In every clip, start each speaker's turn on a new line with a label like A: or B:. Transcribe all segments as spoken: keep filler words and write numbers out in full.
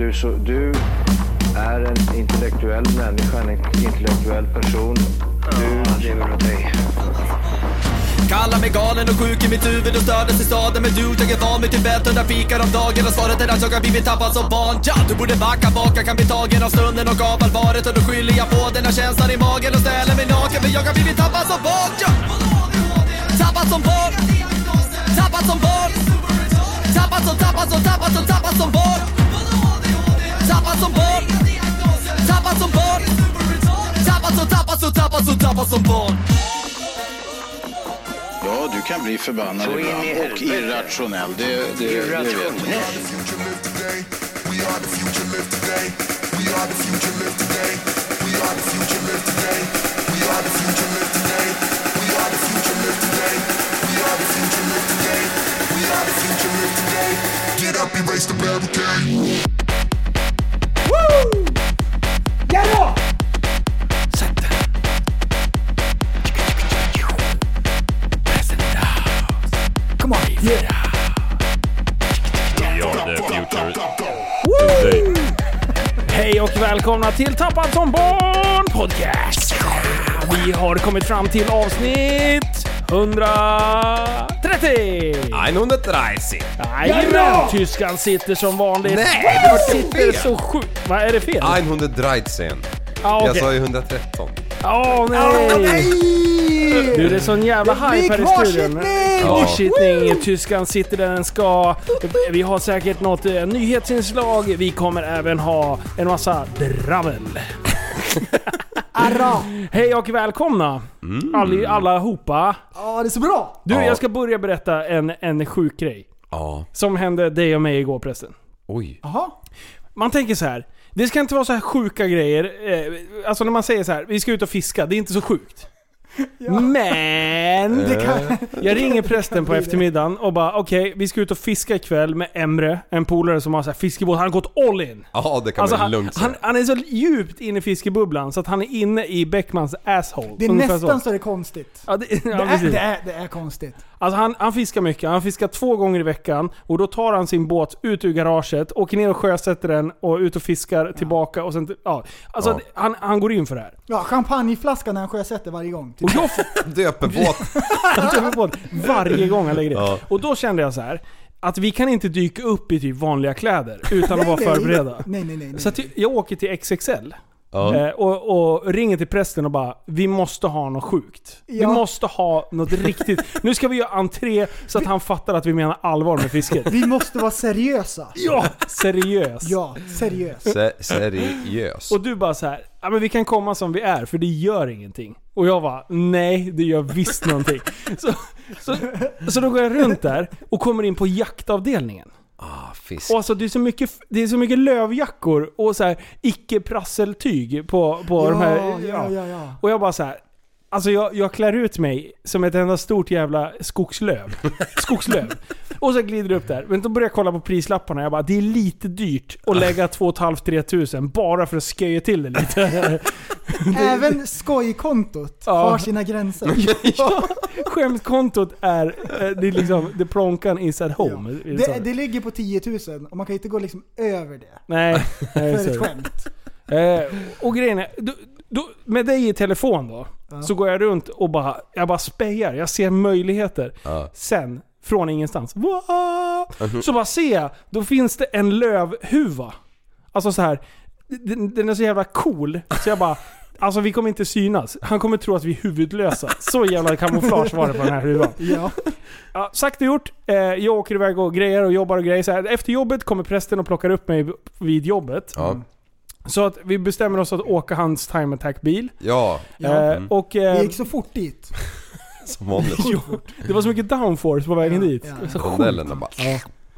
A: du, så, du är en intellektuell människa, en intellektuell person. Du lever åt dig.
B: Kallar mig galen och sjuk i mitt huvud och stördes i staden. Men du, jag är van vid Tibet under fikar om dagen. Och svaret är att jag har blivit tappad som barn. Ja, du borde backa bak, jag kan bli tagen av stunden och av allvaret. Och då skyller jag på den här känslan i magen och ställer mig naken. För jag har blivit tappad som barn. Ja. Tappad som barn. Tappad som barn. Tappad som, tappad som, tappad som, tappad som barn. Tappad som barn. Tappad som barn. Tappad som, tappad som, tappad som, tappad som barn.
C: Ja, du kan bli förbannad ibland och irrationell. Det, det, det vet jag.
D: Get up, erase the barricade.
E: Woo! Ja då! Come on, yeah.
F: We are the future
E: Woo! Hej och välkomna till Tappad som barn podcast. Vi har kommit fram till avsnitt hundratrettio.
F: etthundratrettio.
E: Jajamän, tyskan sitter som vanligt.
F: Nej,
E: det
F: var
E: sitter
F: fel.
E: så sjukt. Vad är det fel?
F: etthundratretton.
E: Ah, okay.
F: Jag sa ju hundratretton.
E: Åh oh, nej. Oh, nej! Du, det är sån jävla hype här i studion. Kvarsittning, tyskan sitter där den ska. Vi har säkert något eh, nyhetsinslag. Vi kommer även ha en massa dravel. Hej och välkomna mm. All, alla hopa.
G: Ja, det är så bra.
E: Du,
F: ja.
E: jag ska börja berätta en, en sjuk grej.
F: Ja.
E: Som hände dig och mig igår förresten.
F: Oj.
G: Aha.
E: Man tänker så här. Det ska inte vara så här sjuka grejer. eh, Alltså när man säger så här: vi ska ut och fiska, det är inte så sjukt. Ja. Men det kan... jag ringer prästen på eftermiddagen och bara okej, okay, vi ska ut och fiska ikväll med Emre, en polare som har så här fiskebåt. Han har gått all in.
F: Ja, det kan
E: alltså,
F: man
E: han,
F: lugnt säga.
E: han, han är så djupt inne i fiskebubblan så att han är inne i Beckmans asshole.
G: Det är
E: ungefär
G: nästan
E: så.
G: så det är konstigt.
E: Ja, det, ja,
G: det, är, det, är, det är konstigt.
E: Alltså han, han fiskar mycket. Han fiskar två gånger i veckan. Och då tar han sin båt ut ur garaget, åker ner och sjösätter den och ut och fiskar ja. tillbaka och sen, ja. Alltså ja. Han, han går in för det här.
G: Ja, champagneflaskan när han sjösätter varje gång.
E: Och jag
F: döper båt.
E: döper båt varje gång han lägger det. Ja. Och då kände jag så här att vi kan inte dyka upp i typ vanliga kläder utan att vara förberedda.
G: Nej, nej, nej, nej.
E: Så att jag åker till X X L.
F: Ja.
E: Eh, och, och ringer till prästen och bara: vi måste ha något sjukt. Ja. Vi måste ha något riktigt. Nu ska vi göra entré så att han fattar att vi menar allvar med fisket.
G: Vi måste vara seriösa.
E: Ja, seriös.
G: Ja, seriös.
F: Se- seriös.
E: Och du bara så här: ja, men vi kan komma som vi är för det gör ingenting. Och jag bara: nej, det gör visst någonting. Så, så, så då går jag runt där och kommer in på jaktavdelningen.
F: Ah, fisk.
E: Och alltså det är så mycket, det är så mycket lövjackor och så här icke-prasseltyg på, på
G: ja,
E: de här.
G: Ja, ja, ja, ja.
E: Och jag bara så här: alltså jag, jag klär ut mig som ett enda stort jävla skogslöv. Skogslöv. Och så glider det upp där. Men då börjar jag kolla på prislapparna. Jag bara: det är lite dyrt att lägga två och ett halvt till tre tusen bara för att sköja till det lite.
G: Även skojkontot ja. har sina gränser.
E: Ja, skämtkontot är det är liksom the plonkan is at home.
G: Ja. Det, det ligger på tio tusen och man kan inte gå liksom över det.
E: Nej, nej
G: för ett skämt.
E: Eh, och grejen är, då, då, med dig i telefon då, ja. så går jag runt och bara, jag bara spejar. Jag ser möjligheter. Ja. Sen, från ingenstans, mm-hmm. så bara ser jag, då finns det en lövhuva. Alltså så här, den, den är så jävla cool. Så jag bara, alltså vi kommer inte synas. Han kommer tro att vi är huvudlösa. Så jävla kamouflage var det på den här huvan.
G: Ja.
E: Ja, sagt och gjort. Eh, jag åker iväg och grejer och jobbar och grejer. Så här, efter jobbet kommer prästen och plockar upp mig vid jobbet.
F: Ja.
E: Mm. Så att vi bestämmer oss att åka hans time attack-bil.
F: Ja.
E: Eh, mm. och, eh,
G: det gick så fort dit.
F: Som vanligt.
E: Jo, det var så mycket downforce på vägen
G: ja,
E: dit.
G: Ja.
E: Så
F: Rondellen bara.
E: Ja.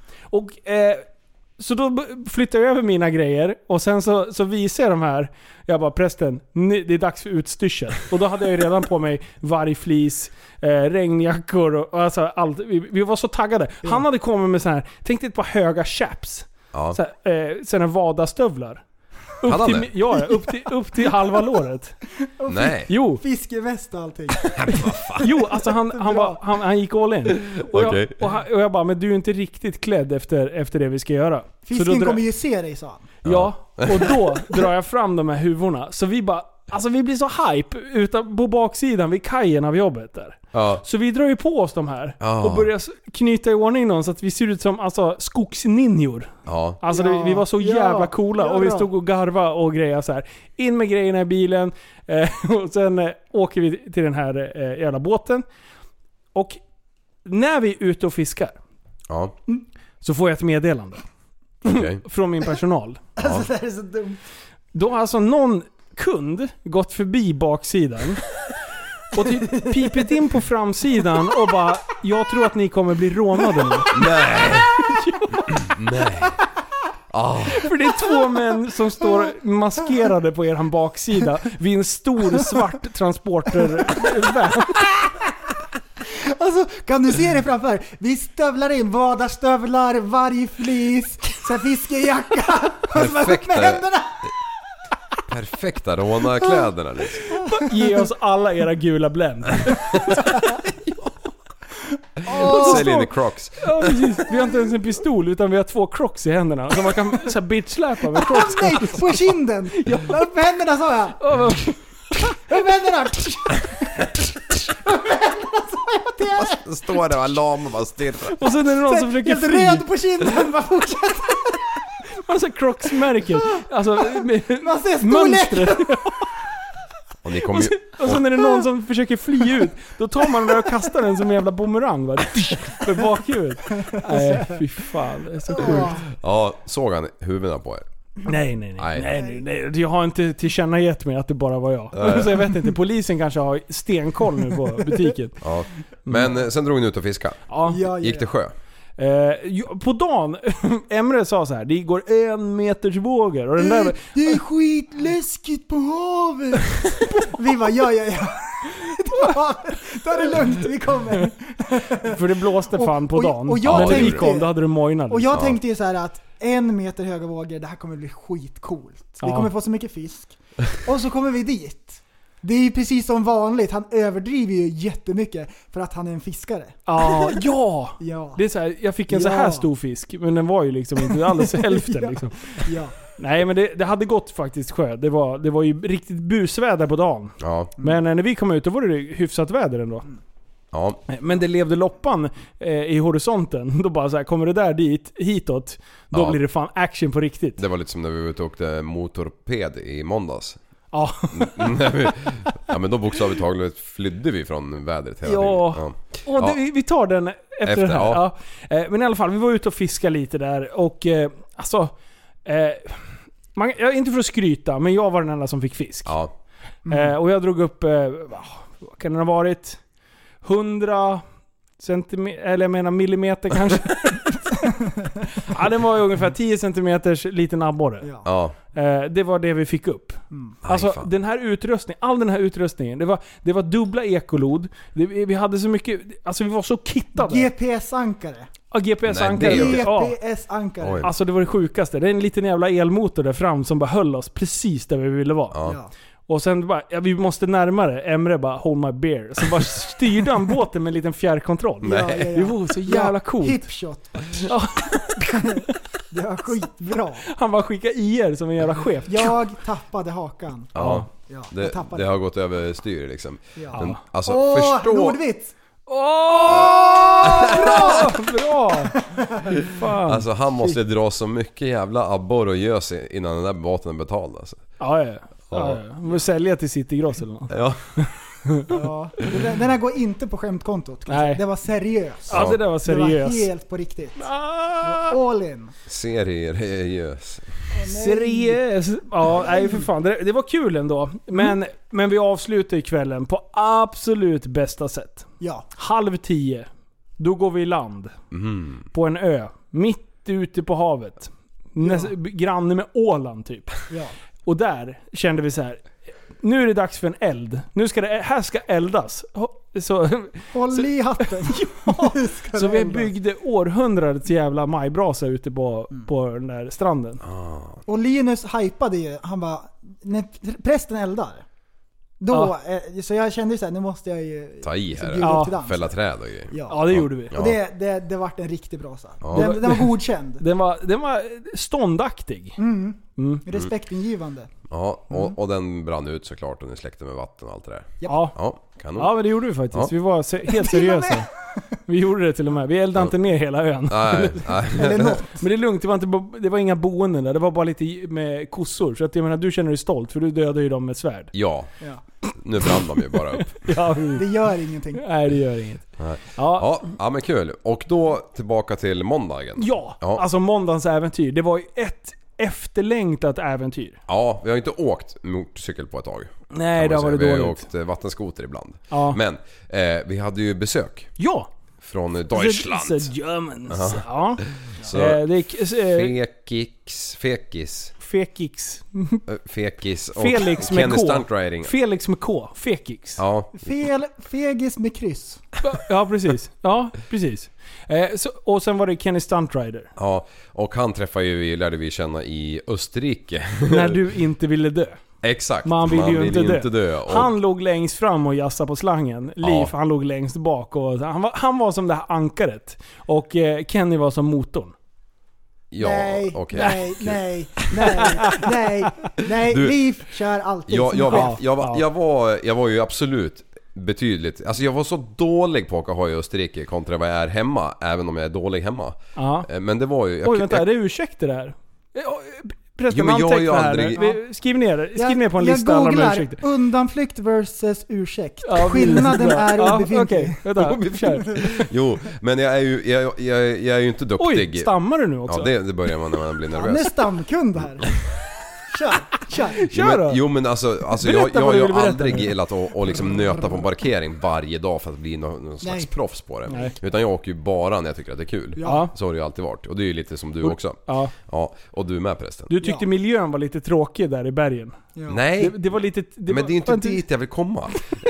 E: Och eh, så då flyttar jag över mina grejer och sen så, så visar jag de här. Jag bara: prästen, det är dags för utstyrsel. Och då hade jag ju redan på mig vargflis, eh, regnjackor och, och alltså allt. Vi, vi var så taggade. Ja. Han hade kommit med så här, tänkte ett par höga chaps. Ja. Så här, eh, såna vadastövlar. Upp
F: Hade han
E: till,
F: det?
E: ja, upp till, upp till halva låret.
F: Nej.
E: Jo,
G: Fiskeväst och allting.
E: jo alltså han, han, var, han, han gick all in. Och jag,
F: Okej.
E: och, han, och jag bara, men du är inte riktigt klädd efter, efter det vi ska göra. Så
G: Fisken
E: då dra-
G: kommer ju se dig, sa han.
E: Ja, och då drar jag fram de här huvorna. Så vi bara, alltså vi blir så hype utan, på baksidan vid kajen av jobbet där.
F: Ja.
E: Så vi drar ju på oss de här
F: Ja.
E: och börjar knyta i ordning dem så att vi ser ut som alltså, skogsninjor.
F: Ja.
E: Alltså
G: Ja.
E: det, vi var så
G: Ja.
E: jävla coola
G: Ja,
E: och vi
G: bra.
E: stod och garva och grejer så här. In med grejerna i bilen eh, och sen eh, åker vi till den här eh, jävla båten. Och när vi är ute och fiskar
F: Ja.
E: så får jag ett meddelande
F: Okej.
E: från min personal.
G: Alltså det här är så dumt.
E: Då har alltså någon kund gått förbi baksidan och typ pipit in på framsidan och bara, jag tror att ni kommer bli rånade nu.
F: Nej. Nej. Ah.
E: För det är två män som står maskerade på er baksida vid en stor svart transportervän.
G: Alltså, kan du se det framför? Vi stövlar in vadarstövlar, vargflis, sen fiskejacka och så bara upp
F: Perfekta.
G: med händerna.
F: Perfekta rånarkläderna liksom.
E: Ge oss alla era gula Blend.
F: Sälj in i Crocs.
E: Ja, precis. Vi har inte ens en pistol utan vi har två Crocs i händerna. Så man kan så här bitchsläpa med Crocs.
G: Nej, på kinden! Upp med händerna, sa jag!
E: Ja, men-
G: Upp med händerna! Upp med händerna, sa jag till er!
F: Står där och lam och bara stirrar.
E: Och sen är det någon som försöker
G: Helt
E: fly.
G: röd på kinden, bara fortsätter.
E: Man ser Crocs-märken. Alltså, med
G: Man ser storleken.
E: mönstret.
F: Och ni kommer
E: Och
F: ju...
E: sen, och sen är det någon som försöker fly ut. Då tar man den där och kastar den som en jävla bumerang. Va? För bakhuvudet. Nej, fy fan. Det är så sjukt.
F: Ja, såg han huvudena på er?
E: Nej, nej,
F: Nej.
E: nej. nej, nej, nej. Jag har inte tillkännagett mig att det bara var jag. Så jag vet inte. Polisen kanske har stenkoll nu på butiken.
F: Ja. Men eh, sen drog ni ut och fiska.
E: Ja.
G: Ja, ja,
F: Gick det
G: ja.
F: sjö?
E: Eh, ju- på dagen, Emre sa så här: det går en meters vågor. Och den där,
G: Det är skitläskigt på havet. Vi var ja, ja, ja. Ta det lugnt, vi kommer.
E: för det blåste
G: Och-
E: fan på
G: och-
E: dagen.
G: och jag
E: Men när vi
G: tänkte-
E: kom, då hade du mojnat.
G: Och jag
F: Ja.
G: tänkte ju så här att en meter höga vågor, det här kommer bli skitcoolt. Vi
E: Ja.
G: kommer få så mycket fisk. Och så kommer vi dit. Det är ju precis som vanligt, han överdriver ju jättemycket för att han är en fiskare.
E: Ja, ja!
G: Ja.
E: Det är så här, jag fick en så
G: Ja.
E: här stor fisk, men den var ju liksom inte alldeles hälften
G: Ja.
E: liksom.
G: Ja.
E: Nej, men det, det hade gått faktiskt sjö. Det var, det var ju riktigt busväder på dagen.
F: Ja.
E: Men eh, när vi kom ut, då var det hyfsat väder ändå.
F: Ja.
E: Men det levde loppan eh, i horisonten. Då bara så här, kommer det där dit, hitåt, då
F: Ja.
E: blir det fan action på riktigt.
F: Det var lite som när vi var ute och åkte motorped i måndags.
E: Ja.
F: När vi, ja men då bokstavligt taget flydde vi från vädret hela
E: Ja.
F: tiden.
E: Och det,
F: Ja.
E: vi- vi tar den efter,
F: Efter,
E: den här.
F: ja.
E: Ja. Eh, Men i alla fall, vi var ute och fiskade lite där. Och eh, alltså... Eh, man, jag, inte för att skryta, men jag var den enda som fick fisk.
F: Ja.
E: Eh, och jag drog upp... Eh, vad kan det ha varit? hundra centimeter, eller jag menar millimeter kanske. Ja, den var ju ungefär tio centimeters liten abborre.
G: Ja.
F: Ja.
E: Eh, det var det vi fick upp.
G: Mm.
E: Alltså
F: fan.
E: den här utrustningen, all den här utrustningen, det var, det var dubbla ekolod. Det, vi hade så mycket, alltså vi var så kittade.
G: G P S-ankare.
E: Ja, G P S-ankare.
F: Nej, det är
E: Ja.
G: G P S-ankare.
F: Oj.
E: Alltså det var det sjukaste. Det är en liten jävla elmotor där fram som bara höll oss precis där vi ville vara.
F: Ja.
G: Ja.
E: Och sen bara, ja, vi måste närmare. Emre bara, hold my beer. Så bara styrde han båten med en liten fjärrkontroll.
F: Nej.
G: Ja, ja, ja.
E: Det var så jävla
G: Ja,
E: coolt.
G: Hipshot.
E: Ja.
G: Det var skitbra.
E: Han bara skickade i er som en jävla chef.
G: Jag tappade hakan.
F: Ja.
G: Ja,
F: Det,
G: jag tappade.
F: det har gått över styr liksom.
G: Ja.
F: Men, alltså
G: Åh,
F: förstå...
G: Nordvits!
E: Åh! Bra! Bra! Fan.
F: Alltså han måste dra så mycket jävla abbor och gös innan den där båten är betald alltså.
E: Ja, ja. Ja, ja. Man vill sälja till Citygross eller något.
F: Ja.
G: Ja. Den, den här går inte på skämtkontot.
E: Nej.
G: Det var seriöst.
E: Ja, det där var
G: Det var
E: seriöst.
G: helt på riktigt.
E: Ah!
G: All in.
F: Serier är gös.
E: Seriöst? Ja, nej för fan. Det, det var kul ändå. Men, men vi avslutar ju kvällen på absolut bästa sätt.
G: Ja.
E: Halv tio. Då går vi i land.
F: Mm.
E: På en ö. Mitt ute på havet. Näst, granne med Åland typ.
G: Ja.
E: Och där kände vi så här. Nu är det dags för en eld. Nu ska det, här ska eldas. så,
G: Håll
E: så,
G: i hatten.
E: Ja, så vi byggde århundradets jävla majbrasa ute på, mm. på den där stranden.
F: Ah.
G: Och Linus hypade ju, han bara, när prästen eldar, då,
E: ja.
G: eh, så jag kände ju såhär, nu måste jag ju
F: ta i här,
E: ja.
F: fälla träd och grejer.
E: Ja. ja, det gjorde vi.
F: Ja.
G: Och det, det, det vart en riktig brasa.
F: Ja.
G: Den, den var godkänd.
E: Den var, den var ståndaktig.
G: Mm.
E: Mm.
G: Respektingivande.
F: Ja, och, och den brann ut såklart och ni släckte med vatten och allt det där.
E: Ja.
F: Ja, kanon.
E: Ja, men det gjorde vi faktiskt.
F: Ja.
E: Vi var se- helt seriösa. Vi gjorde det till och med. Vi eldade
F: Ja.
E: inte ner hela ön.
F: Nej, nej.
G: Eller något.
E: Men det är lugnt, det var, inte, bo- det var inga boenden där. Det var bara lite med kossor. Så att jag menar, du känner dig stolt för du dödade ju dem med svärd.
F: Ja,
G: Ja.
F: nu brann de ju bara upp.
E: Ja,
G: Det gör ingenting.
E: nej, det gör inget.
F: Nej.
E: Ja.
F: Ja, ja, men kul. Och då tillbaka till måndagen.
E: Ja,
F: Ja.
E: alltså måndagens äventyr. Det var ju ett efterlängtat äventyr.
F: Ja, vi har inte åkt motorcykel på ett tag.
E: Nej, det har varit
F: Vi har ju
E: dåligt.
F: åkt eh, vattenskoter ibland.
E: Ja.
F: Men eh, vi hade ju besök
E: Ja!
F: från Deutschland.
E: The, the Germans. Ja.
F: Så
E: Eh, det är, eh,
F: Fekix, Fekis,
E: Fekix.
F: eh, Fekis och
E: Felix med
F: Kenny
E: K.
F: Stunt Riding.
E: Felix med K. Fekix.
F: Ja,
G: Fel, fegis med kryss.
E: Ja, precis. Ja, precis. Eh, så, och sen var det Kenny Stunt Rider.
F: ja, och han träffade ju, vi lärde vi känna i Österrike.
E: När du inte ville dö.
F: Exakt,
E: Man vill ju inte dö.
F: inte dö. Och,
E: Han låg längst fram och jassade på slangen. Liv,
F: Ja.
E: han låg längst bak. Och han, var, han var som det här ankaret. Och eh, Kenny var som motorn.
F: ja,
G: nej,
F: okej.
G: nej, nej, nej, nej, nej,
F: Du-
G: Liv kör alltid
F: Jag,
G: som
F: jag,
G: chef.
F: var, jag, var,
E: Ja.
F: jag, var, jag var ju absolut betydligt, alltså jag var så dålig på att åka hoj i Österrike kontra vad jag är hemma, även om jag är dålig hemma.
E: Ja.
F: Eh, Men det var ju... jag-
E: Oj, vänta,
F: jag,
E: är det ursäkter det här? Förresten,
F: Jo, men jag har ju
E: anteckna här
F: aldrig-
E: nu. Vi- Skriv ner det. Skriv
G: Jag-
E: ner på en
G: jag
E: lista alla de här
G: googlar
E: ursäkter.
G: undanflykt versus ursäkt.
E: Ja,
G: Skillnaden
E: bra.
G: är
E: Ja,
G: obefintlig.
E: okej, vänta. Kör.
F: Jo, men jag är ju, jag, jag, jag är ju inte duktig.
E: Oj, stammar du nu också?
F: Ja, det, det börjar man när man blir
G: Han är
F: nervös.
G: stamkund här. Kör, kör.
F: Jo
E: Kör då!
F: men, jo men alltså, alltså jag,
E: Berätta
F: jag
E: vad
F: har
E: du
F: ju
E: vill berätta
F: aldrig
E: nu.
F: gillat att, att liksom nöta på en parkering varje dag för att bli någon, någon slags
G: Nej.
F: proffs på det.
E: Nej.
F: Utan jag åker ju bara när jag tycker att det är kul.
E: Ja.
F: Så har det ju alltid varit. Och det är ju lite som du också.
E: Ja.
F: Ja, och du med förresten.
E: Du tyckte
G: Ja.
E: miljön var lite tråkig där i bergen.
G: Ja.
F: Nej,
E: Det, det var lite... Det
F: men
E: var,
F: det är inte
E: var
F: dit jag vill komma.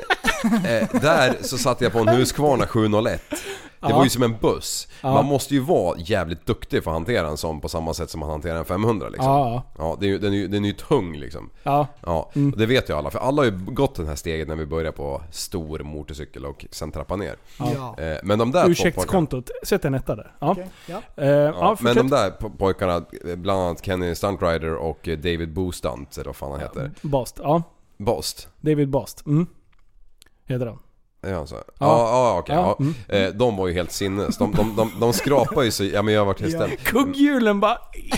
F: eh, där så satt jag på en Husqvarna sju noll ett. Det
E: Ja.
F: var ju som en buss.
E: Ja.
F: Man måste ju vara jävligt duktig för att hantera en sån på samma sätt som man hanterar en femhundra liksom.
E: Ja.
F: Ja, det är ju, den, är ju, den är ju tung liksom.
E: Ja.
F: Ja, och det vet ju alla. För alla har ju gått den här steget när vi börjar på stor motorcykel och sen trappa ner.
G: Ja.
F: Eh, men de där två pojkarna,
E: Ursäktskontot. Sätt en etta där. Ja.
G: Okej, ja.
E: Eh, ja,
F: ja, men
E: fortsätt.
F: de där po- pojkarna, bland annat Kenny Stunt Rider och eh, David Boostunt, eller vad fan han heter.
E: Bast. Ja.
F: Bost.
E: David Bast. Mm. Heter han.
F: Ja, alltså. ja, ja, okej.
E: Ja,
F: Ja. Eh, de var ju helt sinnes. De, de, de, de skrapar ju så... Ja, men jag har varit helt ställd.
E: Kugghjulen bara...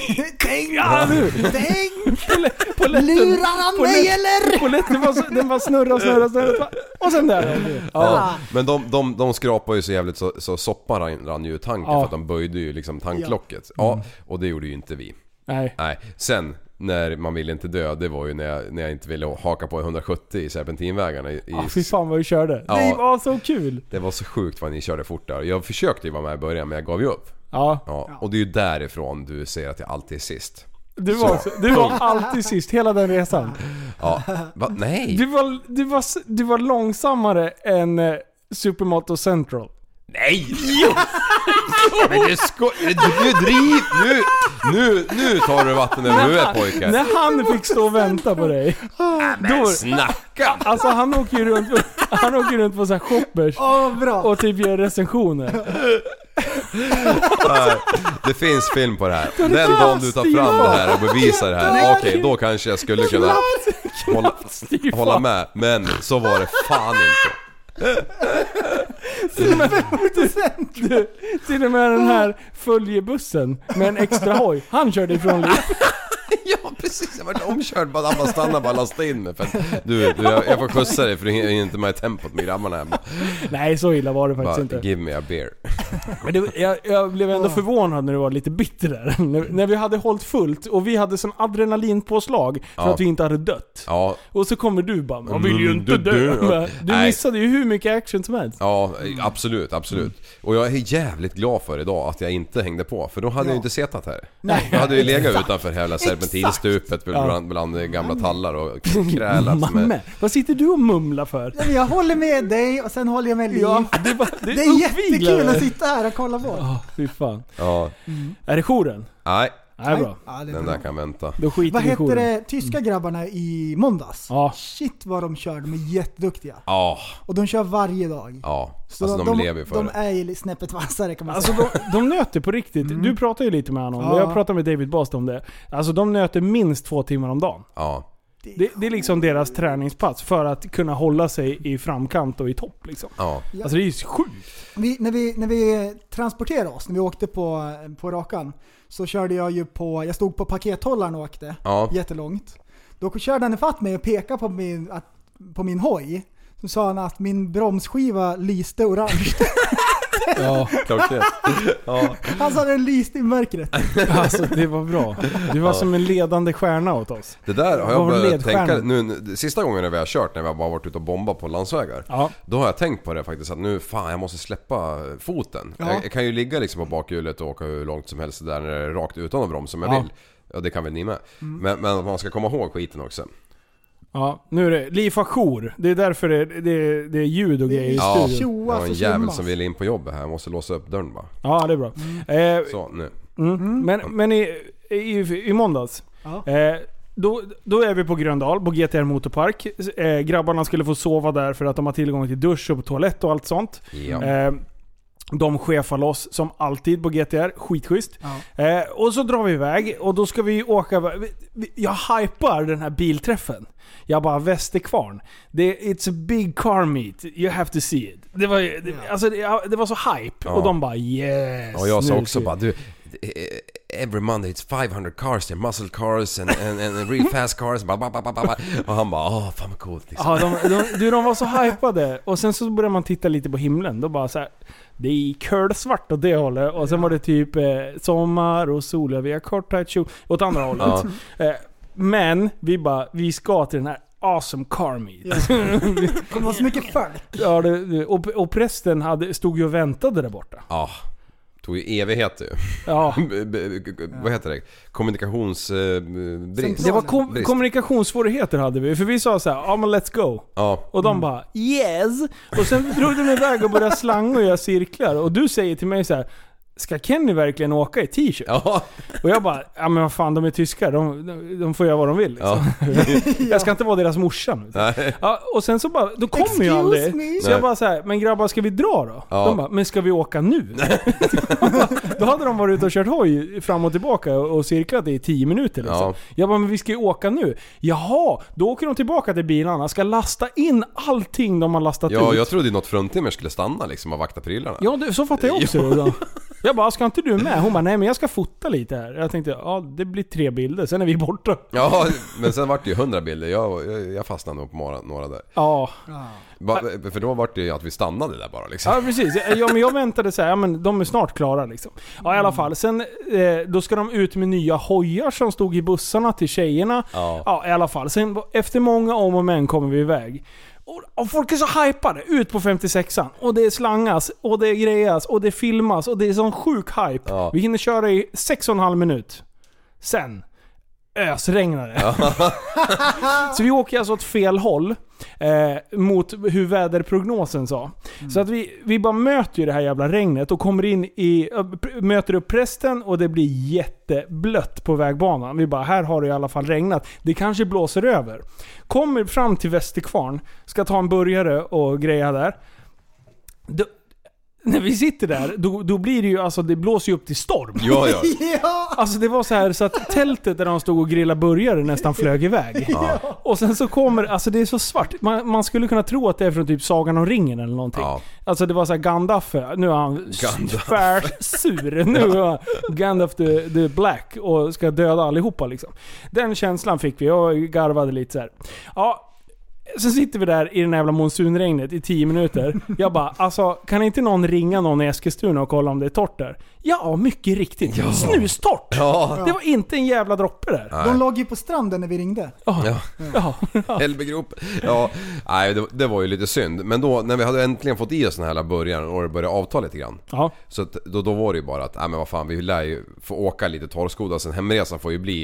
E: Ja, nu!
G: Däng!
E: Pol- Poletten,
G: Lurar han mig
E: polett-
G: eller?
E: Poletten var så, den var snurra, snurra, snurra. Och sen där. Ja.
F: Ja, men de, de, de skrapar ju så jävligt så, så soppan rann, rann ju ur tanken
E: Ja.
F: för att de böjde ju liksom tanklocket. Ja, och det gjorde ju inte vi.
E: Nej.
F: Nej, sen när man ville inte dö, det var ju när jag, när jag inte ville haka på hundrasjuttio i serpentinvägarna i, i,
E: Ja, fy fan vad vi körde.
F: Ja.
E: Det var så kul.
F: Det var så sjukt vad ni körde fort där. Jag försökte ju vara med i början, men jag gav ju upp.
E: Ja.
F: Ja, och det är ju därifrån du ser att jag alltid är sist.
E: Du var, så, du var alltid sist hela den resan.
F: Ja, va? Nej!
E: Du var, du var, s- du var långsammare än eh, Supermoto Central.
F: Nej! Men du sko... Du, du driv... Nu, nu, nu tar du vatten över huvudet pojkar.
E: När han fick stå och vänta på dig. Då,
F: Snacka!
E: alltså han åker ju runt, han åker runt på så här shoppers
G: Åh, bra.
E: och typ gör recensioner.
F: Nej, det finns film på det här. Den dagen du tar fram det här och bevisar det här, okej, då kanske jag skulle kunna hålla, hålla med. Men så var det fan inte.
E: Till och, med, du, till och med den här följebussen med en extra hoj. Han körde ifrån Liv.
F: Ja, precis. Jag var omkörd. Bara han bara stannar, bara lasta in mig. För att, du, du, jag, jag får skjutsa dig för du är inte med i tempot med grabbarna. Jag bara,
E: Nej, så illa var det faktiskt
F: bara,
E: inte.
F: give me a beer.
E: Men det, jag, jag blev ändå förvånad när du var lite bitter där. När, när vi hade hållit fullt och vi hade sån adrenalinpåslag för
F: Ja.
E: att vi inte hade dött.
F: Ja,
E: Och så kommer du bara, man vill ju
F: Mm,
E: inte
F: du
E: dö.
F: dör.
E: Men Du
F: Nej.
E: missade ju hur mycket action som helst.
F: ja, absolut, absolut. Och jag är jävligt glad för idag att jag inte hängde på. För då hade
G: Ja.
F: jag inte setat här.
G: Nej.
F: Jag hade ju legat utanför hela serpentinstigen stupet bland, bland gamla tallar och krälar.
E: Mamma, vad sitter du och mumlar för?
G: Ja, jag håller med dig och sen håller jag med Liv.
E: Ja, det, var, det,
G: det är jättekul att sitta här och kolla på.
E: Ja, fy fan.
F: Ja.
E: Mm. Är det jouren?
F: Nej.
E: Nej, bra.
G: Ja, det är
F: Den
G: bra.
F: där kan vänta.
E: Då skiter
G: Vad
E: vi i
G: heter
E: jouren.
G: det? Tyska grabbarna i måndags.
E: Ja.
G: Shit vad de kör, de är jätteduktiga.
F: Ja.
G: Och de kör varje dag.
F: Ja.
G: Så
F: Alltså de,
G: de,
F: lever ju för
G: de
F: det.
G: är ju snäppet vassare kan man
E: Alltså
G: säga.
E: de, de nöter på riktigt.
G: Mm.
E: Du pratar ju lite med honom.
G: Ja.
E: Jag pratar med David Bast om det. Alltså de nöter minst två timmar om dagen.
F: Ja.
E: Det, det är liksom deras träningspass för att kunna hålla sig i framkant och i topp liksom.
F: Ja.
E: Alltså det är ju sjukt.
G: Vi, när, vi, när vi transporterade oss, när vi åkte på, på rakan, så körde jag ju på, jag stod på pakethållaren och åkte
F: Ja.
G: jättelångt. Då körde han ifatt mig och pekade på min, att, på min hoj. Så sa han att min bromsskiva lyste orange.
E: Ja,
F: Klockrent. Ja.
G: Han sa den lyste i mörkret.
E: alltså det var bra. Du var som en ledande stjärna åt oss.
F: Det där har
E: Vad
F: jag
E: var
F: börjat
E: ledstjärnan?
F: tänka nu, sista gången när vi har kört, när vi har bara varit ute och bombat på landsvägar.
E: Ja.
F: Då har jag tänkt på det faktiskt, att nu fan jag måste släppa foten.
G: Ja.
F: Jag, jag kan ju ligga liksom på bakhjulet och åka hur långt som helst där när det är rakt utan att bromsa som jag
E: Ja.
F: vill. Ja, det kan väl ni med.
G: Mm.
F: Men, men man ska komma ihåg skiten också.
E: Ja, nu är det Liv Ajour. Det är därför det, det, det är ljud och grejer i
F: Ja,
E: studion.
G: Tjoas
F: jag har en
G: och
F: jävel
G: tjimmas.
F: som vill in på jobbet här. Jag måste låsa upp dörren bara.
E: Ja, det är bra. Eh,
F: Så, nu.
E: mm. Men, men i, i, i måndags,
G: Ja.
E: eh, då, då är vi på Gröndal, på G T R Motorpark. Eh, grabbarna skulle få sova där för att de har tillgång till dusch och toalett och allt sånt.
F: Ja.
E: Eh, de chefar loss som alltid på G T R, skitschysst.
G: Ja.
E: Eh, och så drar vi iväg och då ska vi åka. vi- vi- Jag hypar den här bilträffen. Jag bara, Västerkvarn. Det, it's a big car meet. You have to see it. Det var, det, alltså, det, det var så hype.
F: Ja.
E: Och de bara yes.
F: Och jag sa
E: nu
F: också
E: ska vi-
F: bara, du, every Monday it's five hundred cars there, muscle cars and, and, and real fast cars. Ba, ba, ba, ba, ba. Och han bara, åh fan vad coolt liksom.
E: Ja, de, de, du, de var så hypade. Och sen så började man titta lite på himlen. Då bara så här, det är kölsvart åt det hållet. Och sen var det typ eh, sommar och sol. Vi har kort tight shoe åt andra hållet. Eh, men vi bara, vi ska till den här awesome car meet.
G: Det var så mycket folk.
E: Ja, det, det, och, och prästen hade, stod ju och väntade där borta.
F: Ja, tog ju evigheter.
E: Ja.
F: B- b- b- Vad heter det? Kommunikationsbrist.
E: Det var kom,
F: Brist.
E: kommunikationssvårigheter hade vi. För vi sa så här, ja men let's go.
F: Ja.
E: Och de bara yes. Och sen drog de iväg och började slanga och göra cirklar. Och du säger till mig så här, ska Kenny verkligen åka i t-shirt?
F: Ja.
E: Och jag bara, ja men vad fan, de är tyskar. De, de, de får göra vad de vill liksom. Jag ska inte vara deras morsa nu.
F: Nej.
E: Ja, och sen så bara, då kommer ju
G: Excuse
E: aldrig.
G: me?
E: Så jag bara så här, men grabbar ska vi dra då?
F: Ja.
E: De bara, men ska vi åka nu? Då hade de varit ute och kört hoj fram och tillbaka och, och cirklat i tio minuter liksom.
F: Ja.
E: Jag bara, men vi ska ju åka nu. Jaha, då åker de tillbaka till bilarna, ska lasta in allting de har lastat
F: Ja,
E: ut.
F: jag trodde ju något fruntimmer skulle stanna liksom och vakta prylarna.
E: Ja, det, så fattar jag också.
F: Ja.
E: Då. Jag bara, ska inte du med? Hon bara, nej men jag ska fota lite här. Jag tänkte, ja det blir tre bilder, sen är vi borta.
F: Ja, men sen var det ju hundra bilder. Jag, jag, jag fastnade nog på några, några där.
E: Ja,
F: Ba, för då var det ju att vi stannade där bara liksom.
E: ja precis. Ja, men jag väntade så här, ja men de är snart klara liksom. Ja i alla fall, sen eh, då ska de ut med nya hojar som stod i bussarna till tjejerna.
F: Ja.
E: Ja i alla fall, sen efter många om och men kommer vi iväg. Och, och folk är så hypade, ut på femtiosexan. Och det slangas, och det grejas, och det filmas, och det är sån sjuk hype.
F: Ja.
E: Vi hinner köra i sex och en halv minut. Sen ösregnar det. Så vi åker alltså åt fel håll eh, mot hur väderprognosen sa. Mm. Så att vi, vi bara möter ju det här jävla regnet och kommer in i, äh, möter upp prästen och det blir jätteblött på vägbanan. Vi bara, här har det i alla fall regnat. Det kanske blåser över. Kommer fram till Västerkvarn, ska ta en burgare och greja där. Då, när vi sitter där, då, då blir det ju, alltså det blåser ju upp till storm.
F: Ja, ja.
G: Ja!
E: Alltså det var så här så att tältet där de stod och grillade burgare nästan flög iväg.
F: Ja.
E: Och sen så kommer, alltså det är så svart. Man, man skulle kunna tro att det är från typ Sagan om ringen eller någonting.
F: Ja.
E: Alltså det var så här Gandalf, nu är han
F: Gandalf.
E: tvärsur. Nu är han Gandalf the, the Black och ska döda allihopa liksom. Den känslan fick vi, jag garvade lite så här. Ja. Så sitter vi där i den jävla monsunregnet i tio minuter. Jag bara, alltså kan inte någon ringa någon i Eskilstuna och kolla om det är torrt där? Ja, mycket riktigt. Ja. Snustort!
F: Ja.
E: Det var inte en jävla droppe där.
F: Nej.
G: De låg ju på stranden när vi ringde.
E: Ja.
F: Ja.
E: Ja. Ja.
F: Elbegrop. Ja, nej det, det var ju lite synd. Men då när vi hade äntligen fått i oss den här början och det började avta lite grann.
E: Ja.
F: Så att, då, då var det ju bara att, nej men vad fan, vi lär ju få åka lite torrskoda. Sen hemresan får ju bli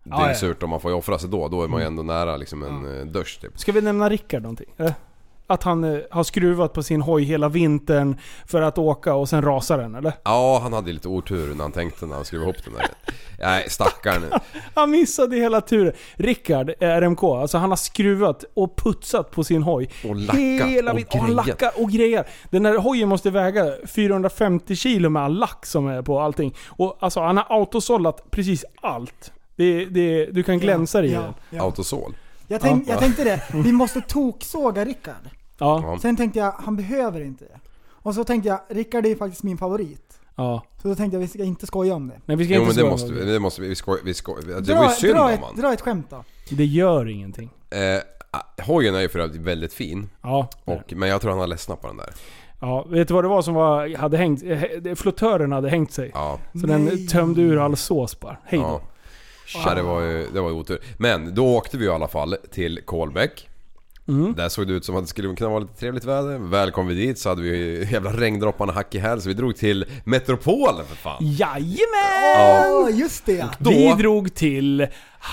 F: det är ju surt om man får offra sig då. Då är man ju ändå nära liksom en ja. dusch typ.
E: Ska vi nämna Rickard någonting? Eh? Att han eh, har skruvat på sin hoj hela vintern för att åka och sen rasar den, eller?
F: Ja, han hade lite otur när han tänkte när han skruvade ihop den där. Nej, stackarn.
E: Han missade hela turen. Rickard, R M K, alltså han har skruvat och putsat på sin hoj.
F: Och lackat
E: hela
F: och,
E: och, och lackar och grejer. Den där hojen måste väga fyrahundrafemtio kilo med all lack som är på allting. Och alltså han har autosållat precis allt. Det, det, du kan glänsa det i
G: ja,
E: den.
G: ja.
F: Autosol.
G: Jag, tänk,
F: ja.
G: jag tänkte det, vi måste toksåga Rickard.
E: Ja.
G: Sen tänkte jag, han behöver inte det. Och så tänkte jag, Rickard är ju faktiskt min favorit.
E: Ja.
G: Så då tänkte jag, vi ska inte skoja om det.
E: Nej, vi ska
F: jo,
E: inte
F: men det
E: skoja
F: måste,
E: om
F: vi,
E: det.
F: det måste vi, vi skoj, vi skoj, det
G: dra,
F: var ju synd
G: dra,
F: om
G: ett,
F: man.
G: dra ett skämt då.
E: Det gör ingenting.
F: Eh, hojen är ju för övrigt väldigt fin.
E: Ja.
F: Och, men jag tror han har ledsnat på den där.
E: Ja, vet du vad det var som var, hade hängt, flottören hade hängt sig.
F: Ja.
E: Så
G: Nej.
E: den tömde ur all sås bara. Hej då.
F: Ja. Ja, det var ju det var ju otur. Men då åkte vi i alla fall till Kolbäck. Mm. Där såg det ut som att det skulle kunna vara lite trevligt väder. Väl kom vi dit så hade vi jävla regndropparna hack i häl. Så vi drog till Metropolen för fan.
E: Jajamän!
G: Ja, just det.
F: Då,
E: vi drog till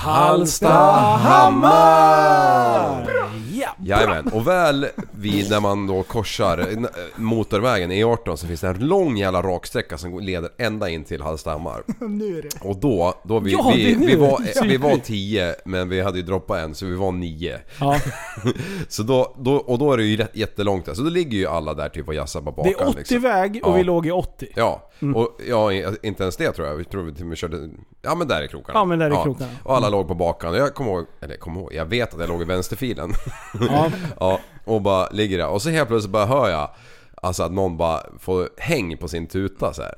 E: Hallstahammar! Ja.
F: Jajamän, och väl vid när man då korsar motorvägen E arton så finns det en lång jävla raksträcka som leder ända in till Hallstahammar.
G: Nu är det.
F: Och då, då vi,
E: Ja,
F: vi,
E: det är
F: vi,
E: nu.
F: var, vi var tio men vi hade ju droppat en så vi var nio.
E: Ja.
F: Så då, då, och då är det ju rätt, jättelångt där. Så då ligger ju alla där typ och jassar på bakan.
E: Det är åttio
F: liksom.
E: väg och
F: Ja.
E: vi låg i åttio.
F: Ja, och ja, inte ens det tror jag. Vi tror vi till och med körde. Ja men där är krokarna.
E: Ja men där är krokarna.
F: Och alla låg på bakan. Jag kommer ihåg, eller jag kommer ihåg, jag vet att jag låg i vänsterfilen.
E: Ja.
F: Ja, och bara ligger där. Och så helt plötsligt bara hör jag alltså att någon bara får häng på sin tuta så här.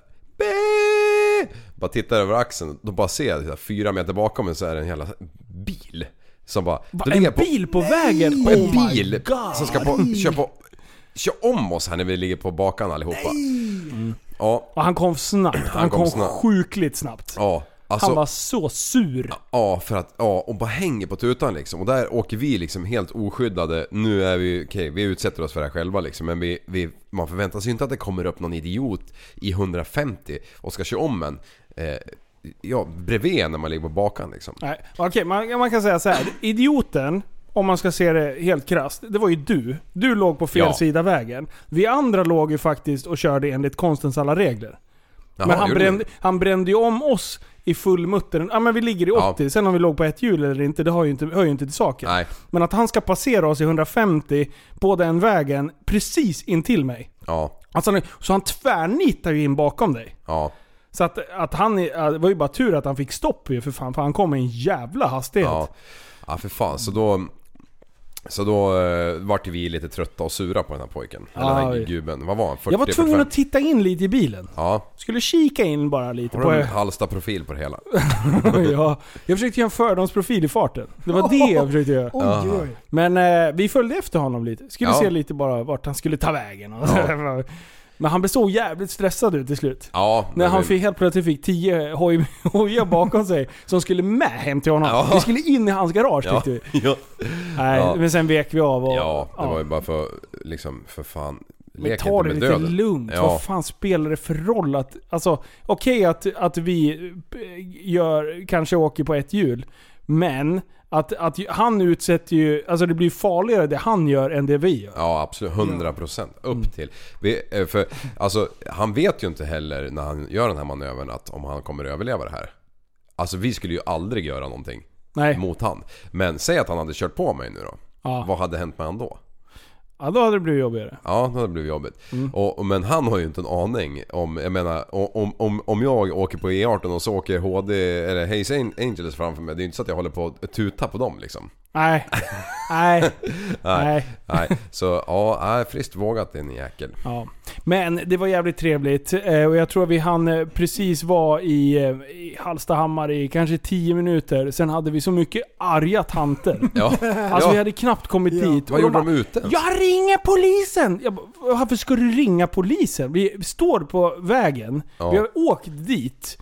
F: Bäh! Bara tittar över axeln. Då bara ser jag fyra meter bakom mig så är det en jävla bil. Som bara...
E: Va,
F: då
E: en
F: ligger jag på,
E: bil på vägen?
F: på en
E: Oh
F: bil som ska på, köra på... Kör om oss här när vi ligger på bakan allihopa. Mm. Ja.
E: Och han kom snabbt. Han,
F: Han kom
E: kom,
F: snabbt.
E: sjukligt snabbt.
F: Ja. Alltså,
E: Han var så sur.
F: ja, för att, ja, och bara hänger på tutan liksom. Och där åker vi liksom helt oskyddade. Nu är vi, okej, okay, vi utsätter oss för det här själva liksom. Men vi, vi, man förväntar sig inte att det kommer upp någon idiot i hundrafemtio och ska köra om en eh, ja, bredvid när man ligger på bakan liksom.
E: Nej, okej, okay, man, man kan säga så här. Idioten, om man ska se det helt krasst, det var ju du. Du låg på fel
F: Ja.
E: sida vägen. Vi andra låg ju faktiskt och körde enligt konstens alla regler.
F: Jaha,
E: Men han
F: gjorde
E: brände,
F: du?
E: han brände ju om oss i full mutter. Ja men vi ligger i åttio,
F: Ja.
E: sen om vi låg på ett hjul eller inte, det hör ju inte, hör ju inte till saken.
F: Nej.
E: Men att han ska passera oss i hundrafemtio på den vägen precis in till mig.
F: Ja,
E: Alltså, han- så han tvärnitar ju in bakom dig.
F: ja.
E: Så att, att han, det var ju bara tur att han fick stopp ju för fan, för han kom med en jävla hastighet.
F: Ja, ja för fan. Så då, så då uh, vart vi lite trötta och sura på den här pojken. Eller den här
E: Aj.
F: gubben. Vad var han? fyrtio,
E: Jag var tvungen
F: fyrtiofem?
E: att titta in lite i bilen.
F: Ja,
E: Skulle kika in bara lite
F: har
E: på...
F: du en Halsta-profil på det hela?
E: Ja, jag försökte göra en fördomsprofil i farten. Det var det jag försökte göra.
G: Oj, oj, oj.
E: Men eh, vi följde efter honom lite. Skulle
F: Ja.
E: se lite bara vart han skulle ta vägen. Och
F: Ja.
E: Men han blev så jävligt stressad ut till slut.
F: Ja,
E: När han
F: vi-
E: fick, helt plötsligt fick tio hoj, hojar bakom sig som skulle med hem till honom.
F: Ja.
E: Vi skulle in i hans garage
F: Ja,
E: tyckte vi.
F: ja.
E: Nej,
F: Ja.
E: men sen vek vi av och...
F: Ja, det var ju bara för, liksom, för fan.
E: Men
F: Lek
E: ta det
F: inte med
E: lite
F: döden.
E: lugnt.
F: Ja.
E: Vad fan spelar det för roll att... Alltså, okej att, att vi eh, gör, kanske åker på ett hjul. Men att, att han utsätter ju... Alltså det blir farligare det han gör än det vi gör.
F: Ja, absolut. hundra procent. Upp till. Vi, eh, för, alltså, han vet ju inte heller när han gör den här manövern att om han kommer överleva det här. Alltså vi skulle ju aldrig göra någonting
E: Nej.
F: mot han. Men säg att han hade kört på mig nu då.
E: Ja.
F: Vad hade hänt med han då?
E: Ja, då hade det blivit jobbigare.
F: Ja, det hade blivit jobbigt.
E: Mm.
F: Och, och, men han har ju inte en aning om, jag menar, om, om, om jag åker på E arton och så åker H D eller Hayes Angels framför mig. Det är ju inte så att jag håller på att tuta på dem liksom.
E: Nej. Nej. Nej.
F: Nej, så ja, nej, friskt vågat din jäkel.
E: Ja. Men det var jävligt trevligt. Eh, och jag tror vi hann eh, precis vara i, eh, i Hallstahammar i kanske tio minuter. Sen hade vi så mycket arga tanter.
F: Ja,
E: Alltså
F: ja.
E: vi hade knappt kommit
G: Ja.
E: dit.
F: Vad
E: Och
F: gjorde
E: bara,
F: de ute ens?
E: Jag ringer polisen! Jag bara, varför ska du ringa polisen? Vi står på vägen.
F: Ja.
E: Vi har åkt dit.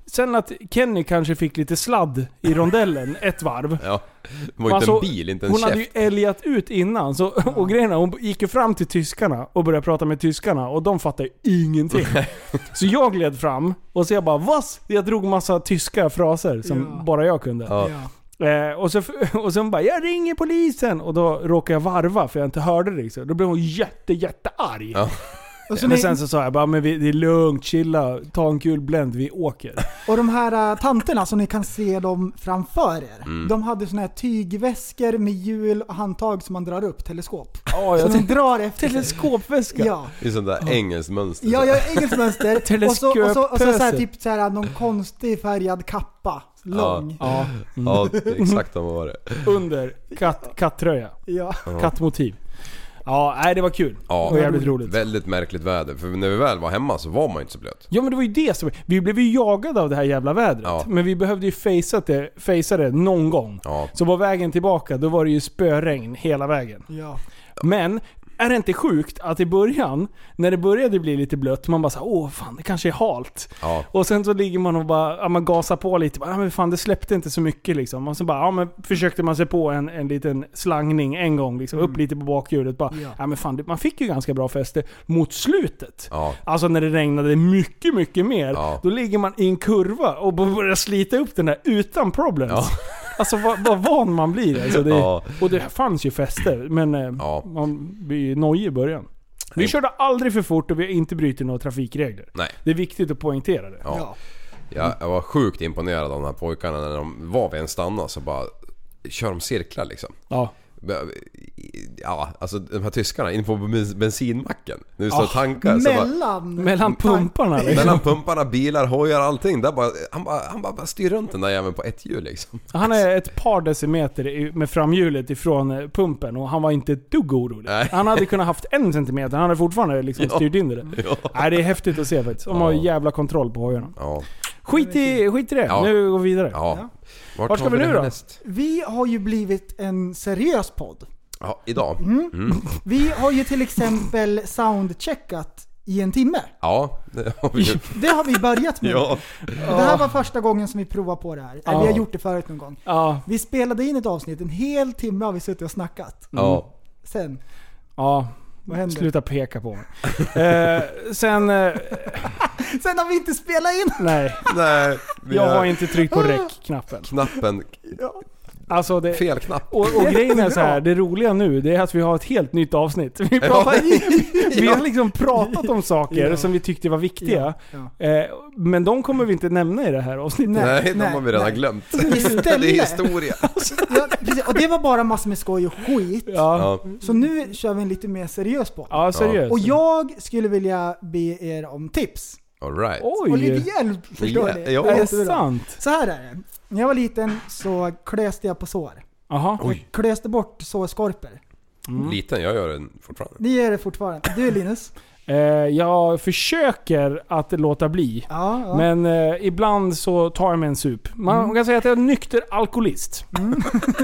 E: sen att Kenny kanske fick lite sladd i rondellen ett varv.
F: Ja, det var ju
E: alltså,
F: inte en bil, inte en
E: hon
F: käft.
E: hade ju älgat ut innan. Så, och grejerna, hon gick ju fram till tyskarna och började prata med tyskarna. Och de fattade ju ingenting. Så jag gled fram och så jag bara, vass? Jag drog massa tyska fraser som ja. bara jag kunde.
F: Ja.
E: Eh, och, så, och sen bara, jag ringer polisen. Och då råkade jag varva för jag inte hörde det. Liksom. Då blev hon jätte, jätte arg. Ja. Och så men sen så sa jag bara, men vi, det är lugnt, chilla, ta en kul bländ, vi åker.
G: Och de här uh, tanterna som ni kan se dem framför er, mm. de hade såna här tygväskor med hjul och handtag som man drar upp, teleskop.
E: Oh,
G: som de drar efter.
E: Teleskopväska?
G: Ja.
F: Det är sånt där oh. engelskt mönster.
G: Ja, ja, engelskt mönster. och så, och så, och så, så här, typ så här, någon konstig färgad kappa. Lång.
F: Ja, ja. ja exakt vad var det.
E: Under katt, kattröja.
G: Ja.
E: Kattmotiv. Ja, nej, det var kul.
F: Ja,
E: och jävligt roligt.
F: Väldigt märkligt väder. För när vi väl var hemma så var man inte så blöt.
E: Ja, men det var ju det som... Vi blev ju jagade av det här jävla vädret. Ja. Men vi behövde ju facea det, facea det någon gång. Ja. Så var vägen tillbaka, då var det ju spöregn hela vägen.
G: Ja.
E: Men... Är det inte sjukt att i början, när det började bli lite blött, man bara så, åh fan, det kanske är halt.
F: Ja.
E: Och sen så ligger man och bara, ja, man gasar på lite, bara, ja, men fan, det släppte inte så mycket liksom. Och så bara, ja, men försökte man sig på en, en liten slangning en gång liksom, mm. upp lite på bakhjulet, bara, ja, ja men fan, det, man fick ju ganska bra fäste mot slutet.
F: Ja.
E: Alltså när det regnade mycket, mycket mer,
F: ja.
E: då ligger man i en kurva och börjar slita upp den där utan problems.
F: Ja.
E: Alltså vad, vad van man blir. Alltså det,
F: ja.
E: Och det fanns ju fester, men ja. man blir nojig i början. Vi Nej. körde aldrig för fort och vi har inte brutit några trafikregler.
F: Nej.
E: Det är viktigt att poängtera det.
F: Ja. Ja. Jag, jag var sjukt imponerad av de här pojkarna när de var vid en stanna så bara kör de cirklar liksom.
E: Ja.
F: Ja, alltså de här tyskarna in på bensinmacken. Nu står
G: oh,
F: tankar
G: mellan,
F: bara,
E: mellan pumparna liksom.
F: Mellan pumparna, bilar, hojar, allting där bara, han bara han bara styr runt den där jäveln på ett hjul liksom.
E: Han är ett par decimeter med framhjulet ifrån pumpen och han var inte ett dugg orolig. Nej. Han hade kunnat haft en centimeter, han hade fortfarande liksom ja. styrt in det. Ja. Nej, det är häftigt att se faktiskt. De har ja. jävla kontroll på hojarna. Ja. Skit i, skit i det. Ja. Nu går vi vidare.
F: Ja.
E: Ja. Vart, Vart ska vi nu då?
G: Näst? Vi har ju blivit en seriös podd.
F: Ja, idag.
G: Mm. Mm. Vi har ju till exempel soundcheckat i en timme.
F: Ja, det har vi,
G: det har vi börjat med.
F: Ja.
G: Det här var första gången som vi provade på det här. Ja. Vi har gjort det förut någon gång.
E: Ja.
G: Vi spelade in ett avsnitt, en hel timme har vi suttit och snackat.
F: Mm. Ja.
G: Sen.
E: Ja. Sluta peka på mig. eh, sen... Eh,
G: sen har vi inte spelat in.
E: Nej.
F: Nej.
E: Jag har inte tryckt på räck-knappen.
F: Knappen.
G: Ja.
E: Alltså det,
F: fel knapp.
E: Och, och grejen är så här, det roliga nu det är att vi har ett helt nytt avsnitt. Vi, pratar, vi har liksom pratat om saker ja. som vi tyckte var viktiga. Ja. Ja. Eh, men de kommer vi inte nämna i det här avsnittet.
F: Nej, nej de har vi redan nej. glömt.
G: Istället,
F: det är historia.
G: Ja, precis, och det var bara massor med skoj och skit.
E: Ja.
G: Så nu kör vi en lite mer seriös på.
E: Ja, seriös.
G: Och jag skulle vilja be er om tips.
F: All right.
G: Oj. Och lite hjälp, förstår
F: yeah.
G: ni?
F: Ja,
E: är det sant?
G: Så här är det. När jag var liten så klöste jag på sår.
E: Aha.
G: Jag klöste bort sårskorpor.
F: Mm. Liten, jag gör den fortfarande.
G: Ni gör det fortfarande. Du Linus?
E: eh, jag försöker att låta bli.
G: Ja, ja.
E: Men eh, ibland så tar jag mig en sup. Man mm. kan säga att jag är en nykter alkoholist. Mm.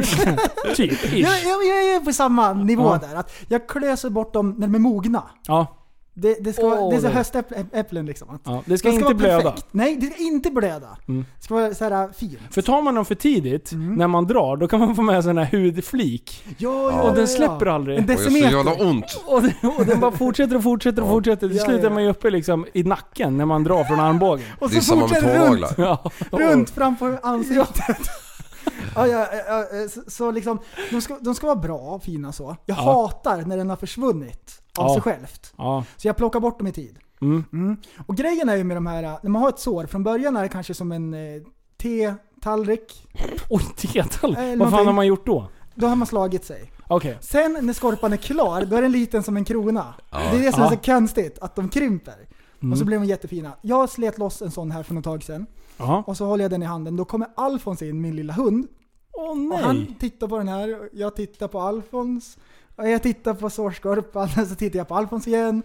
E: typ,
G: jag, jag, jag är på samma nivå ja. där. Att jag klöser bort dem när de är mogna.
E: Ja.
G: Det, det, ska oh, vara, det är så höstäpplen liksom. Att
E: ja, det ska,
G: ska
E: inte blöda.
G: Perfekt. Nej, det ska inte blöda. Mm. Det ska vara så här fint.
E: För tar man dem för tidigt, mm. när man drar, då kan man få med sån här hudflik.
G: Ja, ja,
E: och
G: ja,
E: den släpper
G: ja.
E: aldrig.
G: En decimeter.
F: Och det är så jävla ont.
E: Och, den, och den bara fortsätter och fortsätter och fortsätter. Till
G: ja,
E: slut är
G: ja.
E: man ju uppe liksom i nacken när man drar från armbågen.
G: Och så
F: det är samma med tånaglar.
G: Ja. Runt framför ansiktet. Ja, ja, ja, så, så liksom, de ska, de ska vara bra, fina så. Jag ja. hatar när den har försvunnit av
E: ja.
G: sig självt.
E: Ja.
G: Så jag plockar bort dem i tid.
E: Mm.
G: Mm. Och grejen är ju med de här, när man har ett sår, från början är det kanske som en eh, te-tallrik.
E: Oj, te-tallrik? Äh, Vad fan har man gjort då?
G: Då har man slagit sig.
E: Okay.
G: Sen när skorpan är klar, då är den liten som en krona.
F: Ja.
G: Det är det som
E: ja.
G: är så konstigt, att de krymper. Mm. Och så blir de jättefina. Jag slet loss en sån här för något tag sedan.
E: Aha.
G: Och så håller jag den i handen. Då kommer Alfons in, min lilla hund.
E: Åh nej.
G: Och han tittar på den här. Jag tittar på Alfons. Och jag tittar på sårskorpan. Och så tittar jag på Alfons igen.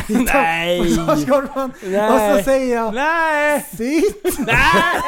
E: Nej.
G: På sårskorpan. Och så säger jag:
E: nej.
G: Sitt.
E: Nej.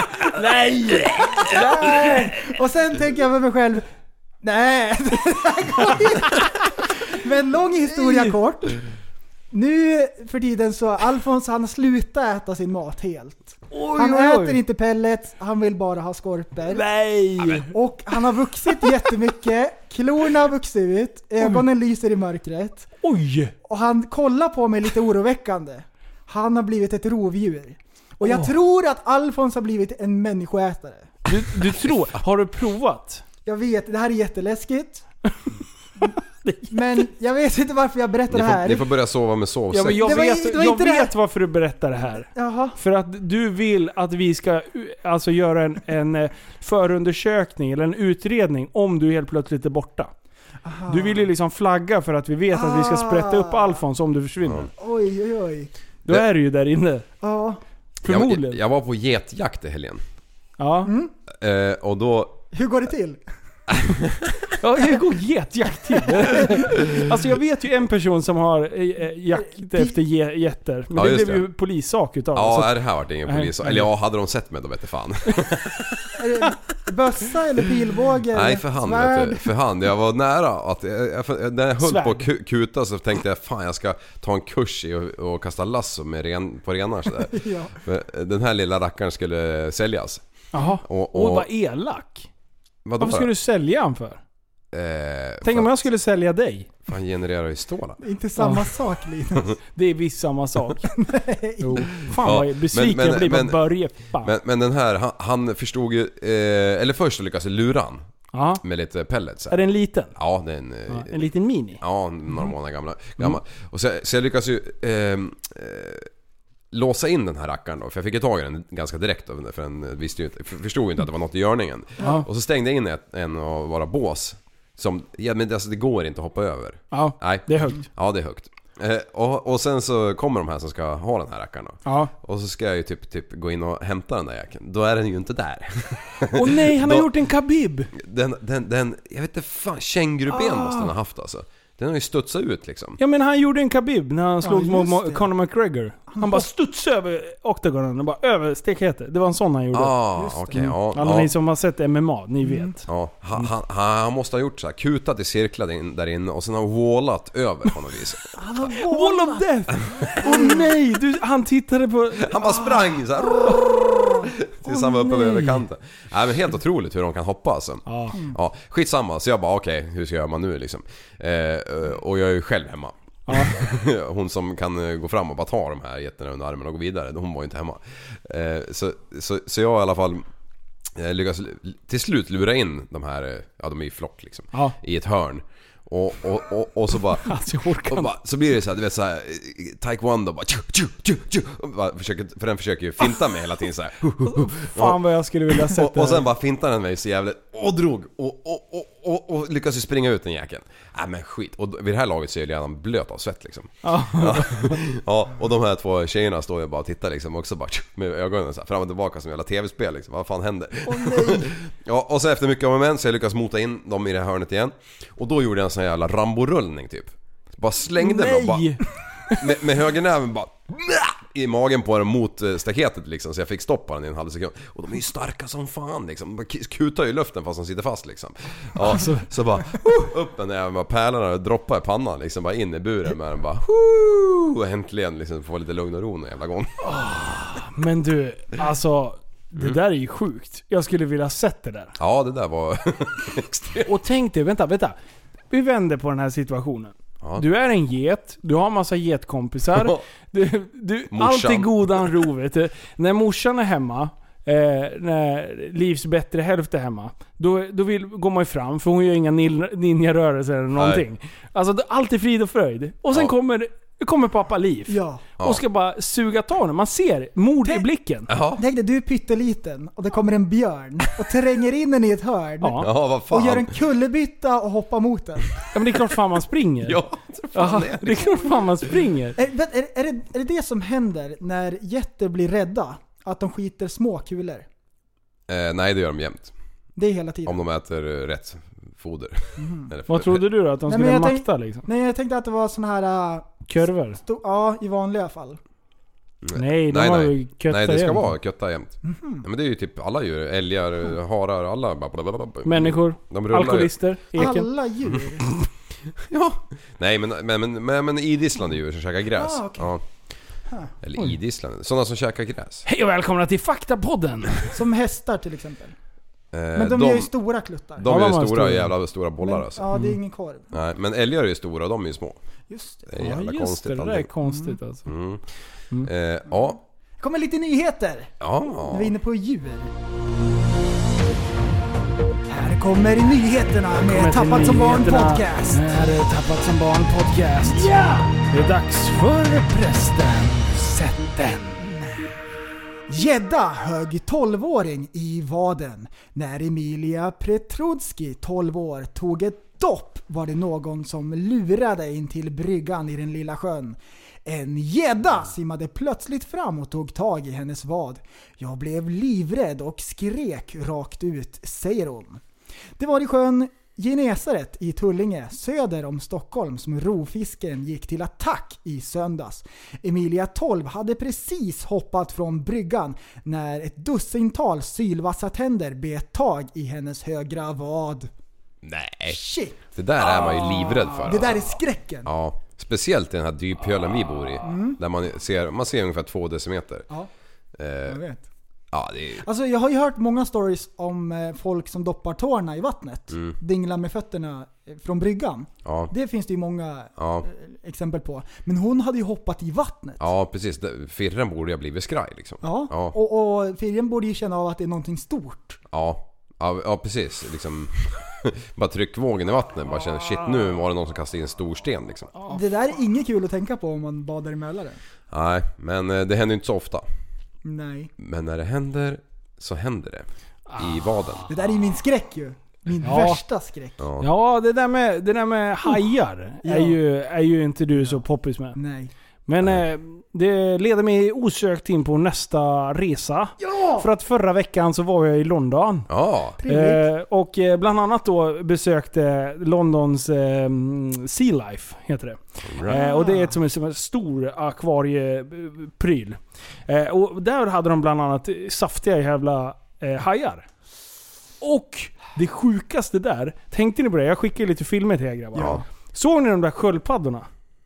E: Nej.
G: Nej. Och sen tänker jag med mig själv: nej. Men lång historia kort. Nu för tiden så Alfons han har slutat äta sin mat helt.
E: Oj,
G: han
E: oj, oj.
G: äter inte pellets, han vill bara ha skorpor.
E: Nej!
G: Och han har vuxit jättemycket. Klorna har vuxit ut, ögonen oj. lyser i mörkret.
E: Oj!
G: Och han kollar på mig lite oroväckande. Han har blivit ett rovdjur. Och jag
E: oh.
G: tror att Alfons har blivit en människoätare.
E: Du, du tror, har du provat?
G: Jag vet, det här är jätteläskigt. Men jag vet inte varför jag berättar
F: ni får,
G: det här.
F: Ni får börja sova med sovsäck.
E: Ja, men jag
G: det var,
E: vet,
G: det var
E: jag
G: vet
E: vet varför du berättar det här.
G: Jaha.
E: För att du vill att vi ska alltså göra en, en förundersökning eller en utredning om du helt plötsligt är borta. Aha. Du vill ju liksom flagga för att vi vet ah. att vi ska sprätta upp Alfons om du försvinner.
G: Ja. Oj, oj, oj.
E: Då det, är du ju där inne.
G: Ja.
E: Förmodligen.
F: Jag, jag var på getjakt i helgen.
E: Ja.
G: Mm.
F: Eh, och då...
G: Hur går det till?
E: Ja, hur går getjakt till? Alltså jag vet ju en person som har äh, jakt efter getter. Men ja, det blev det. ju polissak utav det.
F: Ja,
E: så.
F: det här var det ingen polissak. Eller ja, hade de sett mig då vet jag fan.
G: Bössa eller pilbåge?
F: Nej, för hand, vet du, för hand. Jag var nära att jag, jag, när jag höll Svärd. på att kuta så tänkte jag fan jag ska ta en kurs i och, och kasta lasso med ren, på renar sådär. Ja. För den här lilla rackaren skulle säljas.
E: Jaha. Och, och, och vad elak.
F: Vadå
E: Varför skulle du sälja han för?
F: Eh,
E: Tänk
F: för
E: om jag skulle sälja dig.
F: Han genererar ju stålar.
G: Inte samma ja. sak, Linus.
E: Det är visst samma sak.
G: Nej.
E: Jo. Fan ja, vad besviken men, men, jag blir på Börje.
F: Men, men den här, han, han förstod ju... Eh, eller först så lyckades jag lura han.
E: Aha.
F: Med lite pellets.
E: Är det en liten?
F: Ja, det är en...
E: Ja, en liten mini?
F: Ja, några månader gamla. gamla. Mm. Och så, så jag lyckades ju... Eh, eh, låsa in den här rackaren då, för jag fick ju tag i den ganska direkt för den visste ju inte, förstod ju inte att det var något i görningen. Ja. Och så stängde jag in ett, en av våra bås som, ja men alltså det går inte att hoppa över.
E: Ja,
F: nej.
E: Det är högt.
F: Ja, det är högt. Eh, och, och sen så kommer de här som ska ha den här rackaren då.
E: Ja.
F: Och så ska jag ju typ, typ gå in och hämta den där jäkeln. Då är den ju inte där.
E: Åh oh, nej, han har då, gjort en kabib.
F: Den, den, den, jag vet inte fan, kängurben ah. måste den ha haft alltså. Den har ju studsat ut liksom.
E: Ja men han gjorde en kabib när han slog ja, mot Conor McGregor. Han, han bara studsade över oktagonen och bara över stekheter. Det var en sån han gjorde.
F: Ah, okej. Okay, ja,
E: alla
F: ja.
E: ni som har sett M M A, ni vet. Mm.
F: Ja, han, han, han måste ha gjort så här, kutat i cirklar där inne och sen har wallat över på något vis.
E: Han har wall of death. Åh oh, nej, du, han tittade på...
F: Han bara sprang så här. Tills han var uppe över kanten. Nej, men helt otroligt hur de kan hoppa alltså.
E: Ah.
F: Ja, skitsamma. Så jag bara okej, okay, hur ska jag göra man nu liksom? Eh, och jag är ju själv hemma. Ah. Hon som kan gå fram och bara ta de här getterna under armen och gå vidare, hon var ju inte hemma. Eh, så, så, så jag i alla fall eh, lyckas till slut lura in de här, ja de är i flock liksom, ah. i ett hörn. Och, och, och, och så bara, och bara så blir det så här, du vet så här taekwondo bara, tju, tju, tju, tju, bara försöker, för den försöker ju finta mig hela tiden så här.
E: Fan vad jag skulle vilja sätta.
F: Och, och sen bara fintar den mig så jävligt och drog och, och, och, och, och lyckas ju springa ut den jäkeln. Nej äh, men skit. Och vid det här laget så är jag redan blöt av svett liksom. Ja. Ja, och de här två tjejerna står ju bara och tittar liksom också bara med ögonen så här, fram och tillbaka som jävla tv-spel liksom. Vad fan händer?
G: Åh nej.
F: Ja, och så efter mycket om men så jag lyckas mota in dem i det här hörnet igen. Och då gjorde jag en sån här jävla Rambo-rullning typ. Bara slängde mig och bara med, med högernäven bara i magen på den mot staketet liksom, så jag fick stoppa den i en halv sekund. Och de är ju starka som fan liksom. De kutar ju i luften fast de sitter fast liksom. Ja, alltså. Så bara upp den där med pärlarna och droppa i pannan liksom, bara in i buren med den bara och äntligen liksom få lite lugn och ro en jävla gång.
E: Oh, men du, alltså det mm. där är ju sjukt. Jag skulle vilja sett det där.
F: Ja, det där var extremt.
E: Och tänk dig, vänta, vänta. Vi vänder på den här situationen. Ja. Du är en get, du har massa getkompisar. Du, du, allt är godan ro, vet du. När morsan är hemma, eh, när Livs bättre hälft är hemma, då, då vill, går man ju fram, för hon gör inga ninja-rörelser eller någonting. Nej. Alltså, allt är frid och fröjd. Och sen ja. kommer... Nu kommer pappa Liv
G: ja.
E: och ska bara suga tag honom. Man ser mord Tänk, i blicken.
G: Tänk dig, du är pytteliten och det kommer en björn och tränger in den i ett hörn
F: ja. Ja, vad fan.
G: och gör en kullerbytta och hoppar mot den.
E: Ja, men det är klart fan man springer.
F: Ja,
E: fan det, är. det är klart fan man springer.
G: Är, är, är, det, är det det som händer när getter blir rädda? Att de skiter små kulor?
F: Eh, nej, det gör de jämt.
G: Det är hela tiden.
F: Om de äter rätt foder.
E: Mm. Vad trodde du då? Att de nej, skulle makta tänk, liksom?
G: Nej, jag tänkte att det var sån här... Uh,
E: Kurvor?
G: Sto- ja, i vanliga fall.
E: Nej, de
F: nej,
E: har
F: nej.
E: ju kötta
F: Nej, det ska
E: jämt.
F: vara kötta jämt. Mm-hmm. Ja, men det är ju typ alla djur. Älgar, harar, alla.
E: Människor, alkoholister, eken.
G: Alla djur.
F: Ja. Nej, men, men, men, men, men idisslande djur som käkar gräs.
G: Ah, okay.
F: Ja. Eller idisslande. Sådana som käkar gräs.
E: Hej och välkomna till Faktapodden!
G: Som hästar till exempel.
F: Eh,
G: Men de, de är ju stora kluttar.
F: De är ju
E: Ja, de
F: stora,
E: stora.
F: jävla stora bollar
G: Men,
F: alltså.
G: ja, det är ingen korv.
F: Nej, men älgar är ju stora och de är ju små.
G: Just det.
F: Det är jävla
E: Ja, just
F: konstigt.
E: det, det där är
F: allting.
E: konstigt alltså.
F: Mm. Eh, ja.
G: Det kommer lite nyheter.
F: Ja.
G: Nu är vi inne på djur. Här kommer nyheterna med
E: Kommer till
G: Tappat som barn
E: nyheterna.
G: podcast.
E: Här är Tappat som barn podcast.
G: Ja!
E: Det är dags för prästen. Sätt den.
G: Gädda högg tolvåring i vaden. När Emilia Petrudski, tolv år, tog ett dopp var det någon som lurade in till bryggan i den lilla sjön. En gädda simmade plötsligt fram och tog tag i hennes vad. Jag blev livrädd och skrek rakt ut, säger hon. Det var i sjön Genesaret i Tullinge, söder om Stockholm, som rovfisken gick till attack i söndags. Emilia tolv hade precis hoppat från bryggan när ett dussintal sylvassa tänder bet tag i hennes högra vad.
F: Nej.
G: Shit!
F: Det där är man ju livrädd för.
G: Det där är
F: alltså.
G: skräcken.
F: Ja. Speciellt i den här dyphölen vi bor i. Mm. Där man ser, man ser ungefär två decimeter.
G: Ja,
F: Eh,
G: jag vet.
F: ja, det är...
G: Alltså jag har ju hört många stories om eh, folk som doppar tårna i vattnet.
F: Mm.
G: Dinglar med fötterna eh, från bryggan.
F: Ja.
G: Det finns det ju många
F: Ja.
G: eh, exempel på. Men hon hade ju hoppat i vattnet.
F: Ja, precis. Firren borde ju ha blivit skraj liksom.
G: Ja,
F: Ja.
G: Och, och Firjen borde ju känna av att det är någonting stort.
F: Ja, ja, ja precis. Liksom, bara tryckvågen i vattnet. Bara känner, shit, nu var det någon som kastade in en stor sten liksom.
G: Det där är inget kul att tänka på om man badar i Mälaren.
F: Nej, men eh, det händer ju inte så ofta.
G: Nej.
F: Men när det händer så händer det. I vaden.
G: Det där är ju min skräck ju. Min
E: Ja.
G: värsta skräck.
F: Ja.
E: Ja, det där med, det där med hajar
G: Ja.
E: är, ju, är ju inte du så poppis med.
G: Nej.
E: Men eh, det leder mig osökt in på nästa resa.
G: Ja!
E: För att förra veckan så var jag i London.
F: Ja.
G: Trevligt.
E: Eh, och eh, bland annat då besökte Londons eh, Sea Life, heter det. Eh, och det är ett som en, som en stor akvariepryl. Eh, och där hade de bland annat saftiga jävla eh, hajar. Och det sjukaste där, tänkte ni på det? Jag skickade lite filmer till er grabbar.
F: Ja.
E: Såg ni de där sköldpaddorna?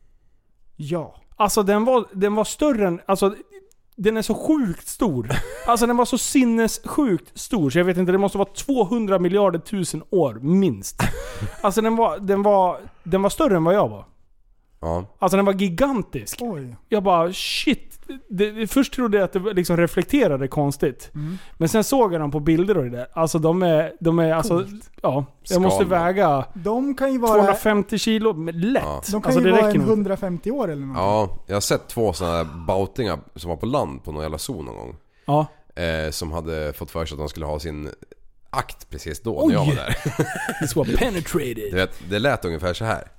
G: Ja.
E: Alltså den var, den var större än... Alltså, den är så sjukt stor. Alltså den var så sinnessjukt stor. Så jag vet inte, det måste vara tvåhundra miljarder tusen år minst. Alltså den var, den var, den var större än vad jag var.
F: Ja.
E: Alltså den var gigantisk.
G: Oj.
E: Jag bara shit. Det, det, först trodde jag att det liksom reflekterade konstigt.
G: Mm.
E: Men sen såg jag dem på bilder och det där. Alltså de är, de är alltså... Ja, jag måste
F: Skalman.
E: väga
G: De kan ju vara...
E: tvåhundrafemtio kilo men lätt.
F: Ja.
G: De kan
E: Alltså,
G: ju
E: det
G: vara
E: räcker
G: en
E: nog.
G: hundrafemtio år eller något.
F: Ja, jag har sett två sådana här bautingar som var på land på någon jävla zon någon gång.
E: Ja.
F: Eh, som hade fått för sig att de skulle ha sin akt precis då
E: Oj.
F: när jag var där.
E: This was penetrated.
F: Du vet, det lät ungefär så här.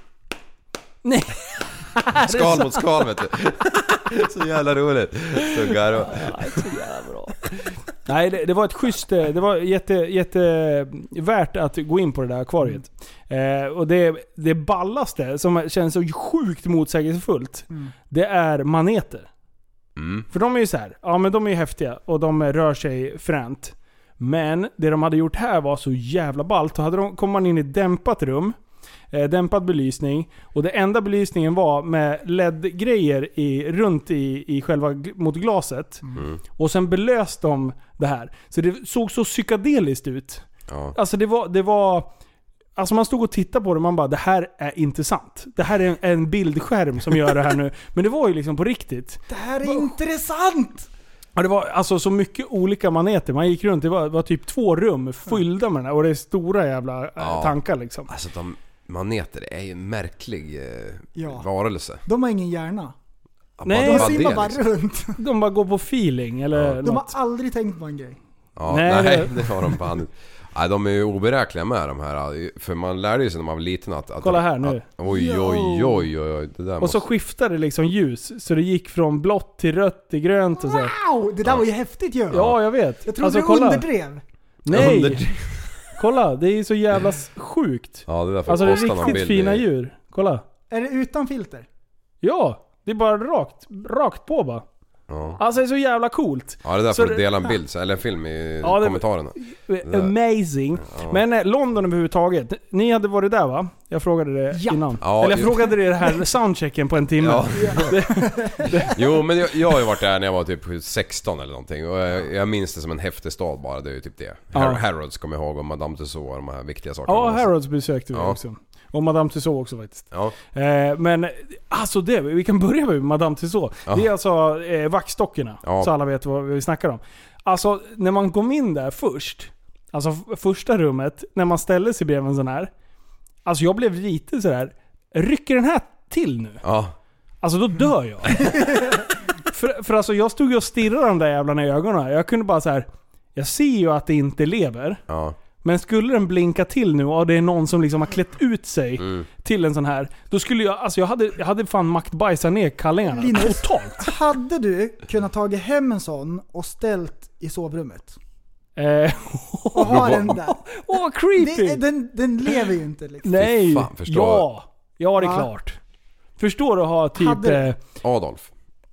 E: Nej.
F: Skal mot skal, vet du. Så jävla roligt. Så garva.
E: Nej, det, det var ett schysst... Det var jätte, jätte värt att gå in på det där akvariet. Eh, och det, det ballaste som känns så sjukt motsägelsefullt,
G: Mm.
E: det är maneter.
F: Mm.
E: För de är ju så här, ja men de är ju häftiga och de rör sig fränt. Men det de hade gjort här var så jävla ballt. Då hade de, kom man in i ett dämpat rum, eh, dämpad belysning, och det enda belysningen var med L E D-grejer i, runt i, i själva gl- mot glaset.
F: Mm.
E: Och sen belöste de det här. Så det såg så psykedeliskt ut.
F: Ja.
E: Alltså det var, det var... Alltså man stod och tittade på det och man bara, det här är inte sant. Det här är en, en bildskärm som gör det här nu. Men det var ju liksom på riktigt.
G: Det här är intressant!
E: Ja, det var alltså så mycket olika maneter. Man gick runt, det var, var typ två rum fyllda med den här. Och det är stora jävla äh,
F: Ja.
E: tankar liksom.
F: Alltså de maneter är ju en märklig eh,
G: Ja.
F: varelse.
G: De har ingen hjärna.
F: Ja,
E: Nej.
F: bara-
G: De
F: bara
G: simmar
F: det,
G: bara
F: liksom.
G: runt.
E: De bara går på feeling eller
G: De har
E: något.
G: aldrig tänkt på en grej.
F: Ja,
E: Nej,
F: nej,
E: det-
F: det har de fan. Nej, de är ju oberäkliga med de här. För man lärde ju sig när man var liten att... att
E: Kolla här nu.
F: Att, oj, oj, oj, oj, oj. Det där
E: Och så
F: måste...
E: skiftade det liksom ljus. Så det gick från blått till rött till grönt och så.
G: Wow! Det där var ju häftigt ju.
E: Ja, jag vet.
G: Jag trodde
E: Alltså,
G: du
E: kolla.
G: underdrev.
E: Nej!
F: Under-
E: Kolla, det är så jävla s- sjukt.
F: Ja, det där får
E: Alltså det är
F: posta någon
E: riktigt
F: bild
E: fina
F: i-
E: djur. Kolla.
G: Är det utan filter?
E: Ja, det är bara rakt, rakt på bara.
F: Ja.
E: Alltså det är så jävla coolt.
F: Ja, det där
E: så
F: får du dela en bild eller en film i
E: ja, det,
F: kommentarerna.
E: Amazing. Ja. Men eh, London överhuvudtaget. Ni hade varit där va? Jag frågade det
G: ja.
E: innan.
F: Ja,
E: eller jag
F: ju.
E: frågade det här soundchecken på en timme. Ja. det,
F: det. Jo, men jag, jag har ju varit där när jag var typ sexton eller någonting. Och jag, jag minns det som en häftig stad bara. Det är ju typ det. Ja. Harrods kommer jag ihåg och Madame Tussauds och de här viktiga sakerna.
E: Ja, Harrods besökte vi ja. också. Och Madame Tussauds också faktiskt. Ja. Eh, men alltså det, vi kan börja med Madame Tussauds. Ja. Det är alltså eh, vaxdockorna. Ja. Så alla vet vad vi snackar om. Alltså när man kom in där först, alltså första rummet, när man ställer sig bredvid en sån här. Alltså jag blev lite sådär, rycker den här till nu?
F: Ja.
E: Alltså då dör jag. för, för alltså jag stod och stirrade de där jävlarna i ögonen. Jag kunde bara så här. Jag ser ju att det inte lever. Ja. Men skulle den blinka till nu och det är någon som liksom har klätt ut sig mm. till en sån här, då skulle jag, alltså jag hade, jag hade fan maktbajsa ner kallingarna.
G: Linus,
E: totalt.
G: Hade du kunnat tagit hem en sån och ställt i sovrummet?
E: Eh.
G: Och ha den där?
E: Åh, oh, creepy!
G: Det, den, den lever ju inte liksom.
E: Nej,
F: fan,
E: ja. Ja, det är ja. klart. Förstår du att ha typ...
F: Hade... Adolf.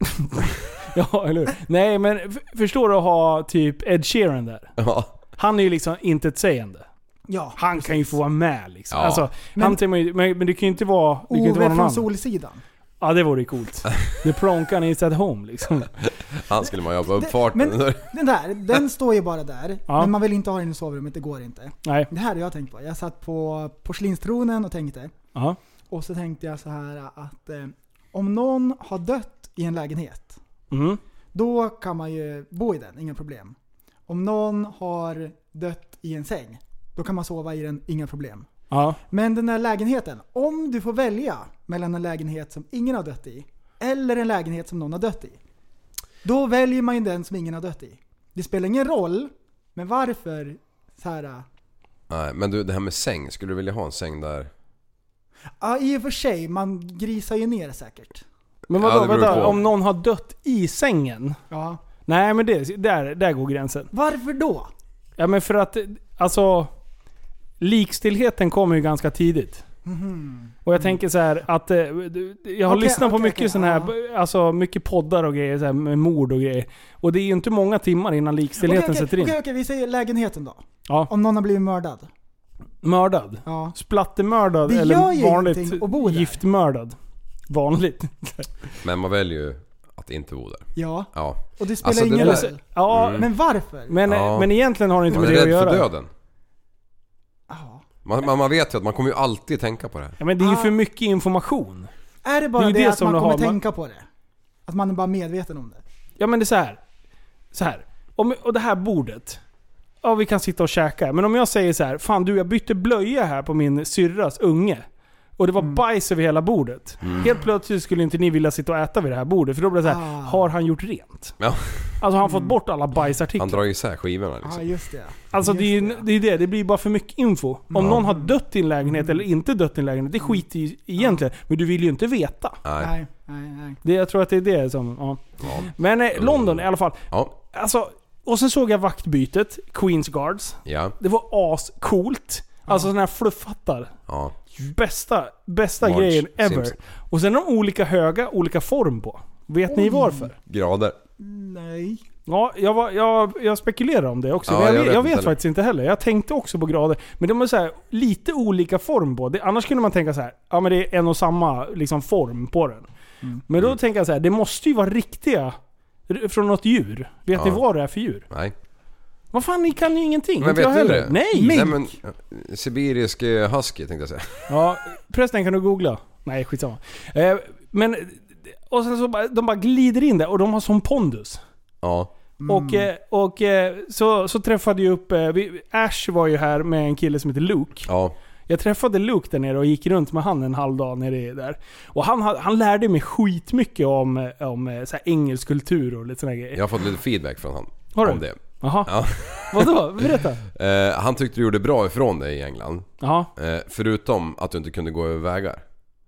E: Ja, eller hur? Nej, men f- förstår du att ha typ Ed Sheeran där? Ja. Han är ju liksom intetsägande.
G: Ja,
E: han
G: precis.
E: kan ju få vara med liksom.
F: Ja.
E: Alltså,
G: men,
E: han ju, men, men det kan ju inte vara... Det kan
G: Ove
E: inte vara någon
G: från
E: annan.
G: Solsidan.
E: Ja, det vore ju coolt. The Plonkan is at home liksom.
F: Han skulle man jobba upp farten.
G: Men den där, den står ju bara där.
E: Ja.
G: Men man vill inte ha den i sovrummet, det går inte.
E: Nej.
G: Det här har jag tänkt på. Jag satt på porslinstronen och tänkte.
E: Aha.
G: Och så tänkte jag så här att eh, om någon har dött i en lägenhet.
E: Mm.
G: Då kan man ju bo i den, inga problem. Om någon har dött i en säng, då kan man sova i den, inga problem.
E: Ja.
G: Men den här lägenheten, om du får välja mellan en lägenhet som ingen har dött i eller en lägenhet som någon har dött i, då väljer man ju den som ingen har dött i. Det spelar ingen roll, men varför så här?
F: Nej, men du, det här med säng, skulle du vilja ha en säng där?
G: Ja, i och för sig, man grisar ju ner säkert.
E: Men vadå, ja, vadå om någon har dött i sängen?
G: Ja.
E: Nej, men det, där, där går gränsen.
G: Varför då?
E: Ja, men för att, alltså, likstillheten kommer ju ganska tidigt.
G: Mm-hmm.
E: Och jag tänker så här att eh, jag har
G: okay,
E: lyssnat på
G: okay,
E: mycket
G: okay,
E: sån här,
G: ja.
E: alltså mycket poddar och grejer så här, med mord och grejer. Och det är ju inte många timmar innan likstillheten
G: okay, okay,
E: sätter in.
G: Okej, okay, okay, vi säger lägenheten då.
E: Ja.
G: Om någon har blivit mördad.
E: Mördad?
G: Ja.
E: Splattermördad
G: det
E: eller vanligt
G: att bo där.
E: Giftmördad. Vanligt.
F: Men man väljer ju att inte bo där.
G: Ja.
F: Ja.
G: Och det spelar
F: alltså,
G: ingen
F: roll.
G: Där...
E: Ja,
G: mm. Men varför?
E: Men,
F: ja.
E: men egentligen har det inte
F: man
E: med det att göra.
F: Man är rädd för döden.
G: Ja.
F: Man, man, man vet ju att man kommer ju alltid tänka på det.
E: Ja, men det är ju
G: ah.
E: för mycket information.
G: Är det bara
E: det, är
G: det,
E: det
G: att man kommer
E: har,
G: tänka på det? Att man är bara medveten om det?
E: Ja, men det är så här. Så här. Om, och det här bordet. Ja, vi kan sitta och käka. Men om jag säger så här, fan du, jag bytte blöja här på min syrras unge. Och det var mm. bajs över hela bordet. Mm. Helt plötsligt skulle inte ni vilja sitta och äta vid det här bordet. För då blir det så här, ah. har han gjort rent?
F: Ja.
E: Alltså har han mm. fått bort alla bajsartiklar?
F: Han drar ju isär skivorna liksom.
G: Ja, just det.
E: Alltså
G: just
E: det, är, det. det är det, det blir bara för mycket info. Om mm. någon har dött i en lägenhet mm. eller inte dött i en lägenhet, det skiter ju egentligen. Ja. Men du vill ju inte veta.
F: Nej.
G: Nej, nej.
E: Det, jag tror att det är det som... Ja. Ja. Men eh, London i alla fall.
F: Ja.
E: Alltså, och sen såg jag vaktbytet, Queen's Guards.
F: Ja.
E: Det var ascoolt. Alltså ja. Sån här fluffhattar.
F: Ja.
E: Bästa, bästa
F: Marge
E: grejen ever.
F: Simpson.
E: Och sen är de olika höga, olika form på. Vet Oj. Ni varför?
F: Grader.
G: Nej.
E: Ja, jag, var, jag, jag spekulerar om det också.
F: Ja,
E: men jag,
F: jag
E: vet,
F: vet,
E: jag vet
F: inte
E: faktiskt inte heller. Jag tänkte också på grader. Men de är så här, lite olika form på det. Annars kunde man tänka så här, ja men det är en och samma liksom, form på den. Mm. Men då mm. tänker jag så här, det måste ju vara riktiga från något djur. Vet ja. Ni vad det är för djur?
F: Nej.
E: Vad fan, ni kan ju ingenting.
F: Men
E: inte
F: vet
E: jag heller.
F: du det?
E: Nej!
F: Nej men, sibirisk husky tänkte jag säga.
E: Ja, förresten kan du googla. Nej, skitsamma. Eh, men, och sen så bara, de bara glider in där och de har sån pondus.
F: Ja.
E: Mm. Och, och så, så träffade jag upp, vi, Ash var ju här med en kille som heter Luke.
F: Ja.
E: Jag träffade Luke där nere och gick runt med han en halv dag nere där. Och han, han lärde mig skitmycket om, om så här engelsk kultur och lite såna grejer.
F: Jag har fått lite feedback från han.
E: Har du?
F: Om det.
E: Jaha.
F: Ja.
E: Vadå? Berätta.
F: Eh, han tyckte du gjorde bra ifrån dig i England.
E: Jaha.
F: Eh, förutom att du inte kunde gå över vägar.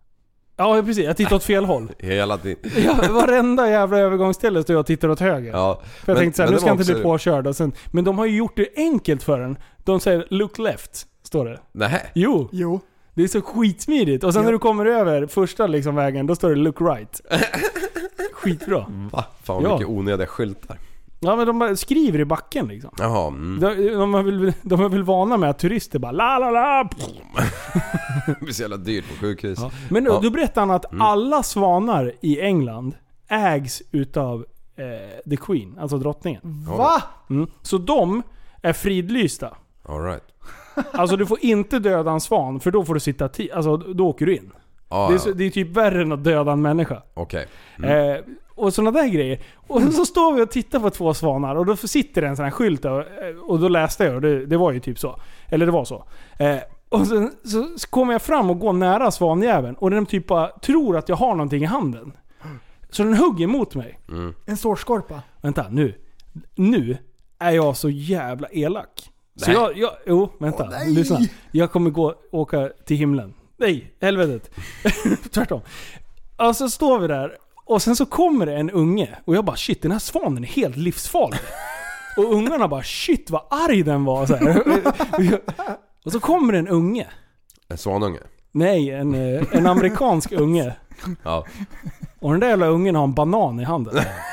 E: Ja, precis. Jag tittar åt fel håll.
F: Hela tiden.
E: Ja, varenda jävla övergångsställe står jag och tittar åt höger.
F: Ja.
E: För jag men, tänkte såhär, nu ska jag inte också... bli påkörd. Och sen, men de har ju gjort det enkelt för en. De säger look left, står det.
F: Nej.
E: Jo.
G: Jo.
E: Det är så skitsmidigt. Och sen jo. När du kommer över första liksom vägen, då står det look right. Skitbra.
F: Va? Fan
E: Ja.
F: mycket onödiga skyltar.
E: Ja, men de bara skriver i backen liksom.
F: Jaha. Mm.
E: De, de, är väl, de är väl vana med att turister bara la la la.
F: Det blir så jävla dyrt på sjukhus.
E: Ja. Men då,
F: Ja.
E: då berättar han att
F: Mm.
E: alla svanar i England ägs utav eh, the Queen, alltså drottningen.
G: Va?
E: Mm. Så de är fridlysta.
F: All right.
E: Alltså du får inte döda en svan, för då får du sitta ti- alltså då åker du in.
F: Ah,
E: Det är,
F: ja.
E: så, det är typ värre än att döda en människa.
F: Okej. Mm.
E: Eh, och sådana där grejer. Och så står vi och tittar på två svanar och då sitter det en sån här skylt där, och då läste jag och det, det var ju typ så. Eller det var så. Eh, och sen så kommer jag fram och går nära svanjäveln och den typ bara tror att jag har någonting i handen. Så den hugger mot mig.
F: Mm.
G: En sårskorpa.
E: Vänta, nu. Nu är jag så jävla elak. Så
F: Nej.
E: jag, jag, jo, vänta.
G: Åh, nej.
E: Lyssna. Jag kommer gå åka till himlen. Nej, helvetet. Tvärtom. Alltså står vi där och sen så kommer det en unge och jag bara shit, den här svanen är helt livsfarlig. Och ungarna bara shit vad arg den var så här. Och så kommer en unge.
F: En svanunge.
E: Nej, en, eh, en amerikansk unge.
F: Ja.
E: Och den där jävla ungen har en banan i handen.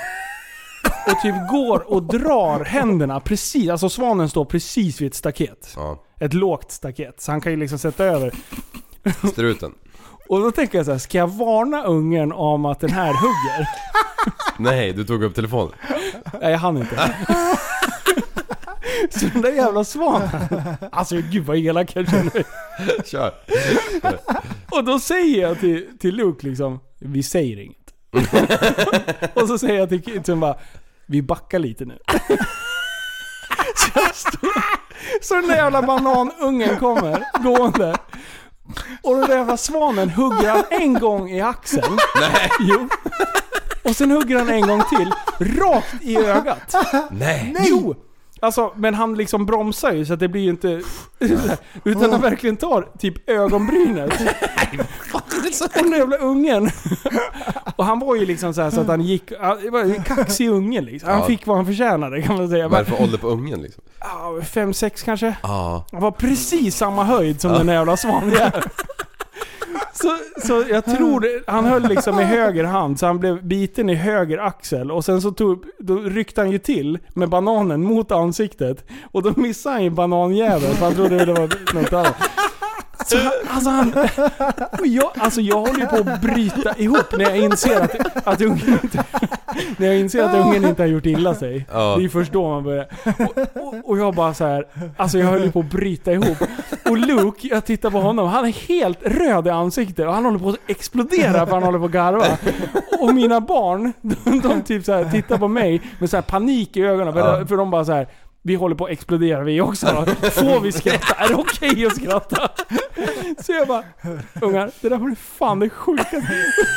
E: Och typ går och drar händerna precis, alltså svanen står precis vid ett staket.
F: Ja.
E: Ett lågt staket, så han kan ju liksom sätta över.
F: Struten.
E: Och då tänker jag så här, ska jag varna ungen om att den här hugger?
F: Nej, du tog upp telefonen.
E: Nej, jag hann inte. Så den där jävla svanen. Alltså gud vad elak jag känner.
F: Kör.
E: Och då säger jag till, till Luke liksom, vi säger inget. Och så säger jag till kidsen bara, vi backar lite nu. Så, jag står, så den där jävla bananungen kommer gående. Och den där jävla svanen hugger han en gång i axeln.
F: Nej.
E: Jo. Och sen hugger han en gång till, rakt i ögat.
F: Nej.
E: Jo! Alltså, men han liksom bromsar ju så att det blir ju inte... Utan han verkligen tar typ ögonbrynet. Och den jävla ungen. Och han var ju liksom så här så att han gick... Det var en kaxig unge liksom. Han
F: Ja.
E: fick vad han förtjänade kan man säga.
F: Vad är det för ålder på ungen liksom?
E: Ja, fem, sex kanske.
F: Ja.
E: Han var precis samma höjd som den jävla svanjäveln. Så, så jag tror det, han höll liksom i höger hand så han blev biten i höger axel och sen så tog, då ryckte han ju till med bananen mot ansiktet och då missade han ju bananjäveln för han trodde det var något annat. Så han, alltså han och jag, alltså jag håller ju på att bryta ihop när jag inser att, att ungen inte när jag inser att ungen inte har gjort illa sig.
F: Ja.
E: Det är först då man börjar. Och, och, och jag bara så här, alltså jag höll ju på att bryta ihop. Och Luke, jag tittar på honom, han är helt röd i ansiktet och han håller på att explodera för han håller på att garva. Och mina barn, de, de typ så här tittar på mig med så här panik i ögonen för,
F: Ja.
E: för de bara så här, vi håller på att explodera vi också. Får vi skratta? Är det okej okay att skratta? Så jag bara, ungar, det där var det fan det sjukaste.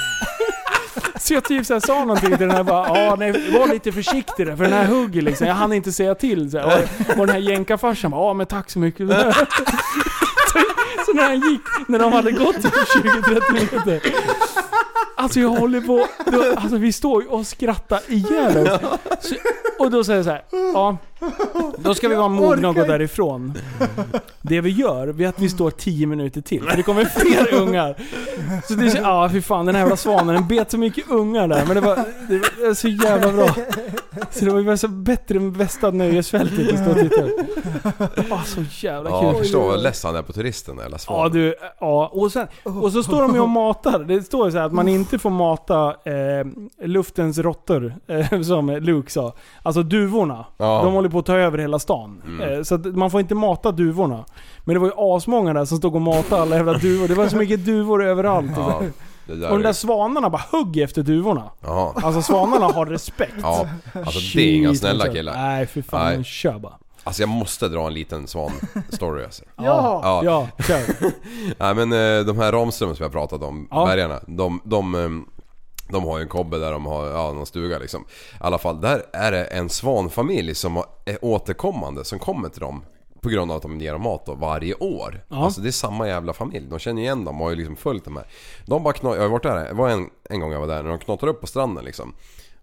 E: Så jag typ så här sa någonting till den här bara, ja nej, var lite försiktig där, för den här hugger liksom, jag hann inte säga till så här. Och, och den här jänkarfarsan bara, ja men tack så mycket. Så, så när han gick, när de hade gått tjugo till trettio minuter, alltså jag håller på då, alltså vi står ju och skrattar ihjäl oss. Så, och då säger jag så här, ja, då ska vi vara mogna och gå därifrån. Det vi gör, vi är att vi står tio minuter till, för det kommer fler ungar. Så det är så, ja fy fan, den här jävla svanen, den bet så mycket ungar där, men det var, det var så jävla bra. Så det var ju så bättre än bästa nöjesfältet att stå och titta. Ja, så jävla kul.
F: Ja, jag förstår vad ledsen är på turisten eller svan.
E: Ja, du, ja. Och, sen, och så står de ju och matar. Det står ju så här att man inte får mata eh, luftens råttor, eh, som Luke sa. Alltså duvorna.
F: Ja.
E: De håller på att ta över hela stan.
F: Mm.
E: Eh, så att man får inte mata duvorna. Men det var ju asmånga där som stod och matade alla jävla duvor. Det var så mycket duvor överallt. Och,
F: Ja,
E: så.
F: det där
E: och de där
F: är-
E: svanarna bara hugg efter duvorna.
F: Ja.
E: Alltså svanarna har respekt.
F: Ja, alltså det är inga
E: Shit,
F: snälla
E: alltså.
F: killar.
E: Nej, för fan.
F: Nej.
E: Nej. Kör bara.
F: Alltså jag måste dra en liten svan-story alltså.
G: Ja.
F: Ja.
E: Ja, kör.
F: Nej men eh, de här Ramström som jag pratat om,
E: Ja.
F: bergarna, de, de, eh, de har ju en kobbe där de har, ja, någon stuga liksom. I alla fall, där är det en svanfamilj som har- är återkommande, som kommer till dem på grund av att de ger dem mat då, varje år.
E: Ja.
F: Alltså det är samma jävla familj. De känner igen dem och har ju liksom följt dem här. De bara knar, jag har varit där, det var en, en gång jag var där när de knattar upp på stranden liksom.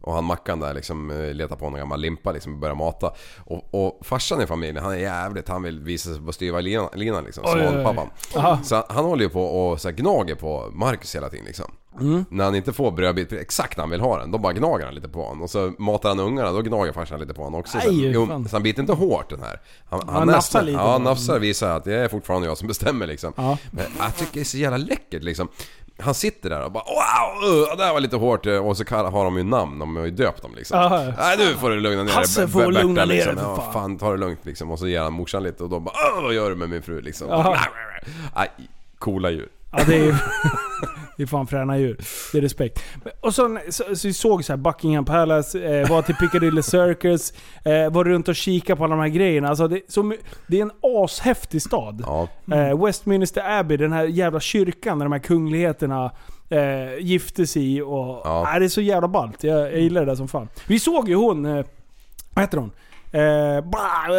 F: Och han Mackan där liksom letar på någon gammal limpa liksom och börjar mata. Och, och farsan i familjen, han är jävligt, han vill visa sig på styva linan, linan liksom, smalpappan. Så han håller ju på och så här, gnager på Marcus hela tiden liksom. Mm. När han inte får brödbit exakt när han vill ha den, då bara gnager han lite på honom. Och så matar han ungarna, då gnager farsan lite på honom också. Så, Aj, jo, så han biter inte hårt den här. Han, han, han nafsar lite. Ja, nafsar visar att det är fortfarande jag som bestämmer liksom. Ja. Men jag tycker det är så jävla läckert liksom. Han sitter där och bara wow, uh, det här var lite hårt. Och så har de ju namn, de har ju döpt dem liksom. Aha. Nej, nu får du lugna ner dig.
E: Hasse får Berta, lugna ner
F: liksom.
E: dig för
F: fan. Ja, fan, ta det lugnt liksom. Och så ger han morsan lite och de bara vad gör du med min fru liksom. Nej, coola djur.
E: Ja, det är ju det är fan fräna djur. Det är respekt. Och så, så, så vi såg så här Buckingham Palace, eh, var till Piccadilly Circus, eh, var runt och kika på alla de här grejerna. Alltså det, så, det är en ashäftig stad. Ja. Eh, Westminster Abbey, den här jävla kyrkan där de här kungligheterna eh, gifte sig och ja. äh, det är så jävla ballt. Jag, jag gillar det där som fan. Vi såg ju hon, eh, vad heter hon? Eh, blah,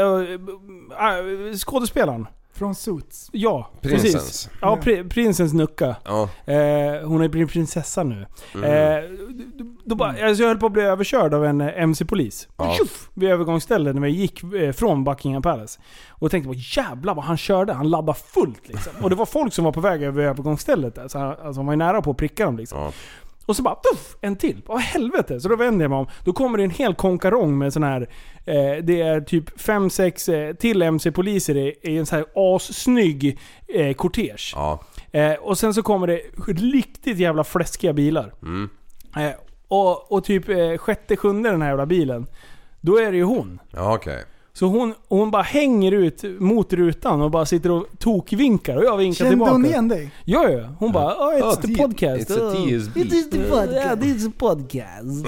E: eh, eh, skådespelaren.
G: Från Suits.
E: Ja,
F: Prinsens.
E: Precis. Ja, pri- prinsens nucka. Ja. Eh, hon är blivit prinsessa nu. Mm. Eh, då bara, alltså jag höll på att bli överkörd av en M C-polis. Ja. Tjuff, vid övergångsstället när vi gick eh, från Buckingham Palace. Och tänkte på jävlar vad han körde. Han laddade fullt liksom. Och det var folk som var på väg över övergångsstället. Alltså, alltså han var ju nära på att pricka dem liksom. Ja. Och så bara, tuff, en till. Vad helvete. Så då vänder jag mig om. Då kommer det en hel konkarong med sån här, eh, det är typ fem sex eh, till M C-poliser i, i en sån här assnygg eh, kortege. Ja. Eh, och sen så kommer det riktigt jävla fläskiga bilar. Mm. Eh, och, och typ eh, sjätte, sjunde den här jävla bilen. Då är det ju hon.
F: Ja, okej. Okay.
E: Så hon, hon bara hänger ut mot rutan och bara sitter och tokvinkar. Och jag vinkar
G: Kände
E: tillbaka.
G: Kände hon igen dig?
E: Ja, ja. Hon bara, oh, it's oh, the podcast.
F: It's a T S B.
E: It is the podcast. Yeah, it's a podcast.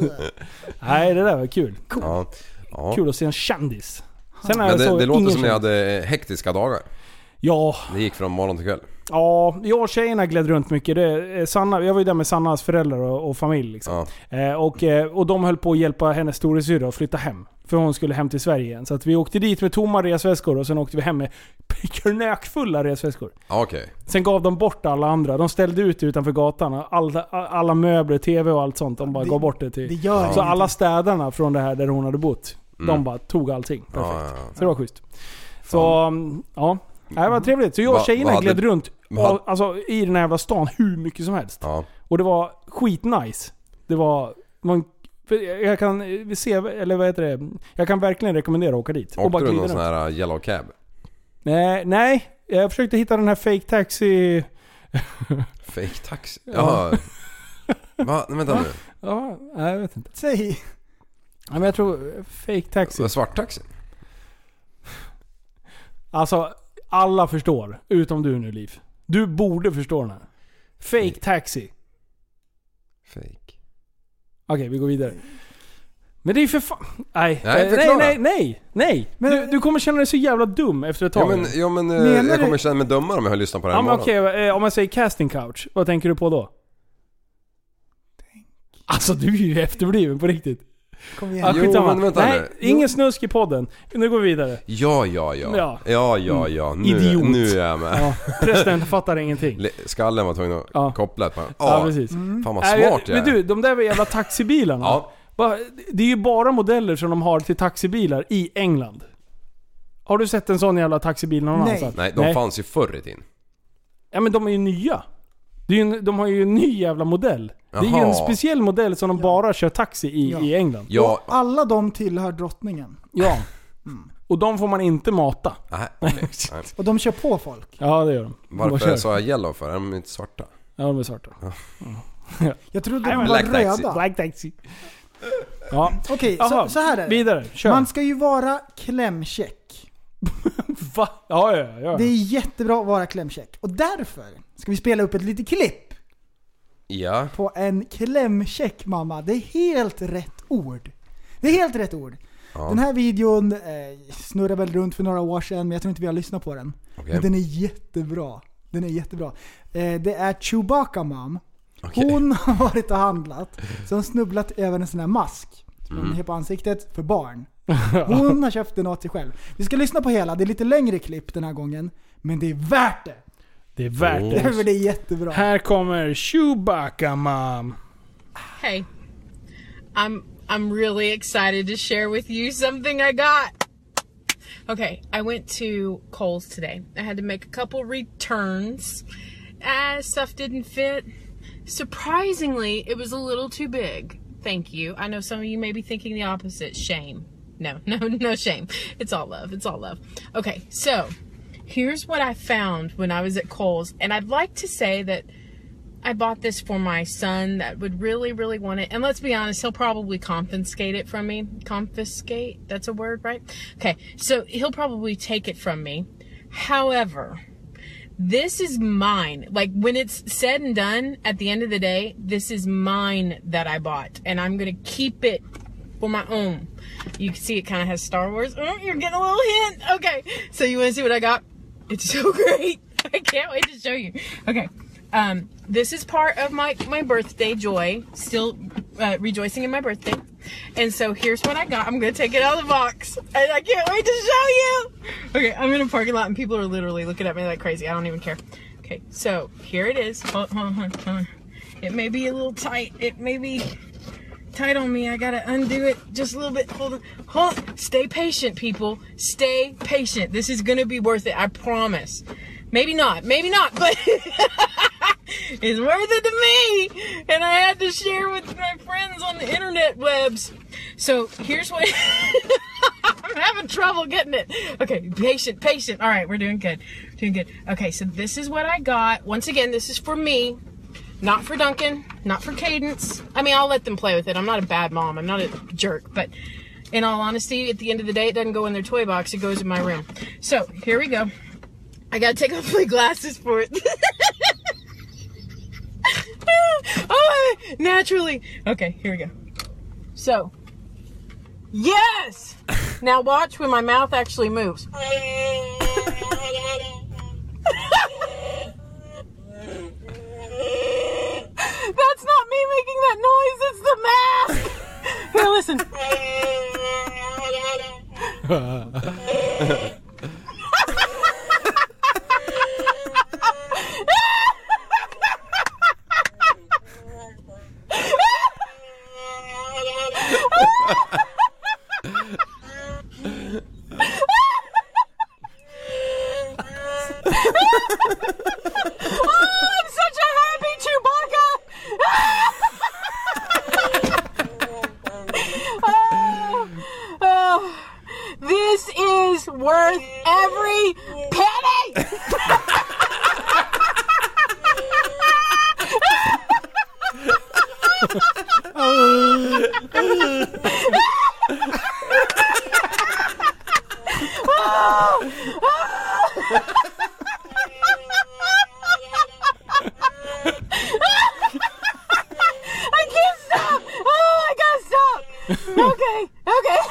E: Nej, det där var kul. Cool. Ja. Ja. Kul att se en kändis.
F: Sen Men det, det låter som ni hade hektiska dagar.
E: Ja.
F: Det gick från morgon till kväll.
E: Ja, jag och tjejerna gled runt mycket. Det, Sanna, jag var ju där med Sannas föräldrar och, och familj. Liksom. Ja. Eh, och, och de höll på att hjälpa hennes storasyrra att flytta hem. För hon skulle hem till Sverige igen. Så att vi åkte dit med tomma resväskor och sen åkte vi hem med knökfulla resväskor.
F: Okay.
E: Sen gav de bort alla andra. De ställde ut utanför gatan. Alla, alla möbler, tv och allt sånt. De bara det, gav bort det till. Det gör så ingenting. Alla städarna från det här där hon hade bott. Mm. De bara tog allting. Perfekt. Ja, ja, ja. Så det var schysst. Så, ja. Det var trevligt. Så jag och tjejerna va, gled det, runt och, alltså, i den här jävla stan hur mycket som helst. Ja. Och det var skitnice. Det var... Man, jag kan se, eller vad heter det? Jag kan verkligen rekommendera att åka dit.
F: Åkte och bara du någon sån här yellow cab?
E: Nej, nej. Jag försökte hitta den här fake taxi.
F: Fake taxi? Ja. Va? Nej, vänta nu.
E: Ja, nej, jag vet inte.
G: Säg.
E: Ja, men jag tror fake taxi.
F: Svart taxi?
E: Alltså, alla förstår. Utom du nu, Liv. Du borde förstå den här. Fake, fake. taxi.
F: Fake.
E: Okej, vi går vidare. Men det är ju för fan... Nej, nej, nej, nej, nej, nej. Men, du, du kommer känna dig så jävla dum efter ett tag.
F: Ja, men, ja, men jag du... kommer känna mig dummare om jag har lyssnat på det här.
E: Ja, men okej, okay, om man säger casting couch, vad tänker du på då? Tänk. Alltså, du är ju efterbliven på riktigt.
G: Kom igen.
F: Ja, jo, men vänta
E: nej, nu. Ingen snusk i podden. Nu går vi vidare.
F: Ja, ja, ja. Ja, ja, ja. ja. Nu,
E: Idiot.
F: Nu är jag med.
E: Ja, prästen fattar ingenting.
F: Skallen var tvungen att ja. koppla ett par. Ja,
E: ja, precis.
F: Mm. Fan vad smart jag är.
E: Men du, de där jävla taxibilarna. Ja. Det är ju bara modeller som de har till taxibilar i England. Har du sett en sån jävla taxibil någon
G: Nej.
E: annanstans?
F: Nej, de Nej. fanns ju förr i tiden.
E: Ja, men de är ju nya. Det är ju en, de har ju en ny jävla modell. Jaha. Det är ju en speciell modell som de ja. bara kör taxi i, ja. i England.
G: Ja. Och alla de tillhör drottningen.
E: Ja. Mm. Och de får man inte mata.
F: Nej, okay.
G: Och de kör på folk.
E: Ja, det gör de.
F: Varför sa jag yellow för? De är inte svarta.
E: Ja, de är svarta. Ja.
G: Ja. Jag trodde de var Black röda.
E: Taxi. Black taxi. Ja.
G: Okej, okay, så, så här är det.
E: Vidare, kör.
G: Man ska ju vara klämkäck.
E: Va? Ja, ja, ja.
G: Det är jättebra att vara klämkäck. Och därför ska vi spela upp ett litet klipp.
F: Ja.
G: På en klämkäck mamma. Det är helt rätt ord. Det är helt rätt ord. Ja. Den här videon eh, snurrar väl runt för några år sedan, men jag tror inte vi har lyssnat på den. Okay. Men den är jättebra. Den är jättebra. Eh, det är Chewbacca Mom. Okay. Hon har varit och handlat. Så hon snubblat över en sån här mask som mm. hon har på ansiktet för barn. Hon har köpt den åt sig själv. Vi ska lyssna på hela. Det är lite längre klipp den här gången. Men det är värt det.
E: Det är värt
F: oh.
E: det.
G: Därför det är jättebra.
E: Här kommer Chewbacca Mom.
H: Hey, I'm I'm really excited to share with you something I got. Okay, I went to Kohl's today. I had to make a couple returns. Ah, stuff didn't fit. Surprisingly, it was a little too big. Thank you. I know some of you may be thinking the opposite. Shame. No, no, no shame. It's all love. It's all love. Okay, so here's what I found when I was at Kohl's. And I'd like to say that I bought this for my son that would really, really want it. And let's be honest, he'll probably confiscate it from me. Confiscate? That's a word, right? Okay, so he'll probably take it from me. However, this is mine. Like, when it's said and done, at the end of the day, this is mine that I bought. And I'm going to keep it for my own. You can see it kind of has Star Wars. Oh, you're getting a little hint. Okay, so you want to see what I got? It's so great. I can't wait to show you. Okay. Um, this is part of my, my birthday joy, still uh, rejoicing in my birthday. And so here's what I got. I'm going to take it out of the box. And I can't wait to show you. Okay, I'm in a parking lot and people are literally looking at me like crazy. I don't even care. Okay, so here it is. Hold, hold, hold, hold on. It may be a little tight. It may be tight on me. I got to undo it just a little bit. Hold on. Hold on. Stay patient, people. Stay patient. This is going to be worth it. I promise. Maybe not. Maybe not, but it's worth it to me. And I had to share with my friends on the internet webs. So here's what... I'm having trouble getting it. Okay, patient, patient. All right, we're doing good. Doing good. Okay, so this is what I got. Once again, this is for me. Not for Duncan. Not for Cadence. I mean, I'll let them play with it. I'm not a bad mom. I'm not a jerk. But in all honesty, at the end of the day, it doesn't go in their toy box. It goes in my room. So here we go. I gotta take off my glasses for it. Oh, naturally. Okay, here we go. So, yes! Now watch when my mouth actually moves. That's not me making that noise, it's the mask! Here, listen. Worth every penny. I can't stop. Oh, I gotta stop. Okay, okay.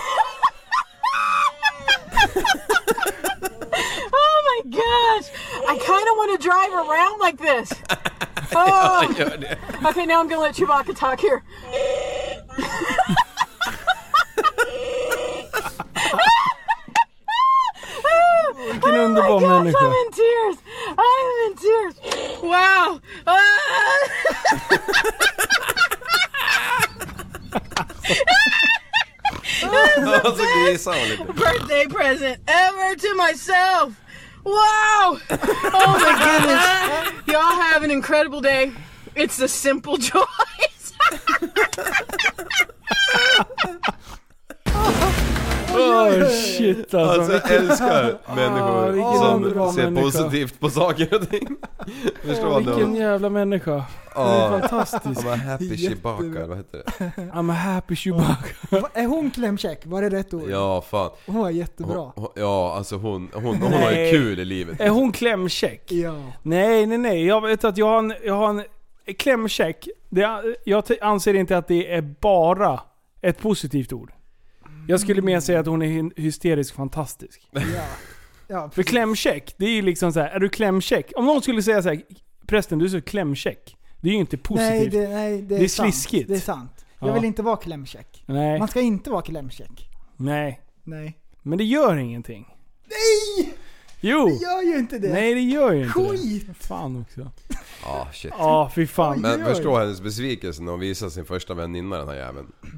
H: Oh my gosh! I kind of want to drive around like this. Oh. Okay, now I'm gonna let Chewbacca talk here.
E: Vilken underbar
H: oh my
E: människa.
H: gosh, I'm in tears. I'm in tears. Wow. Birthday present ever to myself. Wow. Oh my goodness. Y'all have an incredible day. It's the simple joys.
E: Oh shit alltså.
F: Alltså jag älskar människor
E: ah,
F: som ser
E: människa.
F: positivt på saker och ting. Förstår
E: oh,
F: du?
E: Vilken jävla människa.
F: Ah,
E: det är fantastiskt.
F: I'm a happy Chewbacca, vad heter det?
E: I'm a happy Chewbacca.
G: Är hon klämkäck? Var det rätt ord?
F: Ja, fan.
G: Hon var jättebra.
F: Hon, hon, ja, alltså hon, hon, hon har ju kul i livet.
E: Är hon klämkäck?
G: Ja.
E: Nej, nej, nej. Jag vet att jag har en, jag har en klämkäck. Det, jag anser inte att det är bara ett positivt ord. Jag skulle mer säga att hon är hysterisk fantastisk.
G: Ja. Ja,
E: för klämkäck, det är ju liksom så här, är du klämkäck? Om någon skulle säga så här, prästen, du är så klämkäck. Det är ju inte positivt.
G: Nej, det, nej, det är,
E: det är
G: sant.
E: sliskigt.
G: Det är sant. Jag
E: ja.
G: vill inte vara klämkäck.
E: Nej.
G: Man ska inte vara klämkäck.
E: Nej.
G: Nej.
E: Men det gör ingenting.
G: Nej!
E: Jo!
G: Det gör ju inte det.
E: Nej, det gör ju inte
G: Skit.
E: det. Fan också.
F: Ja, oh, shit.
E: Ja, fy fan.
F: Men förstå hennes besvikelse när hon visar sin första väninna, den här jäveln.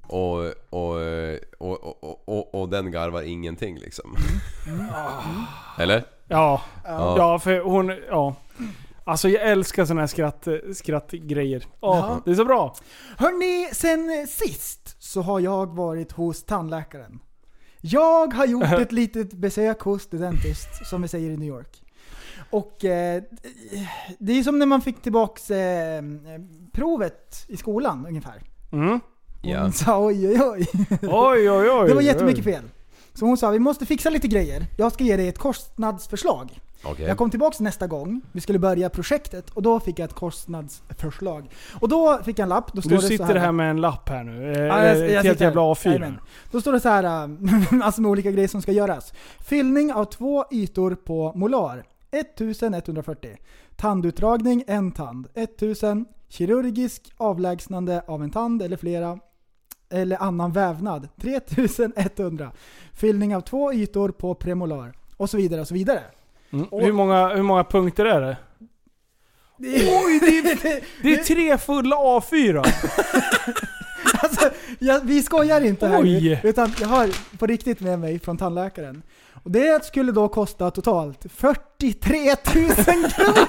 F: Och, och, och, och, och, och den garvar ingenting liksom.
E: Mm.
F: Eller?
E: Ja.
F: Ja.
E: Ja, för hon... Ja. Alltså jag älskar såna här skratt, skrattgrejer. Åh,
G: Ja.
E: det är så bra.
G: Hörrni, sen sist så har jag varit hos tandläkaren. Jag har gjort ett litet besök hos The Dentist, som vi säger i New York. Och eh, det är som när man fick tillbaks eh, provet i skolan ungefär.
E: Mm.
F: Ja.
G: Hon sa oj oj oj.
E: Oj, oj, oj.
G: Det var jättemycket fel. Så hon sa vi måste fixa lite grejer. Jag ska ge dig ett kostnadsförslag.
F: Okay.
G: Jag kom tillbaks nästa gång. Vi skulle börja projektet och då fick jag ett kostnadsförslag. Och då fick jag en lapp. Då står
E: Du
G: det
E: sitter
G: så här,
E: här med en lapp här nu. Eh,
G: Ja, jag, jag
E: ett helt
G: sitter
E: jävla
G: här.
E: A fyra.
G: Jajamän. Då står det så här, äh, alltså med olika grejer som ska göras. Fyllning av två ytor på molar. ettusenetthundrafyrtio. Tandutdragning, en tand. etttusen. Kirurgisk avlägsnande av en tand eller flera. Eller annan vävnad. tre tusen etthundra. Fyllning av två ytor på premolar. Och så vidare och så vidare.
E: Mm. Hur, många, hur många punkter är det?
G: Oj, det är,
E: Det är tre fulla A fyra.
G: alltså, jag, vi skojar inte här
E: Oj.
G: nu, utan jag har på riktigt med mig från tandläkaren. Och det skulle då kosta totalt fyrtiotre tusen kronor.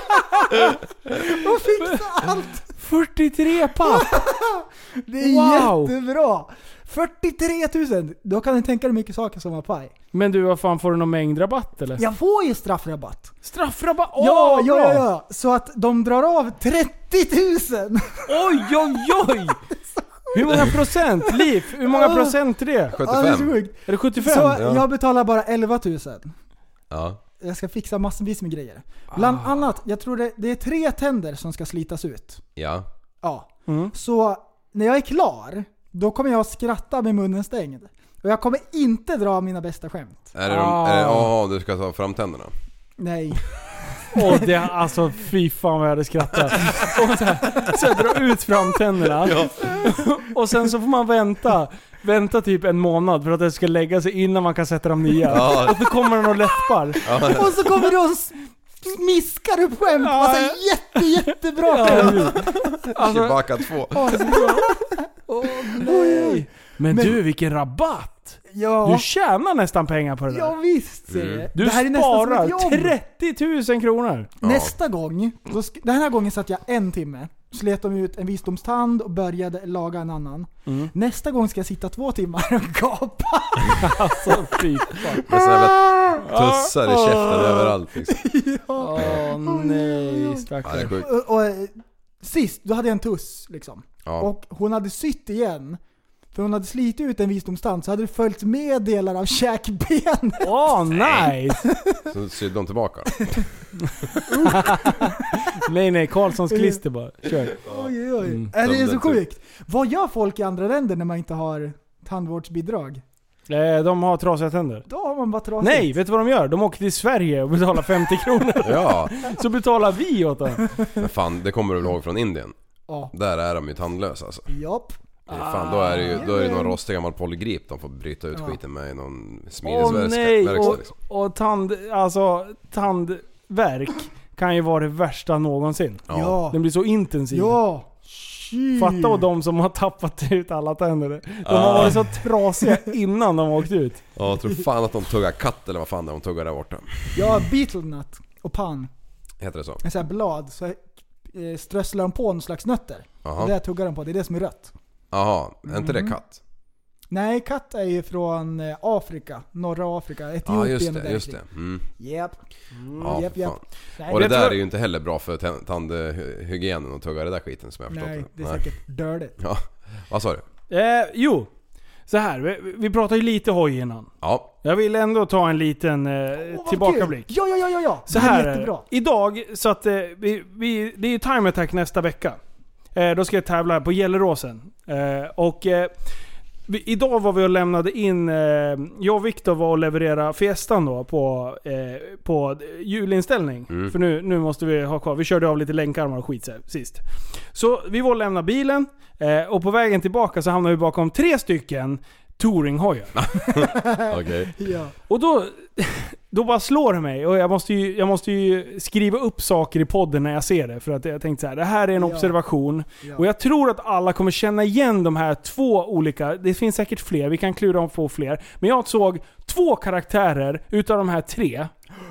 G: Och fixa allt.
E: fyrtiotre papp.
G: Det är
E: Wow.
G: jättebra. fyrtiotre tusen. Då kan du tänka dig mycket saker som var paj.
E: Men du, vad fan, får du någon mängdrabatt eller?
G: Jag får ju straffrabatt.
E: Straffrabatt? Åh,
G: ja, ja,
E: bra.
G: ja, ja. Så att de drar av trettio tusen.
E: Oj, oj, oj. Hur många procent? Liv, hur många procent är det?
G: Ja, det är så
F: sjuttiofem.
G: sjukt.
E: Är det sjuttiofem?
G: Så
F: Ja.
G: jag betalar bara elva tusen.
F: Ja.
G: Jag ska fixa massvis med grejer. Bland
E: Ah.
G: annat, jag tror det, det är tre tänder som ska slitas ut.
F: Ja.
G: Ja.
E: Mm.
G: Så när jag är klar, då kommer jag att skratta med munnen stängd. Och jag kommer inte dra mina bästa skämt.
F: Är det de,
E: Ah.
F: är det, aha, du ska ta fram tänderna?
G: Nej.
E: Åh, det, alltså fy fan vad jag hade skrattat. Och så, här, så jag drar ut framtänderna. Och sen så får man vänta. Vänta typ en månad för att det ska lägga sig innan man kan sätta de nya.
F: Ja.
E: Och så kommer den och läppar.
G: Och så kommer du och s- smiskar upp skämt.
E: Ja.
G: Alltså jätte, jättebra
E: Ja,
G: skämt.
E: alltså,
F: Chewbacca två.
G: Åh, så bra. Åh, nej.
E: men,
G: Men-
E: du, vilken rabatt!
G: Ja,
E: Du tjänar nästan pengar på det där.
G: ja visst. ser
F: Mm.
E: Du
G: det här är nästan som ett
E: sparar
G: jobb.
E: trettio tusen kronor.
F: Ja.
G: Nästa gång, då sk- den här gången satt jag en timme. Slet de ut en visdomstand och började laga en annan.
E: Mm.
G: Nästa gång ska jag sitta två timmar och gapa.
E: Alltså fy fan.
F: Med såna jävla tussar i käften överallt liksom.
E: Åh nej,
F: Ja, det är
E: stackare.
F: sjukt.
G: Och, och, eh, sist, då hade jag en tuss liksom.
F: Ja.
G: Och hon hade sytt igen. För hon hade slitit ut en visdomstand så hade det följt med delar av käkben.
E: Åh, nice!
F: Så sydde de tillbaka.
E: Nej, nej, Karlssons klister bara. Kör.
G: Oj, oj.
E: Mm.
G: Är det är så
F: Som den
G: sjukt. Vad gör folk i andra länder när man inte har tandvårdsbidrag?
E: Eh, de har trasiga tänder.
G: Då har man bara trasigt.
E: Nej, vet du vad de gör? De åker till Sverige och betalar femtio kronor.
F: Ja,
E: Så betalar vi åt dem.
F: men fan, det kommer du väl ihåg från Indien?
G: Ja.
F: Där är de ju tandlösa alltså.
G: Japp.
F: Det är fan, då är det ju då är det någon rostig gammal polygrip de får bryta ut
G: Ja.
F: skiten med i någon
E: Åh
F: smidesverkstad.
E: nej,
F: verkstad,
E: och,
F: liksom.
E: och tand, alltså, tandverk kan ju vara det värsta någonsin.
F: Ja.
G: Ja.
E: Den blir så intensiv.
G: Ja. Shit.
E: Fatta och de som har tappat ut alla tänder. De
F: Ja.
E: har varit så trasiga innan de åkt ut.
F: Ja, jag tror fan att de tuggar katt eller vad fan det är de tuggar där borta.
G: Ja, beetlenut och pan.
F: Heter det så?
G: En sån här blad. Så eh, strösslar de på en slags nötter.
F: Jaha.
G: Och det tuggar de på. Det är det som är rött.
F: Jaha, är inte det
G: Mm.
F: katt?
G: Nej, katt är ju från eh, Afrika. Norra Afrika. Etiopien
F: Ja, just
G: och
F: det,
G: där
F: just
G: kring.
F: det. Mm.
G: Japp.
F: Ja,
G: japp,
F: för
G: japp.
F: fan.
G: Nej,
F: Och det
E: vet du
F: där
E: vad-
F: är ju inte heller bra för tan- tandhygienen att tugga det där skiten som jag har förstått
G: nej, det är
F: Nej.
G: säkert dirty.
F: Ja, vad sa du?
E: Eh, jo, så här. Vi, vi pratade ju lite hoj innan.
F: Ja,
E: Jag vill ändå ta en liten eh,
G: Åh, vad
E: tillbakablick.
G: kul. Ja, ja, ja, ja, ja.
E: Så
G: Det här
E: här
G: är
E: är
G: jättebra.
E: det. Idag, så att eh, vi, vi, det är ju Time Attack nästa vecka. Eh, då ska jag tävla på Gelleråsen. Eh, och eh, vi, idag var vi och lämnade in, eh, jag och Viktor var och leverera Fiestan då på, eh, på julinställning.
F: Mm.
E: För nu, nu måste vi ha kvar, vi körde av lite länkarmar och skit så här, sist. Så vi var och lämnade bilen, eh, och på vägen tillbaka så hamnade vi bakom tre stycken touringhojar.
F: Okay.
G: Ja.
E: Och då, då bara slår det mig. Och jag måste, ju, jag måste ju skriva upp saker i podden när jag ser det. För att jag tänkte så här, det här är en
G: Ja.
E: observation.
G: Ja.
E: Och jag tror att alla kommer känna igen de här två olika. Det finns säkert fler, vi kan klura om på fler. Men jag såg två karaktärer utav de här tre.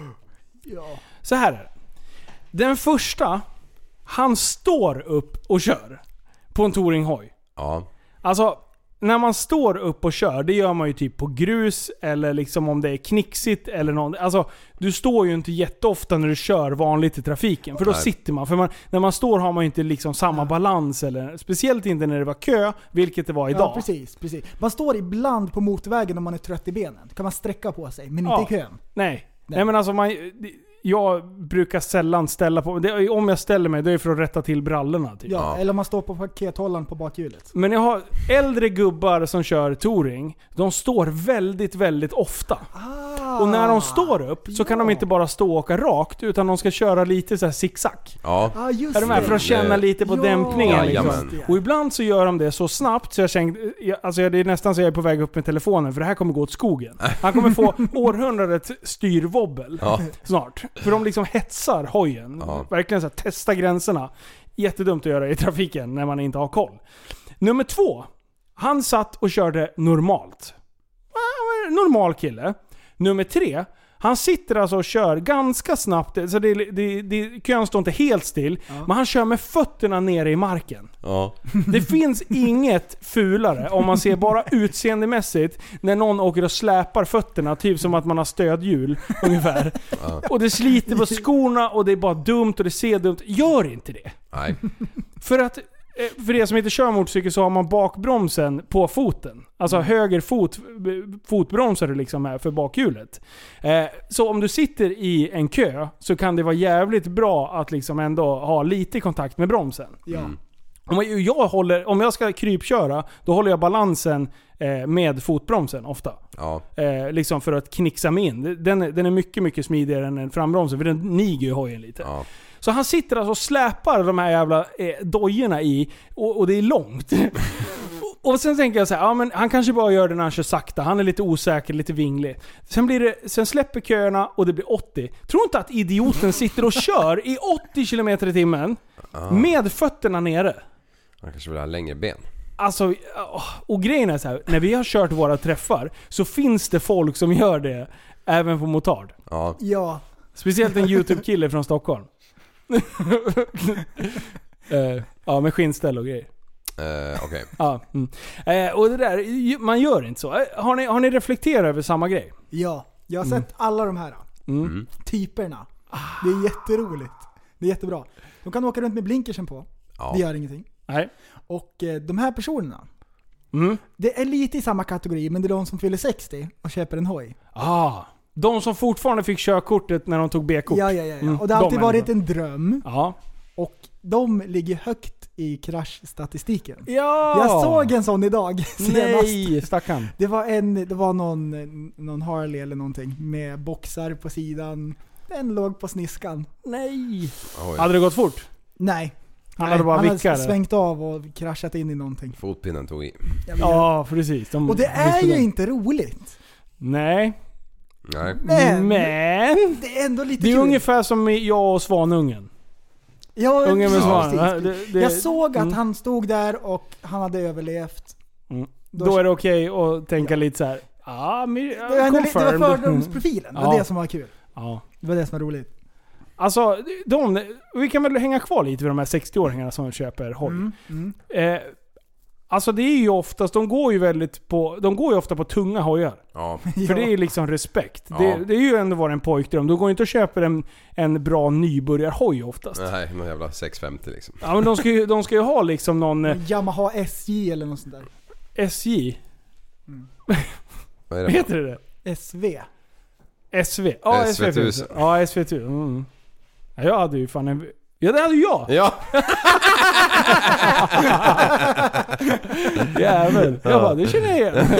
G: Ja.
E: Så här är det. Den första, han står upp och kör på en touringhoj.
F: Ja.
E: Alltså, när man står upp och kör, det gör man ju typ på grus eller liksom om det är knixigt eller något. Alltså, du står ju inte jätteofta när du kör vanligt i trafiken. För då
F: Nej.
E: sitter man. För man, när man står har man ju inte liksom samma balans. Eller, speciellt inte när det var kö, vilket det var idag.
G: Ja, precis, precis. Man står ibland på motorvägen om man är trött i benen. Då kan man sträcka på sig, men
E: Ja.
G: inte i kön.
E: Nej.
G: Nej.
E: Nej men alltså man, jag brukar sällan ställa på, det, om jag ställer mig, det är för att rätta till brallorna typ.
G: Ja,
F: Ja.
G: eller om man står på pakethållaren på bakhjulet.
E: Men jag har äldre gubbar som kör touring, de står väldigt, väldigt ofta.
G: Ah,
E: Och när de står upp så kan
G: ja.
E: de inte bara stå och åka rakt, utan de ska köra lite så här zigzag.
F: Ja.
G: Ah, just
E: Är de här
G: det.
E: för att känna lite på
G: Ja,
E: dämpningen liksom.
F: jajamän.
E: Och ibland så gör de det så snabbt så jag tänkte, jag- alltså det är nästan så jag är på väg upp med telefonen, för det här kommer gå åt skogen. Han kommer få århundradets styrvobbel
F: Ja.
E: snart. För de liksom hetsar hojen.
F: Ja.
E: Verkligen så här, testa gränserna. Jättedumt att göra i trafiken när man inte har koll. Nummer två. Han satt och körde normalt. Ah, normal kille. Nummer tre. Han sitter alltså och kör ganska snabbt. Så det, det, det, kön står inte helt still. Men han kör med fötterna nere i marken.
F: Ja.
E: Det finns inget fulare om man ser bara utseendemässigt när någon åker och släpar fötterna typ som att man har stödhjul ungefär. Och det sliter på skorna och det är bara dumt och det ser dumt. Gör inte det.
F: Nej.
E: För att eh, för er som inte kör motorcykel så har man bakbromsen på foten. Alltså höger fot, fotbromsar du liksom här för bakhjulet. Eh, så om du sitter i en kö så kan det vara jävligt bra att liksom ändå ha lite kontakt med bromsen.
G: Ja.
E: Om jag, jag håller, om jag ska krypköra, då håller jag balansen eh, med fotbromsen ofta.
F: Ja.
E: Eh, liksom för att knixa mig in. Den, den är mycket, mycket smidigare än en frambromsen, för den niger ju hojen lite.
F: Ja.
E: Så han sitter alltså och släpar de här jävla eh, dojorna i, och, och det är långt. och, och sen tänker jag så här, ja men han kanske bara gör det när han kör sakta. Han är lite osäker, lite vinglig. Sen, blir det, sen släpper köerna och det blir åttio. Tror inte att idioten sitter och kör i åttio kilometer i timmen med fötterna nere.
F: Han kanske vill ha längre ben.
E: Alltså, och grejen är så här, när vi har kört våra träffar så finns det folk som gör det även på motard.
F: Ja.
G: Ja.
E: Speciellt en YouTube-kille från Stockholm. uh, ja, med skinnställ och grejer.
F: Uh, Okej. Okay.
E: Ja, mm. uh, och det där, man gör inte så. Uh, har, ni, har ni reflekterat över samma grej?
G: Ja. Jag har
E: Mm.
G: sett alla de här
E: Mm.
G: typerna. Det är jätteroligt. Det är jättebra. De kan åka runt med blinkersen på.
F: Ja.
G: Det gör ingenting.
E: Nej.
G: Och eh, de här personerna,
E: Mm.
G: det är lite i samma kategori, men det är de som fyller sextio och köper en hoj.
E: Ah, de som fortfarande fick körkortet när de tog B-kort.
G: Ja, ja, ja. ja.
E: Mm,
G: Och det har alltid
E: de
G: varit
E: människorna.
G: en dröm.
E: Ja.
G: Och de ligger högt i kraschstatistiken.
E: Ja!
G: Jag såg en sån idag senast.
E: Nej, stackarn.
G: Det var, en, det var någon, någon Harley eller någonting med boxar på sidan. Den låg på sniskan.
E: Nej.
F: Oj.
E: Hade det gått fort?
G: Nej.
E: Han
G: Nej,
E: hade bara
G: han
E: vickat,
G: hade
E: eller?
G: svängt av och kraschat in i någonting.
F: Fotpinnen tog i.
E: Ja, precis. De
G: Och det är
E: visste
G: ju
E: det.
G: inte roligt.
E: Nej.
F: Nej.
G: Men,
E: Men
G: det är ändå lite
E: det är
G: kul.
E: ungefär som jag och Svanungen.
G: Ja,
E: Ungen med
G: precis.
E: svan. Det, det,
G: Jag såg att
E: mm.
G: han stod där och han hade överlevt.
E: Mm.
G: Då-
E: Då är det okej att tänka lite så här. Ah, men,
G: Det var, ändå li- det var
E: confirmed.
G: fördomsprofilen. Det var
E: Ja.
G: det som var kul.
E: Ja.
G: Det var det som var roligt.
E: Alltså, de, vi kan väl hänga kvar lite vid de här sextio-åringarna som köper hoj.
G: Mm, mm.
E: Eh, alltså det är ju oftast, de går ju väldigt på, de går ju ofta på tunga hojar.
F: Ja.
E: För det är ju liksom respekt.
F: Ja.
E: Det, det är ju ändå varit en pojkdröm. Du går inte och köper en, en bra nybörjarhoj oftast.
F: Nej, någon jävla sex femtio liksom.
E: Ja, men de ska ju, de ska ju ha liksom någon eh,
G: Yamaha S J eller något sånt där.
E: S J.
F: Vad är
E: Vad
F: det?
E: heter det?
G: S V.
E: S V. Ja, S V
F: S V
E: finns
F: tusen.
E: det. Ja, S V tusen. Mm. Ja, jag hade ju fan en... Ja, det hade ju jag!
F: Ja!
E: Jävel. Jag bara, det känner jag igen.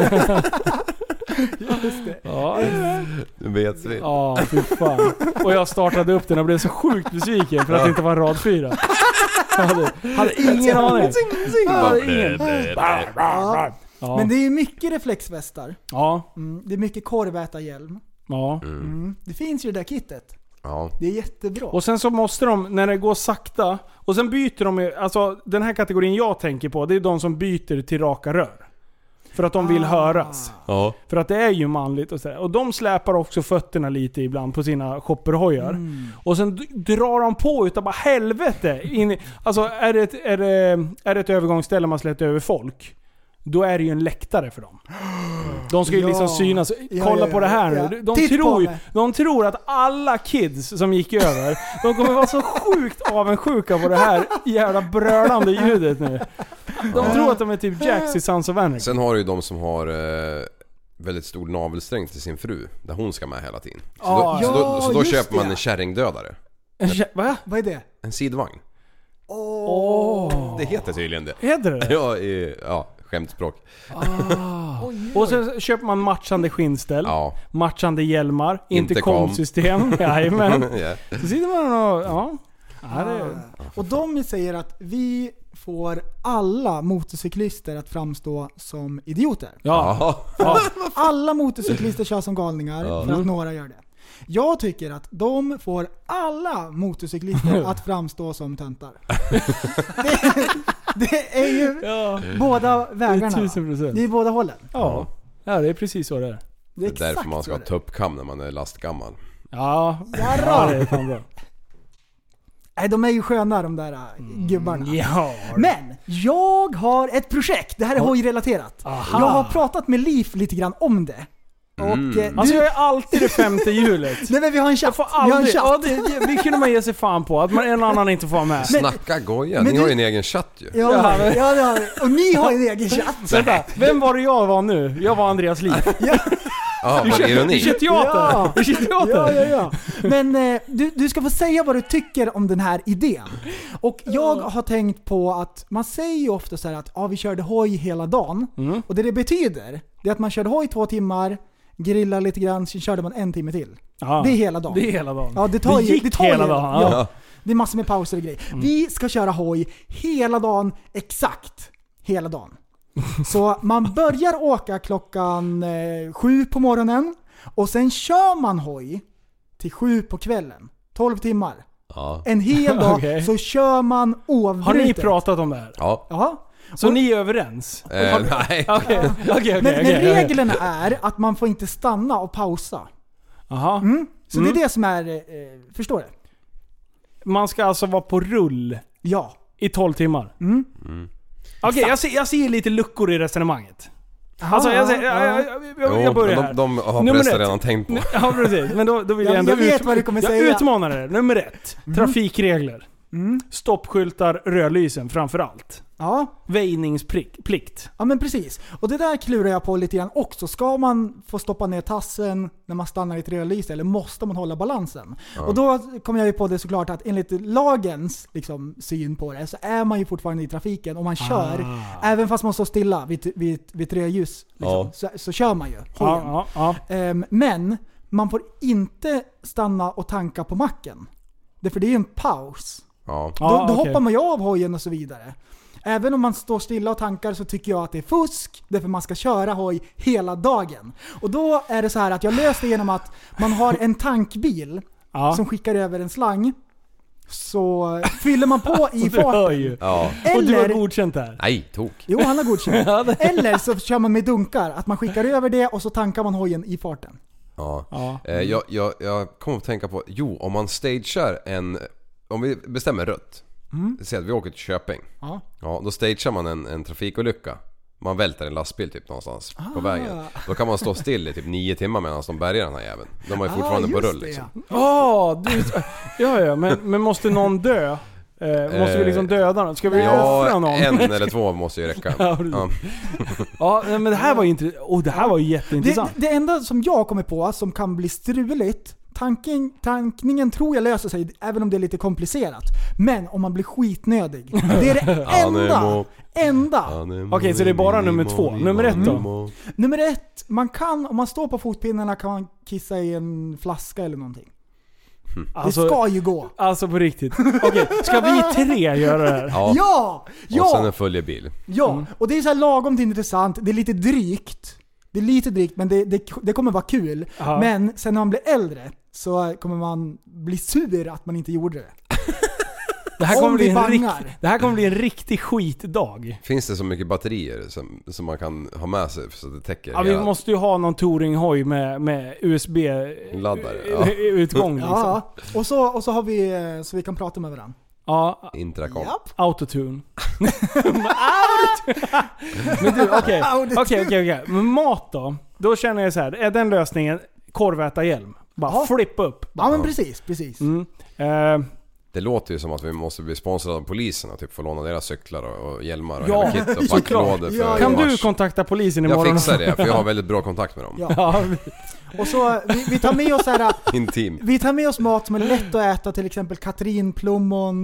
G: Just det.
E: Ja,
F: Du vet vi.
E: ja, fy fan. Och jag startade upp den och blev så sjukt besviken för att det inte var rad fyra. Jag hade, hade ingen aning. Jag hade ingen. Ja.
G: Men det är ju mycket reflexvästar.
E: Ja.
G: Mm, det är mycket korvätarhjälm.
E: Ja.
G: Mm. Det finns ju det där kittet.
F: Ja.
G: Det är jättebra.
E: Och sen så måste de, när det går sakta, och sen byter de ju, alltså den här kategorin jag tänker på, det är de som byter till raka rör. För att de vill
G: Ah.
E: höras.
F: Ja.
E: För att det är ju manligt och sådär. Och de släpar också fötterna lite ibland på sina shopperhojar.
G: Mm.
E: Och sen d- drar de på utav bara helvete. In i, alltså är det, ett, är, det, är det ett övergångsställe man släpper över folk, då är det ju en läktare för dem. De ska ju
G: Ja.
E: liksom synas.
G: Ja,
E: Kolla
G: ja,
E: på det här
G: ja.
E: nu. De
G: Titt på
E: tror, ju,
G: mig.
E: de tror att alla kids som gick över, de kommer vara så sjukt avundsjuka på det här jävla brölande ljudet nu. De tror att de är typ Jax i Sons of Anarchy.
F: Sen har du ju de som har eh, väldigt stor navelsträng till sin fru, där hon ska med hela tiden. Så
E: Ah,
F: då, så då,
G: ja,
F: så då
G: just
F: köper man
G: det.
F: en kärringdödare.
E: Va?
G: Vad är det?
F: En sidvagn.
E: Åh.
F: Det heter tydligen det.
E: Heter det?
F: Ja, i, ja skämtspråk.
E: Och sen köper man matchande skinnställ,
F: Ja.
E: matchande hjälmar,
F: Intercom.
E: intercom-system. Jajamän.
F: Ja.
E: Så sitter man och... Ja. Ja, det,
G: Och de säger att vi får alla motorcyklister att framstå som idioter.
E: ja.
F: Ja.
E: Ja.
G: Alla motorcyklister kör som galningar för att några gör det. Jag tycker att de får alla motorcyklister att framstå som töntar. det, det är ju
E: Ja.
G: båda vägarna.
E: tusen procent.
G: Det är båda hållen.
E: Ja. Ja, det är precis så det är.
G: Det är
F: Det är därför man ska ha
G: så det är.
F: tuppkam när man är lastgammal.
E: Ja,
G: Jarrå.
E: ja det är fan bra.
G: Nej, de är ju sköna de där äh, gubbarna.
E: Ja.
G: Men jag har ett projekt. Det här är hojrelaterat.
E: Aha.
G: Jag har pratat med Liv lite grann om det. Och eh,
E: Alltså
G: du,
E: jag är alltid det femte hjulet.
G: nej men vi har en chatt.
E: Jag får
G: Vi har en
E: aldrig... Ja,
G: chatt.
E: det, det kunde man ge sig fan på. Att man, en annan inte får vara med.
F: Snacka goja,
G: men
F: ni har
G: du-
F: ju en egen chatt ju.
G: Ja,
E: Ja,
G: ja,
E: men-
G: ja, det har vi. Och ni har en egen chatt.
E: Vänta, vem var det jag var nu? Jag var Andreas Liv.
F: Ja, var det ironi?
E: Vi kör teater!
G: Ja.
E: Vi kör teater!
G: Ja, ja, ja. Men eh, du, du ska få säga vad du tycker om den här idén. Och jag har tänkt på att man säger ju ofta så här att ja, vi körde hoj hela dagen.
E: Mm.
G: Och det det betyder, det är att man körde hoj två timmar, grillade lite grann, sen körde man en timme till.
E: Ja.
G: Det är hela dagen.
E: Det är hela dagen.
G: Ja, det tar
E: Det
G: ju,
E: gick
G: det tar
E: hela
G: ju,
E: dagen,
G: Ja.
E: ja.
G: Det är massor med pauser och grejer. Vi ska köra hoj hela dagen, exakt hela dagen. Så man börjar åka klockan eh, sju på morgonen och sen kör man hoj till sju på kvällen. tolv timmar.
F: Ja.
G: En hel dag
E: Okej.
G: så kör man oavbrutet.
E: Har ni pratat om det här?
F: Ja.
G: Ja.
E: Så
G: Och-
E: ni är överens?
F: Eh, nej.
E: Okej, okej, okej.
G: Men, men
E: okej.
G: reglerna är att man får inte stanna och pausa.
E: Jaha.
G: Så det är det som är, eh, förstår du?
E: Man ska alltså vara på rull
G: Ja.
E: i tolv timmar?
G: Mm.
E: Okej, jag, ser, jag ser lite luckor i resonemanget. Alltså jag, ser, jag, jag, jag, jag,
F: Jo,
E: jag börjar
F: men
E: här.
F: de, de har
E: Nummer
F: förresten
E: ett.
F: redan tänkt på.
E: Ja precis, men då, då vill jag,
G: Jag-
E: ändå
G: jag vet vad du kommer
E: jag
G: säga.
E: utmanar det. Nummer ett. Trafikregler.
G: Mm.
E: Stoppskyltar, rödlysen framför allt.
G: Ja.
E: Väjningsplikt.
G: Ja men precis. Och det där klurar jag på lite grann också. Ska man få stoppa ner tassen när man stannar i ett rödlyse eller måste man hålla balansen? Och då kommer jag ju på det såklart att enligt lagens liksom, syn på det så är man ju fortfarande i trafiken och man kör. Även fast man står stilla vid, vid, vid ett rödljus liksom,
F: Ja.
G: så, så kör man ju. hojen.
E: Ja, ja, ja.
G: Ehm, men man får inte stanna och tanka på macken. Därför det är ju en paus.
F: Ja.
G: Då,
E: Ja,
G: då
E: okej.
G: hoppar man ju av hojen och så vidare. Även om man står stilla och tankar så tycker jag att det är fusk. Därför man ska köra hoj hela dagen. Och då är det så här att jag löser det genom att man har en tankbil
E: Ja.
G: som skickar över en slang. Så fyller man på i
E: Du hör
G: farten.
E: ju.
F: Ja.
E: Och du har
G: Eller,
E: godkänt det här.
F: Nej, tok.
G: jo han har godkänt. Eller så kör man med dunkar. Att man skickar över det och så tankar man hojen i farten.
F: Ja.
E: Ja.
F: Eh, jag, jag, jag kommer att tänka på, jo om man stagear en, om vi bestämmer rött. Mm. Säg att vi åker till Köping.
G: Ja.
F: Ja, då stagear man en, en trafikolycka. Man välter en lastbil typ någonstans på vägen. Då kan man stå still i typ nio timmar medan de bärgar den här jäveln. De är ju fortfarande
G: Ah,
F: på
G: just
F: rull
G: det,
F: liksom.
G: ja.
E: Ja, du, ja, ja men, men måste någon dö? Eh, måste vi liksom döda någon? Ska vi
F: Ja,
E: offra någon?
F: en eller två måste ju räcka.
E: Ja, precis.
F: Ja.
E: Ja, men det här var ju intressant. Oh, det här var ju
G: Det,
E: jätteintressant.
G: det enda som jag kommer på som kan bli struligt, tanken, tankningen tror jag löser sig även om det är lite komplicerat. Men om man blir skitnödig. Det är det enda.
F: Anemo.
G: enda.
F: Anemo,
E: Okej, så det är bara nummer två.
F: Nemo,
E: Nummer ett då?
F: Nemo.
G: Nummer ett, man kan, om man står på fotpinnarna kan man kissa i en flaska eller någonting.
E: Alltså,
G: det ska ju gå.
E: Alltså på riktigt. Okej, ska vi tre göra det här?
F: Ja.
G: Ja! Ja!
F: Och sen en följebil.
G: Ja,
E: Mm.
G: och det är så här lagom intressant. Det är lite drygt. Det är lite drygt, men det, det, det kommer vara kul.
E: Aha.
G: Men sen när man blir äldre så kommer man bli sur att man inte gjorde det.
E: Det här,
G: Om
E: kommer bli
G: vi
E: en
G: bangar.
E: rikt, det här kommer bli en riktig skitdag.
F: Finns det så mycket batterier som, som man kan ha med sig så att det täcker
E: Ja, vi
F: hela
E: måste ju ha någon touring-hoj med, med U S B-utgång.
F: Ja.
E: Liksom.
G: Ja, och så, och så har vi eh, så vi kan prata med varandra.
E: Ja,
F: Intracom.
G: Japp.
E: autotune. Men du, okej.
G: Autotune.
E: Okej, okej, okej. Men mat då? Då känner jag så här, är den lösningen korvätarhjälm? Bara
G: Ja.
E: flippa upp.
G: Ja, men precis, precis.
E: Mm. Eh,
F: Det låter ju som att vi måste bli sponsrade av polisen och typ få låna deras cyklar och, och hjälmar och
E: Ja,
F: hela kit och
E: såklart.
F: packlådor för
G: Ja,
E: kan du
F: mars.
E: kontakta polisen imorgon?
F: Jag fixar det för jag har väldigt bra kontakt med dem.
G: Ja.
E: Ja,
G: Och så vi, vi tar med oss så här,
F: Intim.
G: vi tar med oss mat som är lätt att äta, till exempel katrinplommon.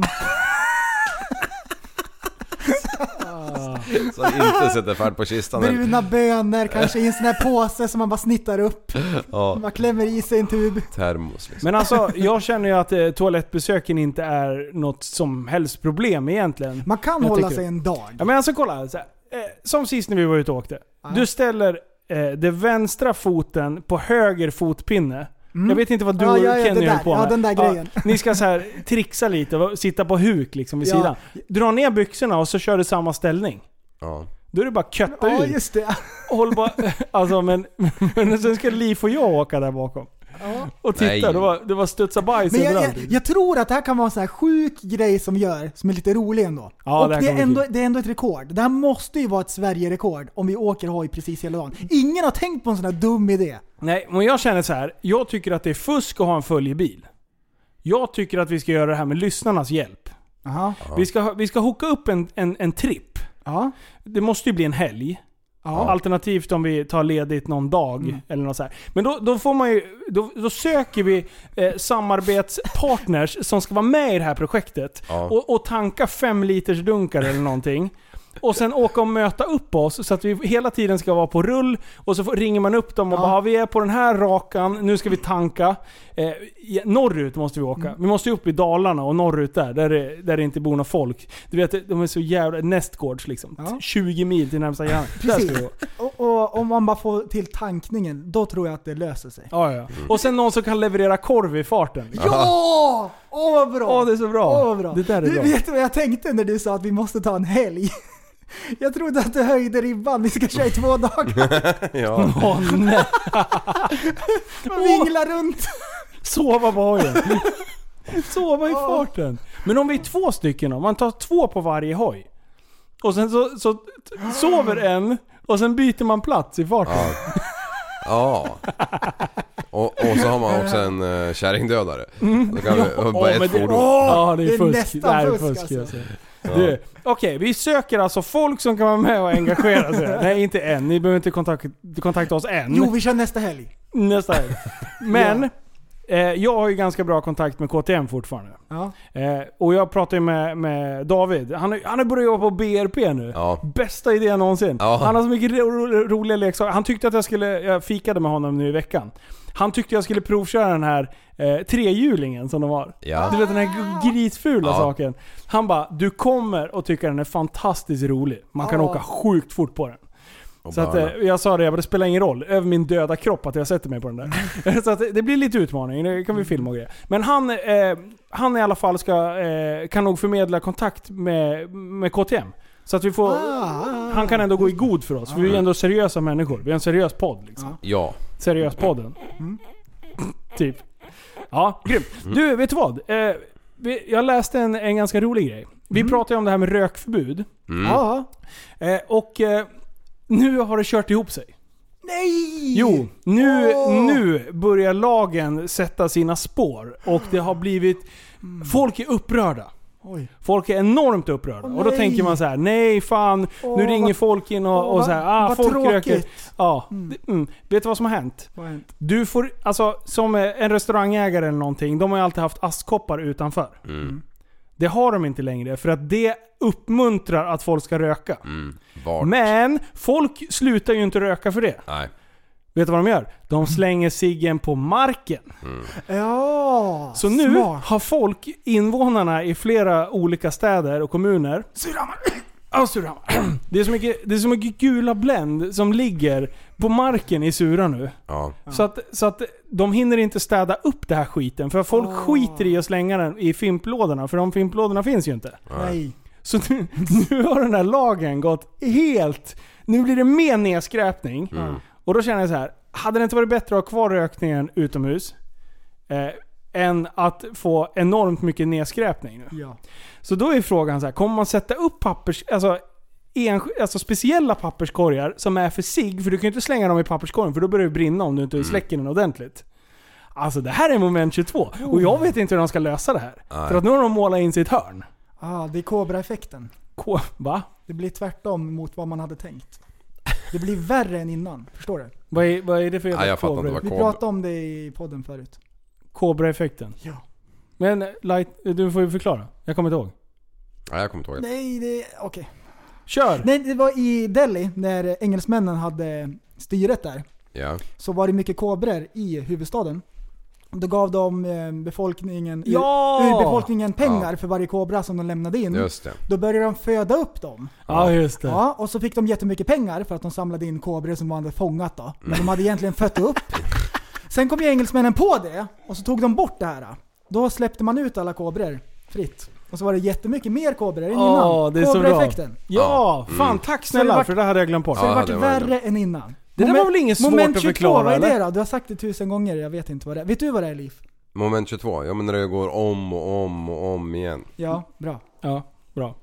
F: Så att inte sätter färd på kistan.
G: Bruna bönor, kanske i en sån här påse som man bara snittar upp.
F: Ja,
G: Man klämmer i sig en tub.
F: termos liksom.
E: men alltså, jag känner ju att eh, toalettbesöken inte är något som helst problem egentligen.
G: Man kan
E: Jag
G: hålla
E: tycker-
G: sig en dag.
E: Ja, men alltså kolla, så här, eh, som sist när vi var ute och åkte. Du ställer eh, den vänstra foten på höger fotpinne. Jag vet inte vad du
G: Ja,
E: och
G: ja, ja,
E: Kenny
G: det
E: höll
G: där.
E: på med.
G: Ja, den där grejen.
E: Ni ska så här trixa lite och sitta på huk liksom vid
G: Ja.
E: sidan. Dra ner byxorna och så kör du samma ställning.
F: Ja.
E: Då är det bara kötta
G: Ja,
E: ut.
G: just det.
E: Och håll bara, alltså, men, men sen ska Liv och jag åka där bakom.
G: Ja.
E: Och titta,
F: Nej.
E: det var, det var studsa bajs
G: Men jag,
E: överallt.
G: jag, jag tror att det här kan vara en sån här sjuk grej som gör, som är lite rolig ändå.
E: Ja,
G: och
E: det här
G: det är,
E: kommer
G: ändå,
E: kul.
G: det är ändå ett rekord. Det här måste ju vara ett Sverige-rekord om vi åker hoj precis hela dagen. Ingen har tänkt på en sån här dum idé.
E: Nej, men jag känner så här. Jag tycker att det är fusk att ha en följebil. Jag tycker att vi ska göra det här med lyssnarnas hjälp.
G: Aha.
E: Vi ska, ha- vi ska hooka upp en, en, en tripp.
G: Ja.
E: Det måste ju bli en helg.
G: Ja.
E: Alternativt om vi tar ledigt någon dag
G: Mm.
E: eller något så här. Men då, då får man ju, då, då söker vi eh, samarbetspartners som ska vara med i det här projektet.
F: Ja.
E: Och, och tanka fem liters dunkar eller någonting. Och sen åka och möta upp oss så att vi hela tiden ska vara på rull. Och så får, ringer man upp dem och
G: Ja.
E: bara, vi är på den här rakan, nu ska vi tanka. Eh, i- norrut måste vi åka.
G: Mm.
E: Vi måste upp i Dalarna och norrut där, där det, där det inte bor någon folk. Du vet, de är så jävla nästgårds liksom.
G: Ja.
E: tjugo mil till närmsta grann. Där ska
G: Precis.
E: vi gå.
G: Och, och om man bara får till tankningen, då tror jag att det löser sig.
E: Ja, ja. Och sen någon som kan leverera korv i farten. Liksom.
G: Ja! Åh vad bra!
E: Åh, det är så bra.
G: Åh, vad bra.
E: Det där är
G: du
E: bra.
G: vet vad jag tänkte när du sa att vi måste ta en helg? Jag trodde att du höjde ribban, vi ska köra i två dagar.
F: Ja.
E: Åh nej.
G: Vingla runt.
E: Sova på hojen. Sova i farten. Men om vi är två stycken då? Man tar två på varje hoj. Och sen så, så sover en och sen byter man plats i farten.
F: Ja. Och, och så har man också en uh, kärringdödare. Då kan vi ha bara
E: Åh,
F: ett
E: men det,
F: fordon.
E: ja, det är
G: det är
E: fusk.
G: nästan
E: Det här är
G: fusk,
E: fusk
G: alltså.
E: alltså. Du, Okej, vi söker alltså folk som kan vara med och engagera sig. Nej, inte än. Ni behöver inte kontakta, kontakta oss än.
G: Jo, vi kör nästa helg.
E: Nästa helg. Men eh, jag har ju ganska bra kontakt med K T M fortfarande.
G: Ja.
E: Eh, och jag pratar ju med, med David. Han har han har börjat jobba på B R P nu.
F: Ja.
E: Bästa idén någonsin.
F: Ja.
E: Han har så mycket ro, ro, roliga leksaker. Han tyckte att jag skulle, jag fikade med honom nu i veckan. Han tyckte jag skulle provköra den här eh, trehjulingen som de har.
F: Ja.
E: Du vet den här g- grisfula
F: Ja.
E: saken. Han bara, du kommer att tycka den är fantastiskt rolig. Man kan
G: Ja.
E: åka sjukt fort på den.
F: Och
E: Så att,
F: bara-
E: eh, jag sa det, det spelar ingen roll. Över min döda kropp att jag sätter mig på den där. Så att det blir lite utmaning, det kan vi filma och grejer. Men han, eh, han i alla fall ska, eh, kan nog förmedla kontakt med, med K T M. Så att vi får,
G: Ah.
E: han kan ändå gå i god för oss. För vi är ändå seriösa människor. Vi är en seriös podd liksom.
F: Ja.
E: Seriös podden. Typ. Ja, grymt. Du, vet du vad? Eh, vi, jag läste en, en ganska rolig grej. Vi pratade ju om det här med rökförbud.
F: Mm.
G: Ja.
E: Eh, och eh, nu har det kört ihop sig.
G: Nej!
E: Jo, nu,
G: Åh.
E: nu börjar lagen sätta sina spår. Och det har blivit... Folk är upprörda.
G: Oj.
E: Folk är enormt upprörda.
G: Åh,
E: och då
G: nej.
E: tänker man så här: nej fan,
G: Åh,
E: nu ringer
G: vad-
E: folk in och,
G: Åh,
E: och så här, ah,
G: vad
E: folk
G: tråkigt.
E: röker. Ja, det- mm. Vet du vad som har hänt?
G: Vad har hänt?
E: Du får, alltså som en restaurangägare eller någonting, de har ju alltid haft askkoppar utanför.
F: Mm.
E: Det har de inte längre, för att det uppmuntrar att folk ska röka.
F: Mm. Vart?
E: Men folk slutar ju inte röka för det.
F: Nej.
E: Vet du vad de gör? De slänger ciggen på marken.
F: Mm.
G: Ja,
E: så nu
G: smart.
E: har folk, invånarna i flera olika städer och kommuner.
G: Surahammar.
E: Ja, Surahammar. Det är så mycket, det är så mycket gula Blend som ligger på marken i Sura nu.
F: Ja.
E: Så att, så att de hinner inte städa upp det här skiten. För folk
G: Oh.
E: skiter i att slänga den i fimplådorna. För de fimplådorna finns ju inte.
G: Nej.
E: Så nu, nu har den här lagen gått helt... Nu blir det mer nedskräpning.
F: Mm.
E: Och då känner jag så här. Hade det inte varit bättre att ha kvar rökningen utomhus eh, än att få enormt mycket nedskräpning nu?
G: Ja.
E: Så då är frågan så här. Kommer man sätta upp pappers... Alltså, en, alltså speciella papperskorgar som är för sig, för du kan ju inte slänga dem i papperskorgen för då börjar det brinna om du inte släcker den ordentligt. Alltså det här är moment tjugotvå och jag vet inte hur de ska lösa det här.
F: Nej.
E: För att nu har de målat in sitt hörn.
G: Ah, det är Cobra-effekten.
E: K- va?
G: Det blir tvärtom mot vad man hade tänkt. Det blir värre än innan, förstår du?
E: Vad är, vad är det för
F: Nej, jag fattar inte vad
G: Vi
F: Cobra-
G: pratade om det i podden förut.
E: Cobra-effekten?
G: Ja.
E: Men light, du får ju förklara. Jag kommer inte ihåg.
F: Ja, jag kommer inte ihåg det.
G: Nej, det... Okej.
E: Kör!
G: Nej, det var i Delhi när engelsmännen hade styret där.
F: Ja.
G: Så var det mycket kobror i huvudstaden. Då gav de eh, befolkningen,
E: Ja!
G: ur, ur befolkningen pengar
F: Ja.
G: för varje kobra som de lämnade in.
F: Just det.
G: Då började de föda upp dem.
E: Ja, just det.
G: Ja, och så fick de jättemycket pengar för att de samlade in kobror som de hade fångat då. Men de hade egentligen fött upp. Sen kom ju engelsmännen på det och så tog de bort det här. Då släppte man ut alla kobror fritt. Och så var det jättemycket mer kobror än innan.
E: Åh, det är så bra.
G: Kobra-effekten.
E: Ja, fan
F: Mm.
E: tack
G: Så
E: snälla
G: det vart-
E: för det hade jag glömt bort.
G: Så det
F: Ja,
G: vart
F: det var
G: värre än innan.
E: Det där var väl inget svårt
G: moment
E: att
G: tjugotvå,
E: förklara,
G: vad är det
E: eller?
G: då? Du har sagt det tusen gånger, jag vet inte vad det är. Vet du vad det är, Liv?
F: Moment tjugotvå. Ja, men när det går om och om och om igen.
G: Ja, bra.
E: Ja, bra.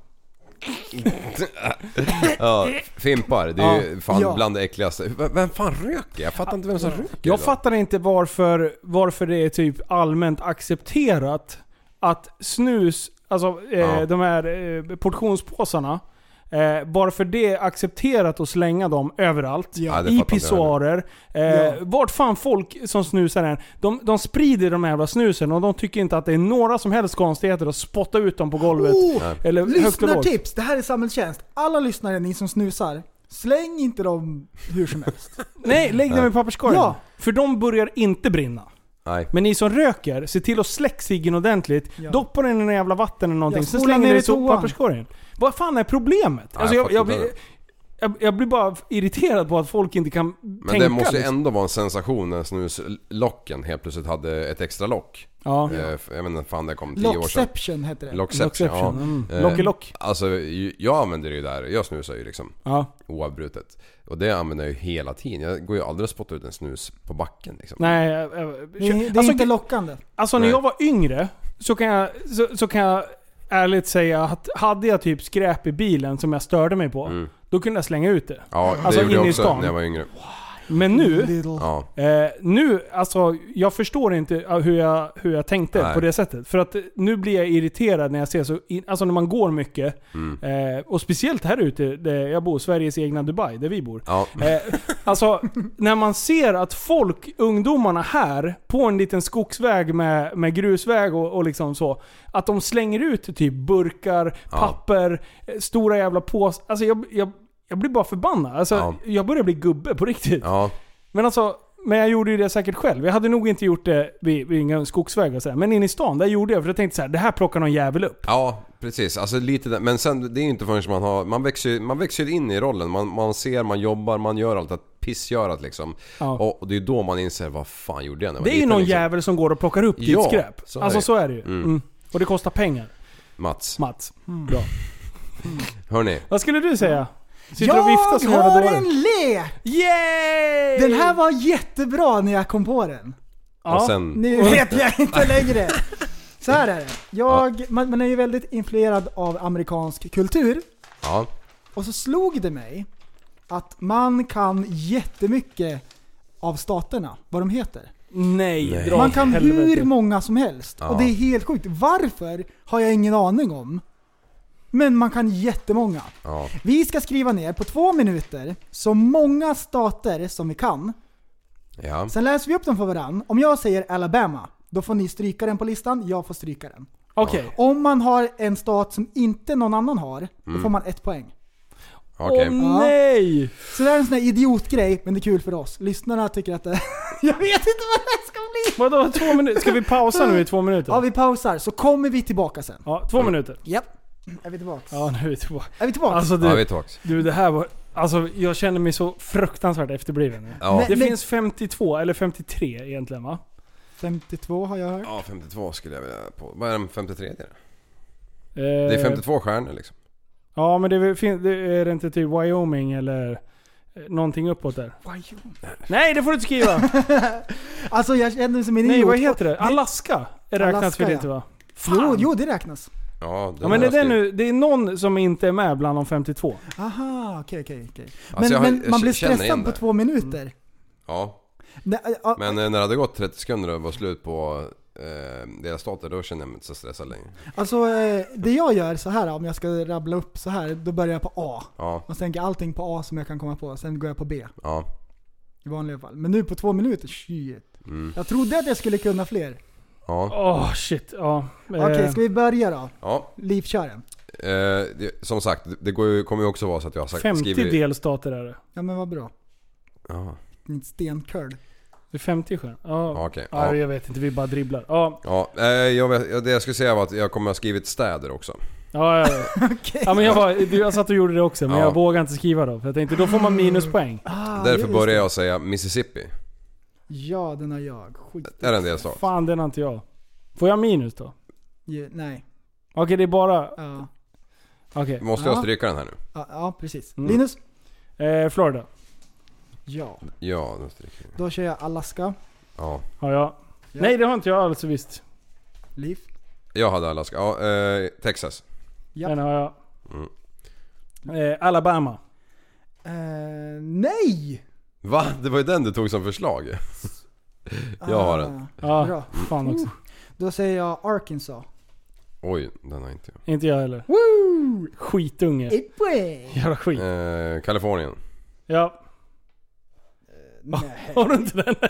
F: Ja, fimpar. Det är ju fan
G: Ja.
F: bland det äckligaste. V- Vem fan röker? Jag fattar inte vem som röker.
E: Jag
F: idag.
E: fattar inte varför, varför det är typ allmänt accepterat att snus, alltså eh,
F: Ja.
E: de här eh, portionspåsarna, eh, varför det är accepterat att slänga dem överallt.
F: Ja, det
E: I
F: fattar inte jag
E: pissoarer. Eh,
G: Ja.
E: Vart fan folk som snusar än, de, de sprider de här jävla snusen och de tycker inte att det är några som helst konstigheter att spotta ut dem på golvet.
G: Oh,
E: Eller högt och lågt.
G: lyssnartips, det här är samhällstjänst. Alla lyssnare, ni som snusar, släng inte dem hur som helst.
E: Nej, lägg dem i papperskorgen.
G: Ja.
E: För de börjar inte brinna.
F: Nej.
E: Men ni som röker, se till att släcka ciggen ordentligt.
G: Ja.
E: Doppa den i en jävla vatten eller någonting.
G: Ja,
E: Sen
G: spola
E: slänger
G: ner
E: ni
G: i
E: i
G: toan.
E: papperskorgen. Vad fan är problemet?
F: Ja,
E: Alltså
F: jag
E: jag, jag,
F: fattar
E: blir,
F: inte.
E: jag, jag blir bara irriterad på att folk inte kan
F: Men
E: tänka.
F: det måste ju
E: liksom.
F: ändå vara en sensation när snuslocken helt plötsligt hade ett extra lock.
E: Ja.
F: Eh, Jag vet inte, fan det kom tio år sedan.
G: Lockception heter det.
F: Lockception, ja.
E: Lockception, mm.
F: Eh,
E: Lock i lock.
F: Alltså ju- jag använder det ju där, jag snusar ju liksom
E: Ja.
F: oavbrutet. Och det använder jag ju hela tiden. Jag går ju aldrig och spottar ut en snus på backen liksom.
E: Nej, jag, jag,
G: Det är, det är
E: alltså,
G: inte lockande.
E: alltså när
F: Nej.
E: jag var yngre så kan jag, så, så kan jag ärligt säga att hade jag typ skräp i bilen som jag störde mig på,
F: Mm.
E: då kunde jag slänga ut det.
F: Ja, det
E: Alltså
F: gjorde
E: in
F: jag
E: i
F: också
E: stan.
F: när jag var yngre.
E: Men nu,
G: Little.
F: Ja.
E: Eh, nu, alltså jag förstår inte hur jag, hur jag tänkte
F: Nej.
E: på det sättet. För att eh, nu blir jag irriterad när jag ser så, in, alltså när man går mycket.
F: Mm.
E: Eh, och speciellt här ute där jag bor, Sveriges egna Dubai, där vi bor.
F: Ja.
E: Eh, alltså när man ser att folk, ungdomarna här, på en liten skogsväg med, med grusväg och, och liksom så. Att de slänger ut typ burkar,
F: Ja.
E: papper, eh, stora jävla påsar. Alltså jag, jag, jag blir bara förbannad. Alltså,
F: Ja.
E: jag börjar bli gubbe på riktigt.
F: Ja.
E: Men alltså, men jag gjorde ju det säkert själv. Jag hade nog inte gjort det vid, vid inga skogsvägar och sådär. Men in i stan, där gjorde jag. För jag tänkte så här: det här plockar någon jävel upp.
F: Ja, precis. Alltså lite där. Men sen, det är ju inte förrän man har... Man växer, man växer in i rollen. Man, man ser, man jobbar, man gör allt att pissgörat liksom.
E: Ja.
F: Och, och det är då man inser, vad fan gjorde jag när jag var
E: Det är ju
F: liten,
E: någon
F: liksom.
E: jävel som går och plockar upp ditt
F: Ja,
E: skräp.
F: så är
E: Alltså
F: det.
E: så är det ju.
F: Mm.
E: Mm. Och det kostar pengar.
F: Mats,
E: Mats. Bra.
F: hörni.
E: Vad skulle du säga? Sitter
G: Jag
E: du och viftar så jävla
G: har
E: dåligt?
G: en lek!
E: Yay!
G: Den här var jättebra när jag kom på den.
E: Ja.
F: Och sen...
G: Nu vet jag inte längre. Så här är det. Jag, man, man är ju väldigt influerad av amerikansk kultur.
F: Ja.
G: Och så slog det mig att man kan jättemycket av staterna, vad de heter.
E: Nej,
F: Nej.
E: dra
G: Man
E: åt
G: kan
E: helvete.
G: hur många som helst.
F: Ja.
G: Och det är helt sjukt. Varför har jag ingen aning om. Men man kan jättemånga.
F: Ja.
G: Vi ska skriva ner på två minuter så många stater som vi kan.
F: Ja.
G: Sen läser vi upp dem för varann. Om jag säger Alabama, då får ni stryka den på listan. Jag får stryka den.
E: Okej.
G: Om man har en stat som inte någon annan har, då får man ett poäng.
F: Okej.
E: Åh nej!
G: Så det är en sån här idiotgrej, men det är kul för oss. Lyssnarna tycker att det... Jag vet inte vad det ska bli!
E: Vadå, två minuter? Ska vi pausa nu i två minuter?
G: Ja, vi pausar, så kommer vi tillbaka sen.
E: Ja, två minuter.
G: Japp. Är vi tillbaka?
E: Ja, nu är vi tillbaka.
G: Är vi tillbaka?
E: Alltså du,
F: Ja, vi är tillbaka.
E: du det här var... Alltså jag känner mig så fruktansvärt efterbliven nu.
F: Ja.
E: Det
G: Men-
E: finns femtiotvå, eller femtiotre egentligen va?
G: femtiotvå har jag hört.
F: Ja, femtiotvå skulle jag vilja på. Vad är den femtiotre?
E: Eh,
F: Det är femtiotvå stjärnor liksom.
E: Ja, men det är, fin- det är inte typ Wyoming eller eh, någonting uppåt där.
G: Wyoming.
E: Nej, det får du inte skriva!
G: Alltså jag känner mig som en
E: Nej,
G: idiot.
E: vad heter det? Alaska? Det räknas
G: Alaska,
E: väl
G: ja.
E: inte va?
G: Jo, jo, det räknas.
F: Ja,
E: Ja, men är det, nu, det är någon som inte är med bland de femtiotvå.
G: Aha, okej, okej, okej. Men,
F: Alltså, jag har-
G: men
F: jag
G: man blir
F: känner
G: stressad
F: igen
G: på
F: det.
G: två minuter.
F: Ja,
G: Nej, ja,
F: men eh, när det hade gått trettio sekunder och var slut på eh, delstater, då känner jag mig inte så stressad längre.
G: Alltså eh, det jag gör så här, om jag ska rabbla upp så här, då börjar jag på A.
F: Ja,
G: Och sen tänker jag allting på A som jag kan komma på. Sen går jag på B.
F: ja.
G: I vanliga fall. Men nu på två minuter, shit.
F: Mm.
G: Jag trodde att jag skulle kunna fler.
F: Ja.
E: Åh oh, shit, ja.
G: Okej,
E: Eh,
G: ska vi börja då?
F: Ja.
G: Liv, kör den.
F: Eh, det, som sagt, det går ju, kommer ju också vara så att jag har sagt,
E: femtio
F: skrivit...
E: delstater är det.
G: Ja men vad bra.
F: Ja,
G: En stenkörd.
E: Det är femtio själv. Ja.
F: ja okej.
E: Ja,
F: Ja.
E: jag vet inte, vi bara dribblar. Ja,
F: Ja, eh, jag vet, det jag skulle säga var att jag kommer att ha skrivit städer också.
E: ja, ja, ja.
G: Okej.
E: ja men jag, var, du, jag satt och gjorde det också, men
F: Ja.
E: jag vågade inte skriva då. För jag tänkte, då får man minuspoäng.
G: Ah,
F: Därför
G: just
F: börjar
G: det.
F: jag säga Mississippi.
G: Ja, den har jag. Skit.
F: Är det en delstat?
E: Fan, den har inte jag. Får jag minus då?
G: Ja, nej.
E: Okej, det är bara...
G: Ja,
E: Okej.
F: Måste jag
G: Ja.
F: stryka den här nu?
G: ja, ja precis.
E: Mm.
G: Linus?
E: Eh, Florida.
G: Ja.
F: Ja, då stryker jag.
G: Då kör jag Alaska.
F: Ja.
E: Har jag?
G: Ja.
E: Nej, det har inte jag alls visst.
G: Liv?
F: Jag hade Alaska. Ja, eh, Texas.
G: Ja.
E: Den har jag.
F: Mm.
E: Eh, Alabama.
G: Eh, nej!
F: Va? Det var ju den du tog som förslag. Jag har den.
E: Ja,
G: Bra.
E: fan också.
G: Då säger jag Arkansas.
F: Oj, den har inte jag.
E: Inte jag heller.
G: Woo!
E: Skitunge.
G: Ett poäng!
E: Jävla skit.
F: Eh, Kalifornien.
E: Ja.
G: Nej.
E: Har du inte den?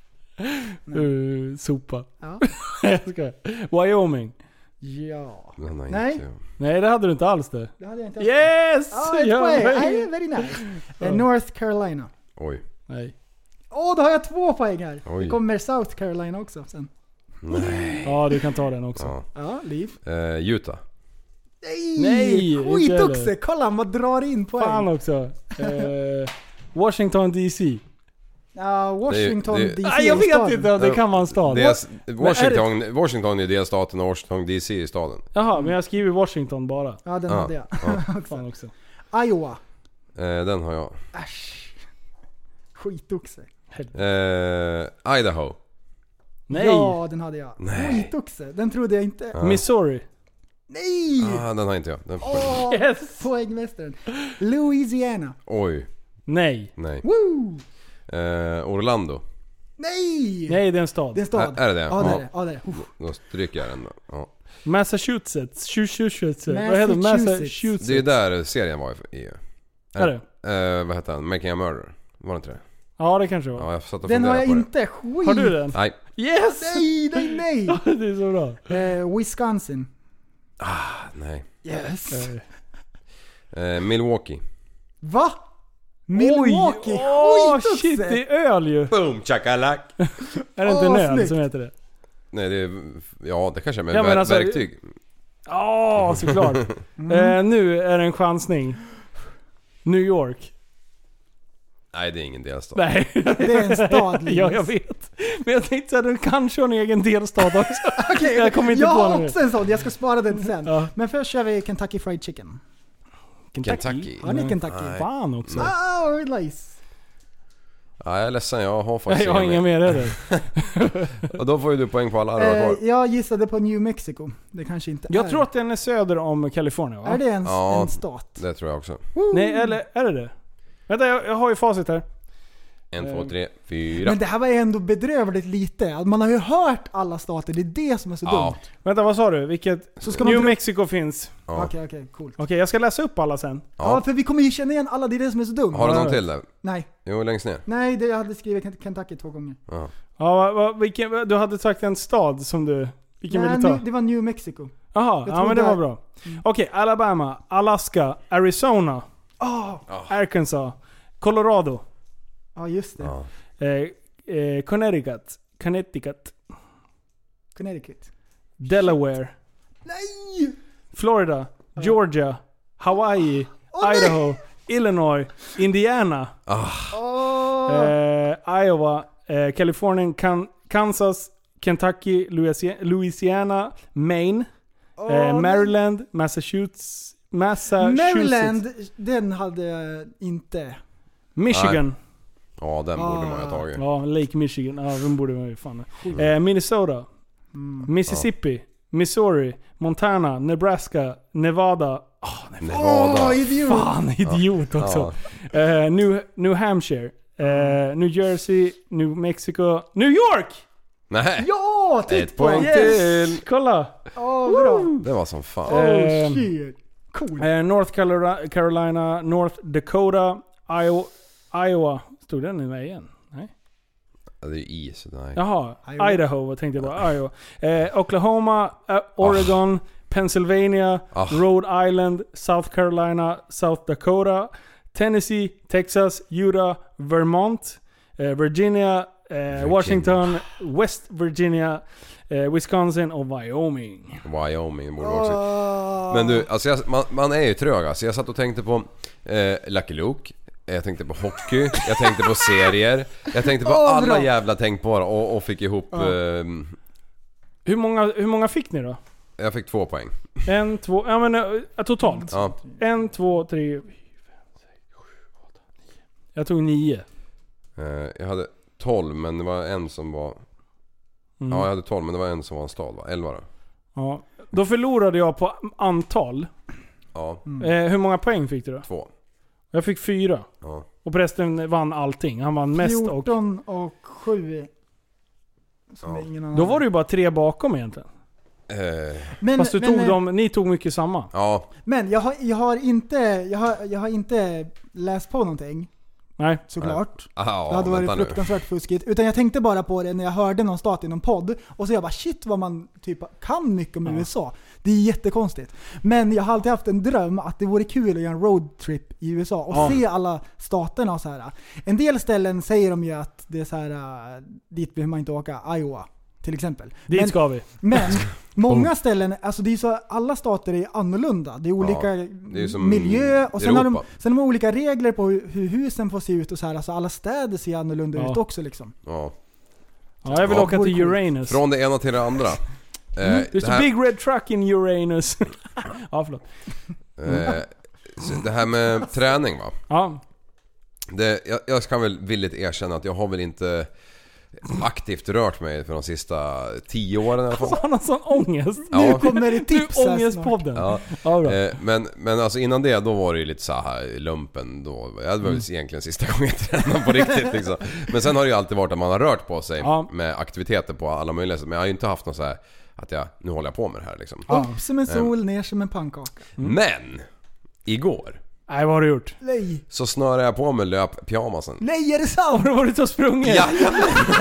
E: uh, sopa.
G: Ja.
E: Jag skojar. Wyoming.
G: Ja.
F: Den har
G: Nej.
F: inte jag.
E: Nej, det hade du inte alls det.
G: Det hade jag inte.
E: Yes!
G: Ja, ett
E: Ja,
G: poäng.
E: men-
G: Nej, very nice. Eh, North Carolina.
F: Oj.
E: Nej.
G: Åh, oh, då har jag två poäng här.
F: Oj.
G: Det kommer South Carolina också sen.
F: Nej.
E: Ja, du kan ta den också.
F: Ja.
G: Ja, Liv.
F: Eh, Utah.
G: Nej!
E: Nej, inte
G: Skitoxe!
E: heller.
G: Kolla, han bara drar in poäng.
E: Fan också. Eh, Washington D C.
G: Ja, Washington
F: Det är ju- det-
G: D C.
E: Nej, jag
G: är
E: vet
G: staden.
E: inte om det kan vara en stad.
F: Det är, Washington, Washington är delstaten och Washington D C är staden.
E: Jaha, men jag skriver Washington bara.
G: Ja, den
F: Ja.
G: hade jag.
E: Fan också.
G: Iowa.
F: Eh, den har jag.
G: Äsch. Skitoxe.
F: Eh, Idaho.
E: Nej.
G: Ja, den hade jag.
F: Nej.
G: Skitoxe. Den trodde jag inte.
F: Ja.
E: Missouri.
G: Nej!
F: Ah, den har inte jag. Den,
G: Åh,
E: Yes.
G: poängmästaren. Louisiana.
F: Oj,
E: Nej.
F: nej.
G: Woo!
F: Eh, Orlando.
G: Nej!
E: Nej, det är en stad.
G: Det är en stad.
F: Är- är det det?
G: Ja, det
F: Ja.
G: är det. Ja, det är det. Uff.
F: Då stryker jag den då. Ja.
E: Massachusetts. Massachusetts. Vad heter det?
G: Massachusetts.
E: Massachusetts.
F: Det är där serien var i. i
E: Är det?
F: Eh, vad heter den? Making a Murder. Var det inte det?
E: Ja, det kanske det
F: Ja,
E: var.
F: jag satt och
G: Den har
F: funderade
G: jag
F: på
G: inte. Skit!
E: Har du den?
F: det. Nej.
E: Yes!
G: Nej, nej, nej!
E: det är så bra.
G: Eh, Wisconsin.
F: Nej.
G: Yes.
E: Eh,
F: Eh, Milwaukee.
G: Va? Milwaukee?
E: Oj! Åh,
G: Skitoxe!
E: shit, det är öl ju.
F: Boom, chakalak.
E: Är det inte
G: Åh,
E: en öl
G: snyggt.
E: som heter det?
F: Nej, det är... Ja, det kanske är med
E: Ja, men
F: ver-
E: alltså-
F: verktyg.
E: Ja, såklart.
G: Mm.
E: eh, nu är det en chansning. New York.
F: Nej, det är ingen delstat.
E: Nej.
G: Det är en stad, Linus.
E: Ja, jag vet. Men jag tänkte att du kanske har en egen delstat också.
G: Okej,
E: Jag kommer inte
G: jag
E: på
G: har
E: den nu.
G: också en sån. Jag ska spara den till sen.
E: Ja.
G: Men först kör vi Kentucky Fried Chicken.
F: Kentucky.
G: Har ni Kentucky?
F: Nej.
E: Fan också.
G: Wow, nice.
F: Ja, jag är ledsen, jag har
E: Nej,
F: faktiskt
E: jag har inga mer heller.
F: Och då får ju du poäng på alla du har
G: Eh,
F: kvar.
G: jag gissade på New Mexico. Det kanske inte
E: Jag
G: är.
E: tror att den är söder om Kalifornien, va?
G: Är det en,
F: Ja.
G: en stat?
F: Det tror jag också.
G: Woo!
E: Nej, eller är det det? Vänta, jag, jag har ju facit här.
F: En, två,
E: Eh.
F: tre, fyra.
G: Men det här var ändå bedrövligt lite. Att man har ju hört alla stater, det är det som är så
F: Ja.
G: dumt.
E: Vänta, vad sa du? Vilket?
G: Så ska man
E: New
G: dra-
E: Mexico finns.
F: Ja.
G: Okej, okej, coolt.
E: Okej, jag ska läsa upp alla sen.
G: Ja.
F: Ja.
G: för vi kommer ju känna igen alla, det är det som är så dumt.
F: Har du
E: Ja,
F: någon
E: ja.
F: till där?
G: Nej,
F: Jo, längst ner.
G: nej det, jag hade skrivit Kent- Kentucky två gånger.
F: Ja.
E: Ja, va, va, vilken, du hade sagt en stad som du... Vilken
G: Nej,
E: vill du ta?
G: nu- det var New Mexico.
E: Jaha,
G: jag
E: ja men det
G: trodde-
E: var bra. Okej, Alabama, Alaska, Arizona.
G: Oh.
F: Oh.
E: Arkansas. Colorado.
G: Ja, just det.
F: Ja.
E: Eh, eh, Connecticut. Connecticut.
G: Connecticut.
E: Delaware.
G: Nej!
E: Florida. Georgia. Hawaii.
G: Oh,
E: Idaho.
G: nej!
E: Illinois. Indiana.
F: Ah.
G: Oh.
E: Eh, Iowa. Eh, Kalifornien. Kan- Kansas. Kentucky. Louisiana. Louisiana Maine.
G: Oh,
E: eh, Maryland. Massachusetts. Massachusetts.
G: Maryland, den hade jag inte.
E: Michigan.
F: Ja, den borde man ju ha tagit.
E: Ja, Lake Michigan. Ja, den borde man ju fan. Eh, Minnesota.
G: Mm.
E: Mississippi. Missouri. Montana. Nebraska. Nevada. Oh,
F: Nevada.
G: Åh, idiot!
E: Fan, idiot också. Eh, New, New Hampshire. Eh, New Jersey. New Mexico. New York!
F: Nej.
G: Ja, titt
F: Ett
G: på!
F: poäng till.
E: Kolla!
G: Åh, bra.
F: Det var som fan.
G: Oh,
E: Eh,
G: shit. Cool.
E: Eh, North Carolina, Carolina. North Dakota. Iowa. Iowa. Stod den med igen? Nej.
F: Ja, det är ju is. Nej.
E: Jaha,
G: Iowa.
E: Idaho vad tänkte jag bara. Iowa. Eh, Oklahoma, eh, Oregon, Pennsylvania,
F: Ah.
E: Rhode Island, South Carolina, South Dakota, Tennessee, Texas, Utah, Vermont, eh, Virginia, eh, Washington, West Virginia, eh, Wisconsin och Wyoming.
F: Wyoming borde också.
G: Åh.
F: Men du, alltså jag, man, man är ju trög alltså. Jag satt och tänkte på eh, Lucky Luke. Jag tänkte på hockey. Jag tänkte på serier. Jag tänkte på
G: Åh,
F: alla
G: bra.
F: jävla tänkbara och, och fick ihop...
E: Ja.
F: Eh,
E: Hur många, hur många fick ni då?
F: jag fick två poäng.
E: En, två, ja men eh, totalt.
F: Ja.
E: En, två, tre, fyra, fem, sex, sju, åtta, nio. Jag tog nio.
F: Eh, jag hade tolv men det var en som var...
E: Mm.
F: Ja, jag hade tolv men det var en som var en stad va? elva då.
E: Ja. Då förlorade jag på antal.
F: Ja,
E: Eh, hur många poäng fick du då?
F: två.
E: Jag fick fyra.
F: Ja.
E: Och prästen vann allting. Han vann mest och...
G: fjorton och sju. Som
F: Ja.
G: ingen annan.
E: Då var det ju bara tre bakom egentligen.
F: Eh,
G: men,
E: Fast du
G: men,
E: tog
G: eh,
E: dem, ni tog mycket samma.
F: ja.
G: Men jag har, jag har inte jag har, jag har inte läst på någonting.
E: Nej.
G: Såklart.
F: Aha,
G: Det hade varit
F: vänta nu.
G: fruktansvärt fuskigt. Utan jag tänkte bara på det när jag hörde någon stat i någon podd. Och så jag bara shit vad man typ kan mycket om
E: Ja.
G: U S A. Det är jättekonstigt. Men jag har alltid haft en dröm att det vore kul att göra en roadtrip i U S A. Och
E: Ja.
G: se alla staterna och så här. En del ställen säger de ju att det är så här. uh, dit behöver man inte åka. Iowa till exempel.
E: Dit
G: Men,
E: ska vi.
G: men många ställen, alltså det är så alla stater är annorlunda. Det är olika
F: det är som
G: miljö och sen har, de,
F: Europa.
G: sen har de olika regler på hur, hur husen får se ut och så här. Alltså alla städer ser annorlunda
E: Ja.
G: ut också liksom.
F: Ja.
E: Ja, jag vill
F: Ja,
E: åka
G: vore
E: till
G: coolt.
E: Uranus.
F: Från det ena till det andra. Eh,
E: There's
F: det
E: a
F: här,
E: big red truck in Uranus. Ja, förlåt.
F: eh, så det här med träning va?
E: Ja.
F: Det, jag, jag ska väl villigt erkänna att jag har väl inte aktivt rört mig för de sista tio åren i alla fall.
E: Han har sån ångest.
F: Ja.
G: Nu kommer det
E: Du,
G: tips här snart.
E: ångestpodden.
F: Ja.
E: Ja, bra.
F: Eh, men, men alltså innan det då var det ju lite så här lumpen då. Jag hade väl
E: Mm.
F: egentligen sista gången jag tränade på riktigt liksom. Men sen har det ju alltid varit att man har rört på sig
E: Ja.
F: med aktiviteter på alla möjliga sätt. Men jag har ju inte haft något så här att jag, nu håller jag på med det här liksom.
G: Upp som en sol, ner som en pannkaka.
F: Men igår
E: Nej, vad har du gjort?
G: Nej,
F: så snörade jag på mig löppyjamasen.
G: nej är det sant?
E: Har du varit och sprungit?
F: Ja, ja.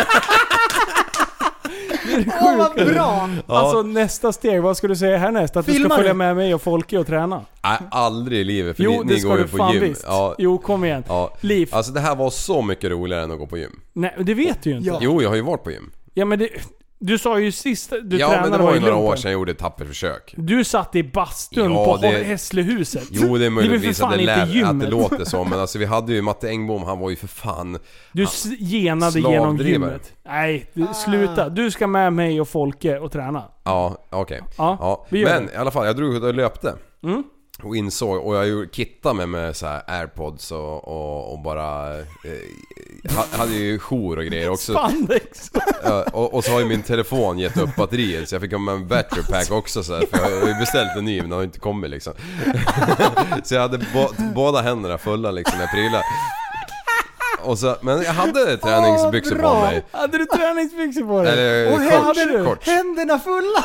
G: Åh vad bra!
E: Alltså nästa steg, vad ska du säga härnäst? Att du
G: Filmar
E: ska följa
G: du?
E: med mig och Folke och träna?
F: Nej, aldrig i livet för
E: Jo,
F: ni,
E: det
F: ni
E: ska
F: går
E: du
F: ju på
E: fan
F: gym.
E: visst.
F: Ja,
E: Jo, kom igen.
F: ja.
E: Liv.
F: Alltså det här var så mycket roligare än att gå på gym.
E: Nej, det vet du ju inte.
G: Ja.
F: Jo, jag har ju varit på gym.
E: Ja, men det, du sa ju sist du
F: Ja,
E: tränade
F: men det var ju
E: i
F: några
E: lumpen.
F: år sedan jag gjorde ett tappert försök.
E: Du satt i bastun
F: Ja,
E: på
F: det-
E: Hässlehuset.
F: Jo, det är möjligtvis
E: för
F: att
E: fan
F: det,
E: inte
F: lär, att det
E: gymmet.
F: låter så. Men alltså vi hade ju Matte Engbom, han var ju för fan...
E: Du s- genade genom
F: Slavdrivare.
E: gymmet. Nej, du, sluta. Du ska med mig och Folke och träna.
F: Ja, okej.
E: Ja,
F: Ja,
E: vi gör
F: men
E: det.
F: i alla fall, jag drog ut och löpte.
E: Mm.
F: Och insåg, och jag gjorde- kittade med med så här airpods och, och, och bara... Eh, ha- hade ju jour och grejer också.
E: Spandex.
F: Ja, och, och så har ju min telefon gett upp batteriet så jag fick ha med en battery pack också så här, för jag har ju beställt en ny men den har inte kommit liksom. Så jag hade bo, båda händerna fulla liksom med prylar. Och så, men jag hade träningsbyxor
G: Åh, bra.
F: på mig.
E: Hade du träningsbyxor på dig?
F: Eller
G: Och
F: shorts,
E: hade du?
F: shorts.
G: Händerna fulla!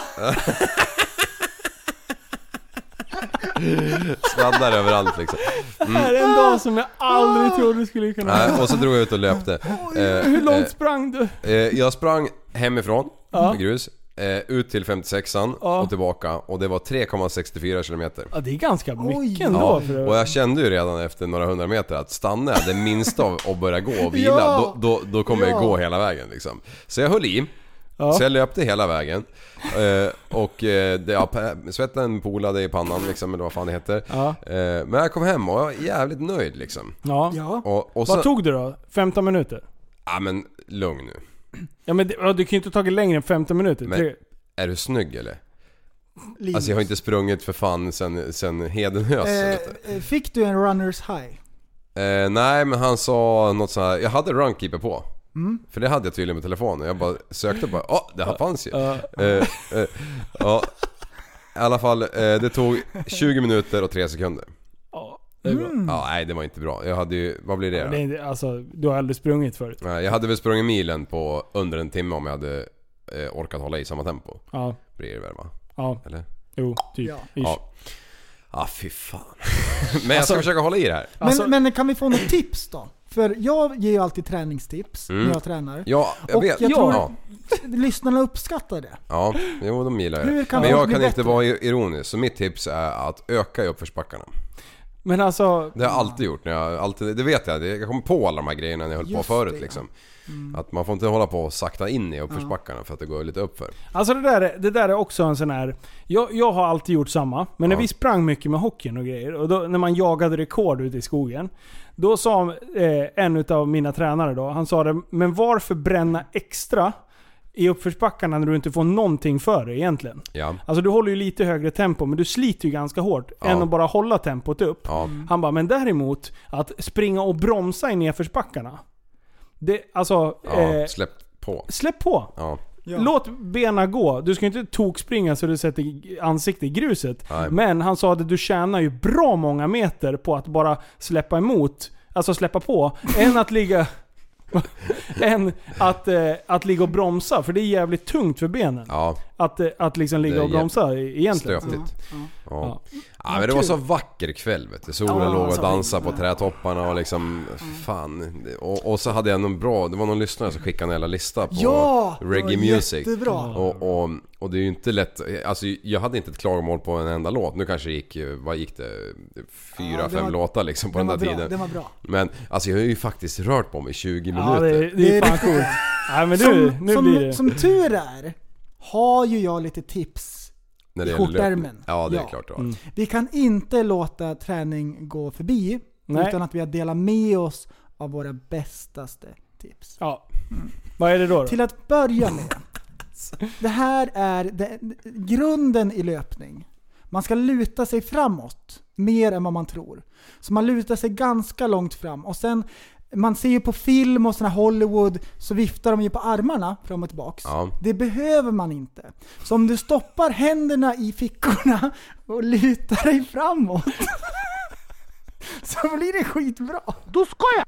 F: Sladdar överallt liksom.
E: Det här är en dag som jag aldrig trodde du skulle kunna
F: Nej, och så drog jag ut och löpte. Eh,
E: Hur långt
F: eh,
E: sprang du?
F: eh, jag sprang hemifrån
E: Ja.
F: med grus. eh, ut till femtiosexan
E: Ja.
F: och tillbaka. Och det var tre komma sextiofyra kilometer.
E: Ja, det är ganska mycket
G: Oj.
E: ändå.
F: Ja,
E: För
F: och jag kände ju redan efter några hundra meter att stanna det minsta av att börja gå och vila,
G: Ja.
F: då, då, då kommer
G: Ja.
F: jag gå hela vägen liksom. Så jag höll i,
E: Ja.
F: så jag löpte hela vägen. eh, och eh, det, ja, svetten polade i pannan liksom, eller vad fan det heter.
E: Ja.
F: eh, Men jag kom hem och jag var jävligt nöjd liksom.
E: Ja.
G: Ja.
F: Och, och
E: Vad
F: så,
E: tog du då? femton minuter?
F: ja men lugn nu.
E: Ja men det, ja, du kan ju inte tagit längre än femton minuter.
F: Men-
E: Tre-
F: Är du snygg eller?
G: Linus.
F: Alltså jag har inte sprungit för fan sen, sen Hedenhös. vet du.
G: eh, Fick du en runners high?
F: Eh, nej men han sa något så här. Jag hade Runkeeper på.
G: Mm.
F: För det hade jag tydligen med telefonen. Jag bara sökte på. Ja, oh, det här fanns ju.
E: Ja.
F: Eh, eh, ja. I alla fall, eh, det tog tjugo minuter och tre sekunder.
E: Ja, det är bra.
F: Ja, nej det var inte bra. Jag hade ju, vad blir det
E: Det är
F: då?
E: inte, alltså, du har aldrig sprungit förut.
F: Nej, jag hade väl sprungit milen på under en timme om jag hade eh, orkat hålla i samma tempo.
E: Ja,
F: Blir det väl va?
E: ja,
F: Eller?
E: jo, typ.
G: Ja.
E: Ish.
F: Ja. Ah, fy fan. Men jag
E: Alltså-
F: ska försöka hålla i det här.
G: Men,
E: Alltså-
G: men kan vi få något tips då? För jag ger ju alltid träningstips
F: Mm.
G: när jag tränar.
F: Ja, jag
G: Och
F: vet.
G: jag tror-
F: Ja.
G: Lyssnarna uppskattar det.
F: Ja, jo de gillar
G: Hur
F: det.
G: kan
F: Men
G: folk
F: jag
G: bli
F: kan inte
G: bättre?
F: vara ironisk. Så mitt tips är att öka i uppförsbackarna.
E: Men alltså,
F: Det har jag alltid gjort. När jag, alltid, det vet jag. Det- Jag kom på alla de här grejerna när jag höll
G: Just
F: på förut
G: det, ja.
F: liksom. Att man får inte hålla på och sakta in i uppförsbackarna för att det går lite uppför.
E: alltså det, där, är- det där är också en sån här... Jag, jag har alltid gjort samma, men när
F: Ja.
E: vi sprang mycket med hockeyn och grejer, och då, när man jagade rekord ute i skogen, då sa eh, en av mina tränare då, han sa det, men varför bränna extra i uppförsbackarna när du inte får någonting för det egentligen?
F: Ja.
E: Alltså du håller ju lite högre tempo, men du sliter ju ganska hårt
F: Ja.
E: än att bara hålla tempot upp.
F: Ja.
E: Han bara, men däremot att springa och bromsa i nedförsbackarna. Det, alltså,
F: Ja,
E: eh,
F: släpp på.
E: släpp på.
F: Ja.
G: Ja.
E: Låt benen gå. Du ska inte tokspringa så du sätter ansiktet i gruset.
F: Nej.
E: Men han sa att du tjänar ju bra många meter på att bara släppa emot, alltså släppa på, än att ligga än att, eh, att ligga och bromsa. För det är jävligt tungt för benen.
F: Ja,
E: Att, eh, att liksom
F: Det
E: ligga
F: är
E: och bromsa e- egentligen.
F: stötigt.
G: Ja.
F: Ja.
E: Ja.
F: Ja, men det var så vacker kväll vet du. Solen
G: Ja,
F: låg och
G: så
F: dansade
G: fint.
F: på trädtopparna och liksom, fan. Och, och så hade jag någon bra, det var någon lyssnare som skickade en jävla lista på
G: Ja! det
F: reggae
G: var
F: music.
G: Jättebra.
F: Och, och, och det är ju inte lätt, alltså jag hade inte ett klagomål på en enda låt. Nu kanske det gick, vad gick det? Fyra,
G: Ja, det
F: fem
G: var-
F: låtar liksom på
G: Den
F: den
G: var
F: där
G: bra.
F: tiden.
G: Den var bra.
F: Men alltså jag har ju faktiskt rört på mig i tjugo
E: Ja,
F: minuter.
E: det, det är fan coolt. Nej men du,
G: Som,
E: nu
G: som,
E: blir det...
G: som tur är har ju jag lite tips
F: När
G: i
F: det gäller löp-
G: skjortärmen.
F: Ja, det är
G: Ja.
F: klart du har.
E: Mm.
G: Vi kan inte låta träning gå förbi
E: Nej.
G: utan att vi har delat med oss av våra bästaste tips.
E: Ja. Vad är det då? då?
G: Till att börja med. Det här är det, grunden i löpning. Man ska luta sig framåt mer än vad man tror. Så man lutar sig ganska långt fram. Och sen, man ser ju på film och såna Hollywood så viftar de ju på armarna fram och tillbaks.
F: Ja.
G: Det behöver man inte. Så om du stoppar händerna i fickorna och lutar dig framåt så blir det skitbra. Då ska jag!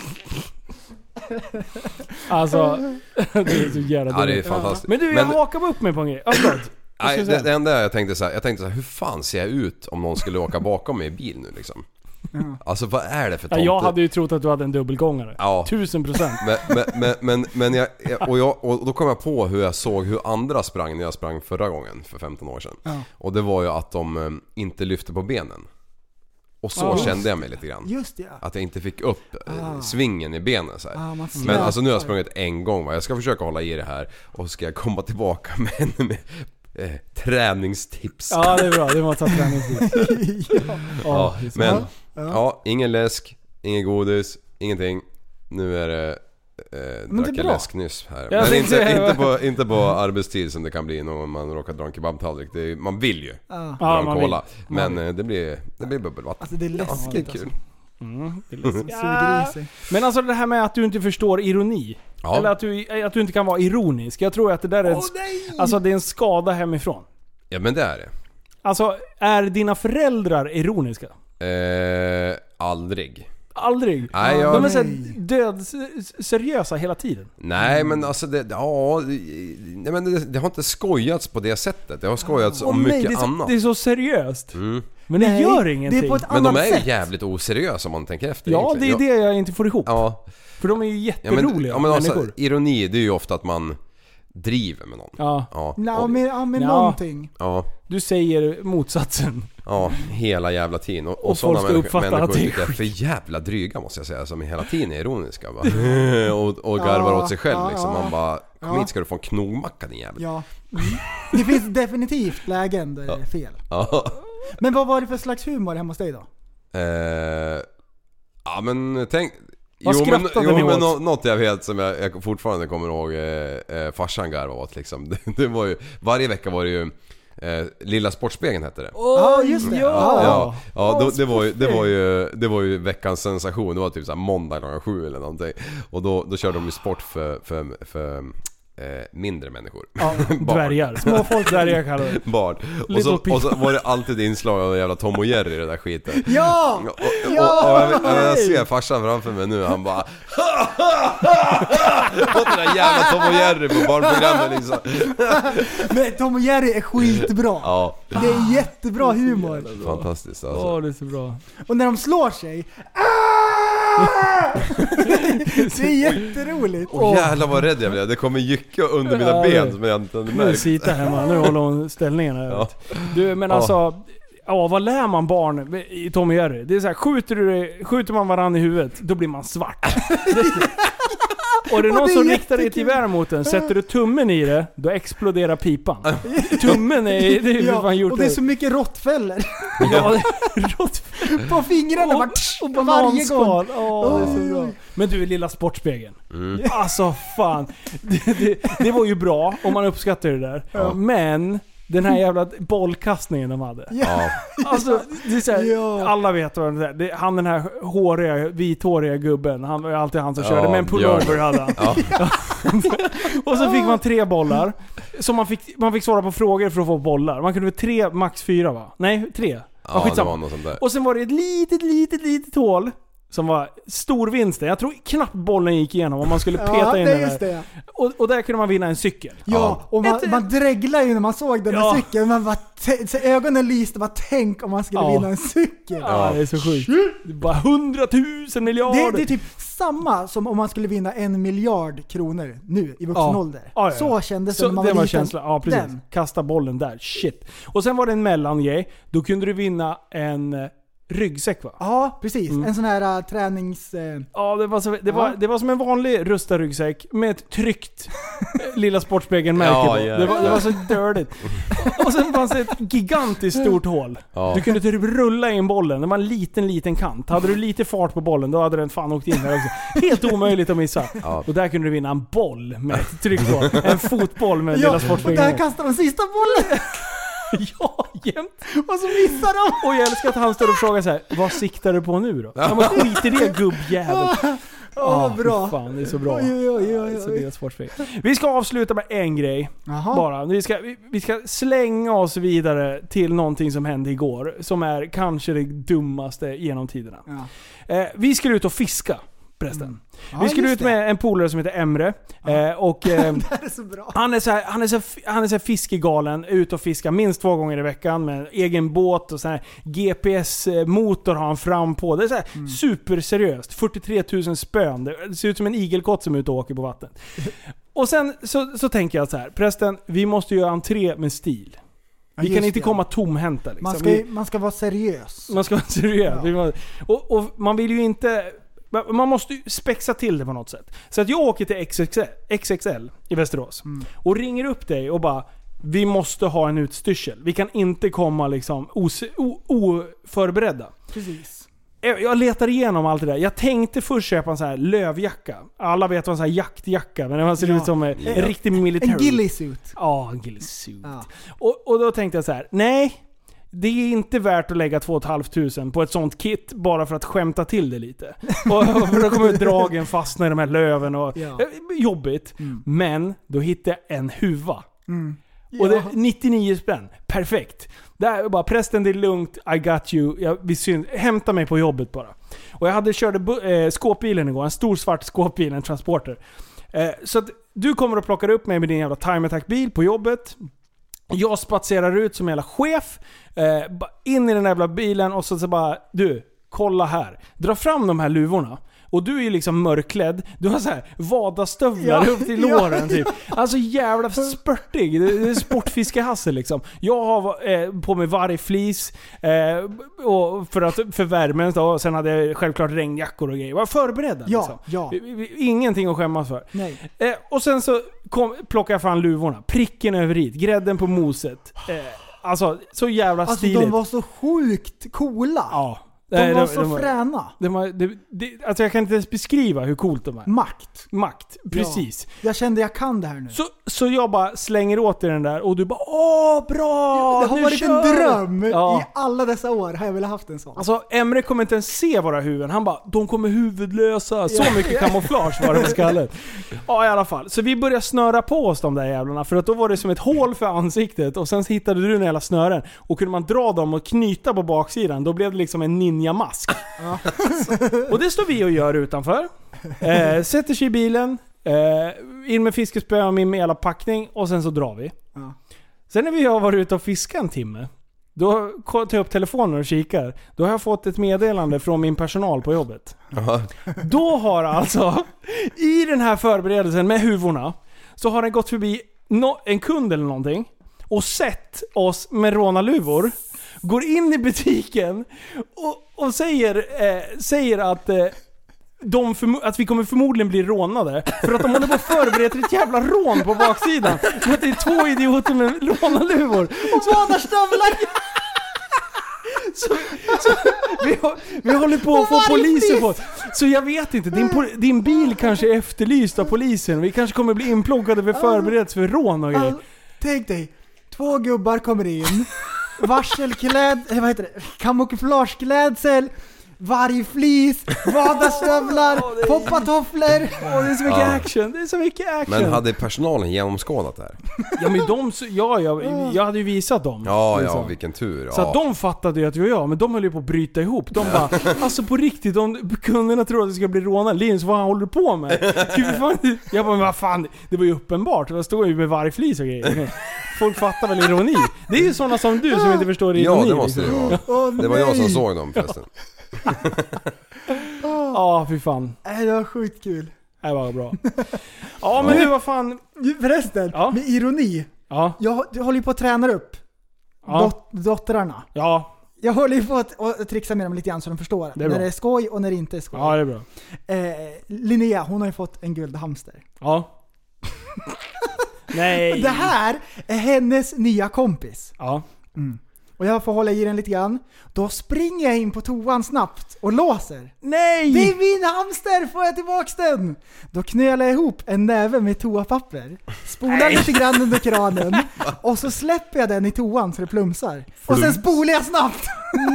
E: Alltså, det är så jävla
F: Ja, det är
E: dåligt.
F: fantastiskt.
E: Men du, jag hakar upp mig på en grej. Ja, förlåt. Vad ska
F: Nej,
E: jag
F: det,
E: säga?
F: det enda jag tänkte så här, jag tänkte så här, hur fan ser jag ut om någon skulle åka bakom mig i bil nu liksom? Alltså vad är det för
E: Ja,
F: tomte?
E: jag hade ju trott att du hade en dubbelgångare.
F: Ja.
E: Tusen procent.
F: Men, men, men, men, men jag, jag, och, jag, och då kom jag på hur jag såg hur andra sprang när jag sprang förra gången för femton år sedan.
G: Ja.
F: Och det var ju att de eh, inte lyfte på benen. Och så
E: Ja.
F: kände jag mig lite grann.
G: Just det, ja.
F: Att jag inte fick upp eh,
G: Ah.
F: svingen i benen så här.
G: Ah, man
F: Men
G: släpar.
F: alltså nu har jag sprungit en gång va? Jag ska försöka hålla i det här. Och ska jag komma tillbaka med ännu mer eh, träningstips.
E: Ja, det är bra. Det måste ha träningstid.
G: ja.
F: Ja,
E: det är så.
F: men
G: Ja.
F: ja, ingen läsk, ingen godis, ingenting. Nu är det eh,
G: Men det är
F: drack jag
G: bra.
F: läsk nyss här.
E: Jag
F: Men
E: tänkte
F: inte,
E: säga-
F: inte, på, inte på arbetstid som det kan bli när man råkar dra en kebabtallrik. Det är, man vill ju
G: Ja.
F: dra
E: Ja,
F: en
E: man
F: cola.
E: vill. Man
F: Men eh, det blir, det blir bubbelvatten.
G: Alltså det är
F: Ja, det är
G: läskigt
F: kul.
G: alltså.
E: Mm, det är läskigt.
G: Suger i sig.
E: Men alltså det här med att du inte förstår ironi.
F: Ja.
E: Eller att du, att du inte kan vara ironisk. Jag tror att det där är en,
G: Åh, nej!
E: alltså, det är en skada hemifrån.
F: Ja men det är det.
E: Alltså, är dina föräldrar ironiska?
F: Eh, aldrig.
E: Aldrig.
F: Nej, jag-
E: De är så här
G: Nej.
E: död seriösa hela tiden.
F: Nej men alltså det, ja, nej, men det, det har inte skojats på det sättet. Det har skojats
E: Åh,
F: om
E: nej,
F: mycket
E: det är så,
F: annat.
E: Det är så seriöst.
F: Mm.
E: Men det
G: Nej,
E: gör ingenting.
G: det är på ett
F: Men de
G: annat
F: är ju
G: sätt.
F: jävligt oseriösa om man tänker efter
E: Ja, det är
F: egentligen.
E: det jag inte får ihop.
F: Ja,
E: För de är ju
F: ja,
E: jätteroliga
F: men, ja, men alltså,
E: människor.
F: ironi det är ju ofta att man driver med någon.
E: Ja.
F: Ja,
G: Ja, men, ja, men
E: Ja.
G: någonting.
F: ja,
E: Du säger motsatsen.
F: ja, hela jävla tiden. Och, och,
E: Och
F: sådana
E: folk ska
F: människor,
E: uppfatta
F: människor
E: att det är
F: tycker jag är för jävla dryga måste jag säga. Som hela tiden är ironiska bara. och, och garvar
G: Ja,
F: åt sig själv
G: ja,
F: liksom. Man
G: ja.
F: bara, kom
G: Ja.
F: hit ska du få en knogmacka din jävel.
G: Ja. Mm. Det finns definitivt lägen där det är fel.
F: Ja.
G: Men vad var det för slags humor hemma hos dig då?
F: Eh, ja men tänk...
E: Vad
F: Jo men,
E: skrattade
F: jo,
E: ni
F: men
E: åt?
F: nå- något jag vet som jag, jag fortfarande kommer ihåg eh, eh, farsan garvade åt liksom. Det, det var ju, varje vecka var det ju eh, Lilla Sportspegeln hette det.
G: Ja, just det.
E: Ja.
F: Ja, ja då, det, var ju, det, var ju, det var ju veckans sensation. Det var typ så här måndag klockan sju eller någonting. Och då, då körde de ju sport för, för, för eh, mindre människor.
E: Ja, dvärgar. Små folk dvärgar kallar det.
F: Barn. Och
E: Little
F: så,
E: people.
F: och så var det alltid inslag av jävla Tom och Jerry i det där skiten.
G: Ja!
F: Och, och, och, och jag, jag, jag ser farsan framför mig nu, han bara och det där jävla Tom och Jerry på barnprogrammet liksom.
G: Men Tom och Jerry är skitbra.
F: Ja,
G: Det är jättebra humor.
F: fantastiskt alltså.
E: Åh, det är så bra.
G: Och när de slår sig, ah! Det är jätteroligt.
F: Åh jävlar vad rädd jag blev. Det kommer jycka under mina
E: Ja,
F: ben
E: det-
F: som jag inte hade
E: Nu
F: märkt.
E: sitter hemma, nu håller hon ställningen här.
F: Ja.
E: Du, men
F: Ja.
E: alltså... Ja, vad lär man barn i Tom och Jerry? Det är så här, skjuter, du, skjuter man varann i huvudet, då blir man svart. Och det är
G: Och
E: någon
G: det är
E: som riktar ett
G: jättekul.
E: gevär mot den, sätter du tummen i det, då exploderar pipan. Tummen är, det är ja, fan gjort
G: och det är så mycket råttfällor
E: Ja, rått.
G: på fingrarna.
E: Och,
G: bara,
E: och
G: varje gång.
E: bananskal. Åh, det är så
G: Oj,
E: bra.
G: oj.
E: Men du, Lilla Sportspegeln.
F: Mm.
E: Alltså fan. Det, det, det var ju bra om man uppskattar det där.
F: Ja.
E: Men den här jävla bollkastningen de hade.
F: Ja.
E: Alltså, det är så här,
G: Ja.
E: alla vet vad det är. Det, han den här håriga, vithåriga gubben, han var ju alltid han som körde.
F: Ja,
E: Men en pullover
F: Björn.
E: hade han.
F: Ja.
E: Och så fick man tre bollar. Så man fick, man fick svara på frågor för att få bollar. Man kunde väl tre, max fyra va? Nej, tre.
F: Ja,
E: Ja,
F: det
E: skitsamma.
F: var något sånt där.
E: Och sen var det ett litet, litet, litet hål som var storvinsten. Jag tror knappt bollen gick igenom om man skulle peta
G: Ja,
E: in
G: det är
E: den
G: just
E: där.
G: det.
E: Och, och där kunde man vinna en cykel.
G: Ja, och man,
E: Ett-
G: man dreglar ju när man såg den
E: Ja.
G: här cykeln. Man bara, t- så ögonen lyste, bara tänk om man skulle
E: Ja.
G: vinna en cykel.
E: Ja, det är så sjukt. Det är bara hundratusen
G: Det,
E: miljarder.
G: det är typ samma som om man skulle vinna en miljard kronor nu i vuxen
E: Ja.
G: ålder.
E: Ja, ja.
G: Så kändes det
E: Så
G: när man
E: det
G: var
E: var
G: liten.
E: känslan. Ja, precis.
G: Den.
E: Kasta bollen där. Shit. Och sen var det en mellangrej. Då kunde du vinna en eh, ryggsäck va?
G: Ja, precis.
E: Mm.
G: En sån här uh, tränings... Uh,
E: Ja, det var, så, det,
G: Ja.
E: var, det var som en vanlig rustad ryggsäck med ett tryckt eh, Lilla Sportspegeln-märke
F: Ja,
E: på.
F: jävlar.
E: Det var, det var så dirtigt. Och sen fanns det ett gigantiskt stort hål.
F: Ja.
E: Du kunde typ rulla in bollen. Det var en liten, liten kant. Hade du lite fart på bollen, då hade den fan åkt in där också. Helt omöjligt att missa.
F: Ja.
E: Och där kunde du vinna en boll med ett tryckt hål. En fotboll med
G: ja,
E: Lilla
G: och
E: Sportspegeln.
G: där kastar de sista bollen
E: Ja, jämt.
G: och så missar de.
E: Och jag älskar att han står och frågar så här: vad siktar du på nu då? Ja, men skit i det gubbjävel.
G: Ja,
E: Ah,
G: vad bra.
E: fy fan, det är så bra.
G: Oj, oj, oj, oj,
E: Så
G: oj.
E: det är Sportspegeln. Vi ska avsluta med en grej.
G: Jaha.
E: Bara. Vi ska, vi, vi ska slänga oss vidare till någonting som hände igår. Som är kanske det dummaste genom tiderna.
G: Ja.
E: Eh, vi skulle ut och fiska. Förresten.
G: Ja,
E: vi skulle
G: just
E: ut med en polare som heter Emre. Eh, och, eh,
G: Det här är så bra.
E: han är så här, han är så, han är så här fiskegalen, ut och fiskar minst två gånger i veckan med egen båt och så här G P S-motor har han fram på. Det är så här
G: Mm.
E: superseriöst. fyrtiotre tusen spön. Det ser ut som en igelkott som är ute och åker på vatten. Och sen så, så tänker jag så här, prästen, vi måste göra entré med stil.
G: Ja,
E: Vi kan
G: just
E: inte
G: det.
E: komma tomhänta liksom.
G: Man ska,
E: Vi-
G: man ska vara seriös.
E: man ska vara seriös.
G: Ja.
E: Vi må- Och, och man vill ju inte... Man måste ju spexa till det på något sätt. Så att jag åker till X X L, X X L i Västerås
G: Mm.
E: och ringer upp dig och bara: vi måste ha en utstyrsel. Vi kan inte komma liksom os- o- oförberedda.
G: Precis.
E: Jag jag letar igenom allt det där. Jag tänkte först köpa en sån här lövjacka. Alla vet vad en sån här jaktjacka, men den ser
G: Ja.
E: ut som en,
F: Ja.
E: en riktig militär.
G: En ghillie-suit.
E: Ja, en ghillie-suit.
G: Ja.
E: Och, och då tänkte jag så här: nej, det är inte värt att lägga två tusen femhundra på ett sånt kit bara för att skämta till det lite. Och, och för då kommer dragen fastna i de här löven och
G: Ja.
E: eh, jobbigt.
G: Mm.
E: Men då hittade jag en huva.
G: Mm.
E: Och det,
G: Ja.
E: nittionio spänn. Perfekt. Där bara, prästen, det är lugnt. I got you. Jag, vi syn, hämta mig på jobbet bara. Och jag hade körde bu- eh, skåpbilen igår. En stor svart skåpbil, en transporter. Eh, så att du kommer och plockar upp mig med din jävla time attack-bil på jobbet. Jag spatserar ut som en jävla chef. Eh, ba- in i den där jävla bilen och så, så bara: du, kolla här. Dra fram de här luvorna. Och du är ju liksom mörkklädd. Du har så här vadastövlar
G: Ja,
E: upp till
G: ja,
E: låren typ. Alltså jävla spörtig. Det är sportfiskehassel liksom. Jag har eh, på mig vargflis eh, och för, att, för värmen då. Och sen hade jag självklart regnjackor och grejer. Jag var förberedd
G: Ja,
E: liksom.
G: ja.
E: Ingenting att skämmas för.
G: Nej.
E: Eh, och sen så kom, plockade jag fram luvorna. Pricken över i, grädden på moset. Eh, alltså så jävla
G: Alltså
E: stiligt.
G: de var så sjukt coola.
E: Ja.
G: De
E: Nej,
G: var så fräna.
E: De var, det, det, alltså jag kan inte ens beskriva hur coolt de är.
G: Makt.
E: Makt, precis.
G: Ja. Jag kände jag kan det här nu.
E: Så, så jag bara slänger åt dig den där och du bara åh bra!
G: Det har
E: nu
G: varit
E: kör
G: en
E: vi."
G: dröm.
E: Ja.
G: I alla dessa år har jag velat haft en sån.
E: Alltså Emre kommer inte ens se våra huvuden. Han bara, de kommer huvudlösa. Så mycket kamouflage var det på skallet. Ja i alla fall. Så vi började snöra på oss de där jävlarna. För att då var det som ett hål för ansiktet. Och sen hittade du den jävla snören. Och kunde man dra dem och knyta på baksidan, då blev det liksom en ninja-mask. Ja. Och det står vi och gör utanför. Eh, sätter sig i bilen. Eh, in med fiskespö och in med hela packning. Och sen så drar vi.
G: Ja.
E: Sen när vi har varit ute och fiskat en timme, då tar jag upp telefonen och kikar. Då har jag fått ett meddelande från min personal på jobbet.
F: Jaha.
E: Då har alltså, i den här förberedelsen med huvorna, så har den gått förbi no- en kund eller någonting och sett oss med rånarluvor. Går in i butiken och, och säger, eh, säger att... Eh, De förmo- att vi kommer förmodligen bli rånade. För att de håller på att förbereda ett jävla rån på baksidan. För att det är två idioter med rånarluvor.
G: Och vadarstövlar!
E: Så, så, vi, har, vi håller på att få poliser på. Så jag vet inte, din, pol- din bil kanske är efterlyst av polisen. Vi kanske kommer bli inplockade för förbereds för rån och grejer.
G: All, tänk dig, två gubbar kommer in. Varselklädd, eller vad heter det? Kamouflageklädsel. Vargflis, vadarstövlar, poppatofflor.
E: Åh, det är så mycket
F: Ja.
E: action. Det är så mycket action.
F: Men hade personalen genomskådat det här?
E: Ja men de, ja, jag, jag hade ju visat dem.
F: Ja,
E: liksom.
F: ja, vilken tur.
E: Så
F: Ja.
E: att de fattade ju att vi var jag, men de höll ju på att bryta ihop. De bara, alltså på riktigt, de, kunderna tror att det ska bli rånad. Linus, vad håller du på med? Jag bara, men vad fan, det var ju uppenbart. Det stod ju med vargflis och grejer. Folk fattar väl ironi. Det är ju sådana som du som inte förstår ironi.
F: Ja, det måste det vara.
G: Åh,
F: Det var jag som såg dem förresten.
E: Ja, fy fan.
G: Nej, det var sjukt kul.
E: Det var bra. Ja, men hur, vad fan.
G: Förresten,
E: Ja.
G: med ironi.
E: Ja,
G: Jag, jag håller ju på att träna upp
E: ja,
G: dot, dottrarna.
E: ja,
G: Jag håller ju på att och trixa med dem lite grann så de förstår.
E: Det är
G: när
E: bra.
G: det är skoj och när det inte är skoj.
E: ja, det är bra.
G: Eh, Linnea, hon har ju fått en guldhamster.
E: Ja. Nej.
G: Det här är hennes nya kompis.
E: Ja.
G: Och jag får hålla i den lite grann. Då springer jag in på toan snabbt och låser.
E: Nej!
G: Det är min hamster! Får jag tillbaks den? Då knölar jag ihop en näve med toapapper. Spolar lite grann under kranen. Och så släpper jag den i toan så det plumsar. Och sen spolar jag snabbt.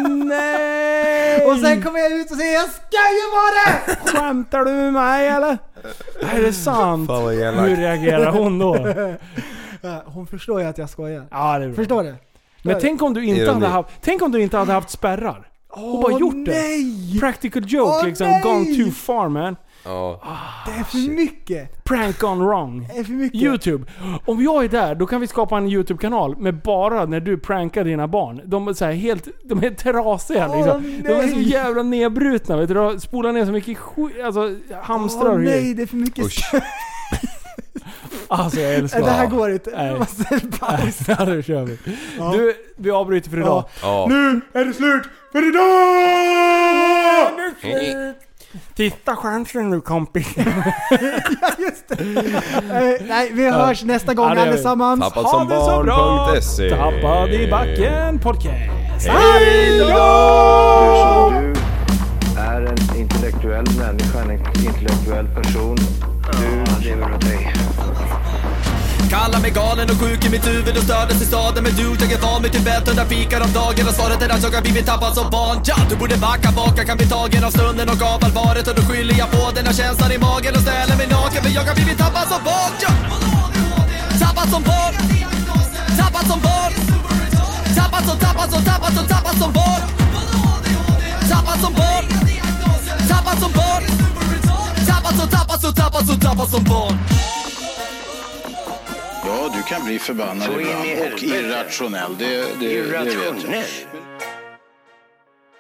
E: Nej!
G: Och sen kommer jag ut och säger jag skojar bara!
E: Skämtar du med mig eller? Är det sant?
F: Fan vad elakt.
E: Hur reagerar hon då?
G: Ja, hon förstår ju att jag skojar.
E: Ja, det är bra.
G: Förstår du?
E: Men tänk om du inte
F: Ironi.
E: hade haft, tänk om du inte hade haft spärrar. Och bara gjort det.
G: Nej!
E: Practical joke
G: Åh,
E: liksom.
G: nej!
E: Gone too far man.
F: Ja.
G: Det är för mycket.
E: Prank gone wrong.
G: Det är för mycket.
E: YouTube. Om jag är där, då kan vi skapa en YouTube-kanal med bara när du prankar dina barn. De är så här helt, de är trasiga
G: Åh,
E: liksom. De är så
G: nej.
E: jävla nedbrutna, vet du. De spolar ner så mycket skit, alltså hamstrar
G: Åh
E: och grejer.
G: nej, det är för mycket.
F: Usch.
E: Alltså jag älskar
G: Det här går inte.
E: Nej.
G: Jag måste paus.
E: Ja, det kör vi. Du, vi avbryter för idag.
F: Ja.
E: Nu är det slut för idag! Titta chansen nu kompis.
G: Ja, just det. Eh, Nej, vi hörs nästa gång
E: Ja, det gör vi.
G: allesammans.
F: Tappat
E: Ha
F: som
E: det så bra!
F: barn punkt se.
E: Tappad i backen podcast.
F: Hej då!
A: Du är en intellektuell människa, en intellektuell person. Du lever åt dig.
B: Kallar mig galen och sjuk i mitt huvud och stördes i staden. Men du, jag är van vid Tibet under fikar om dagen. Och svaret är att jag har blivit tappad som barn. Ja, du borde backa bak, jag kan bli tagen av stunden och av allvaret. Och då skyller jag på den här känslan i magen och ställer mig naken. För jag har blivit tappad som barn. Ja. Tappad som barn. Tappad som barn. Tappad som, tappad som, tappad som, tappad som barn. Tappad som barn. Tappad som barn. Tappad som, tappad som, tappad som, tappad som barn.
C: Ja, du kan bli förbannad
A: Så in i
C: ibland och
A: helvete.
C: irrationell. Det, det, det vet jag.
A: Irrationell.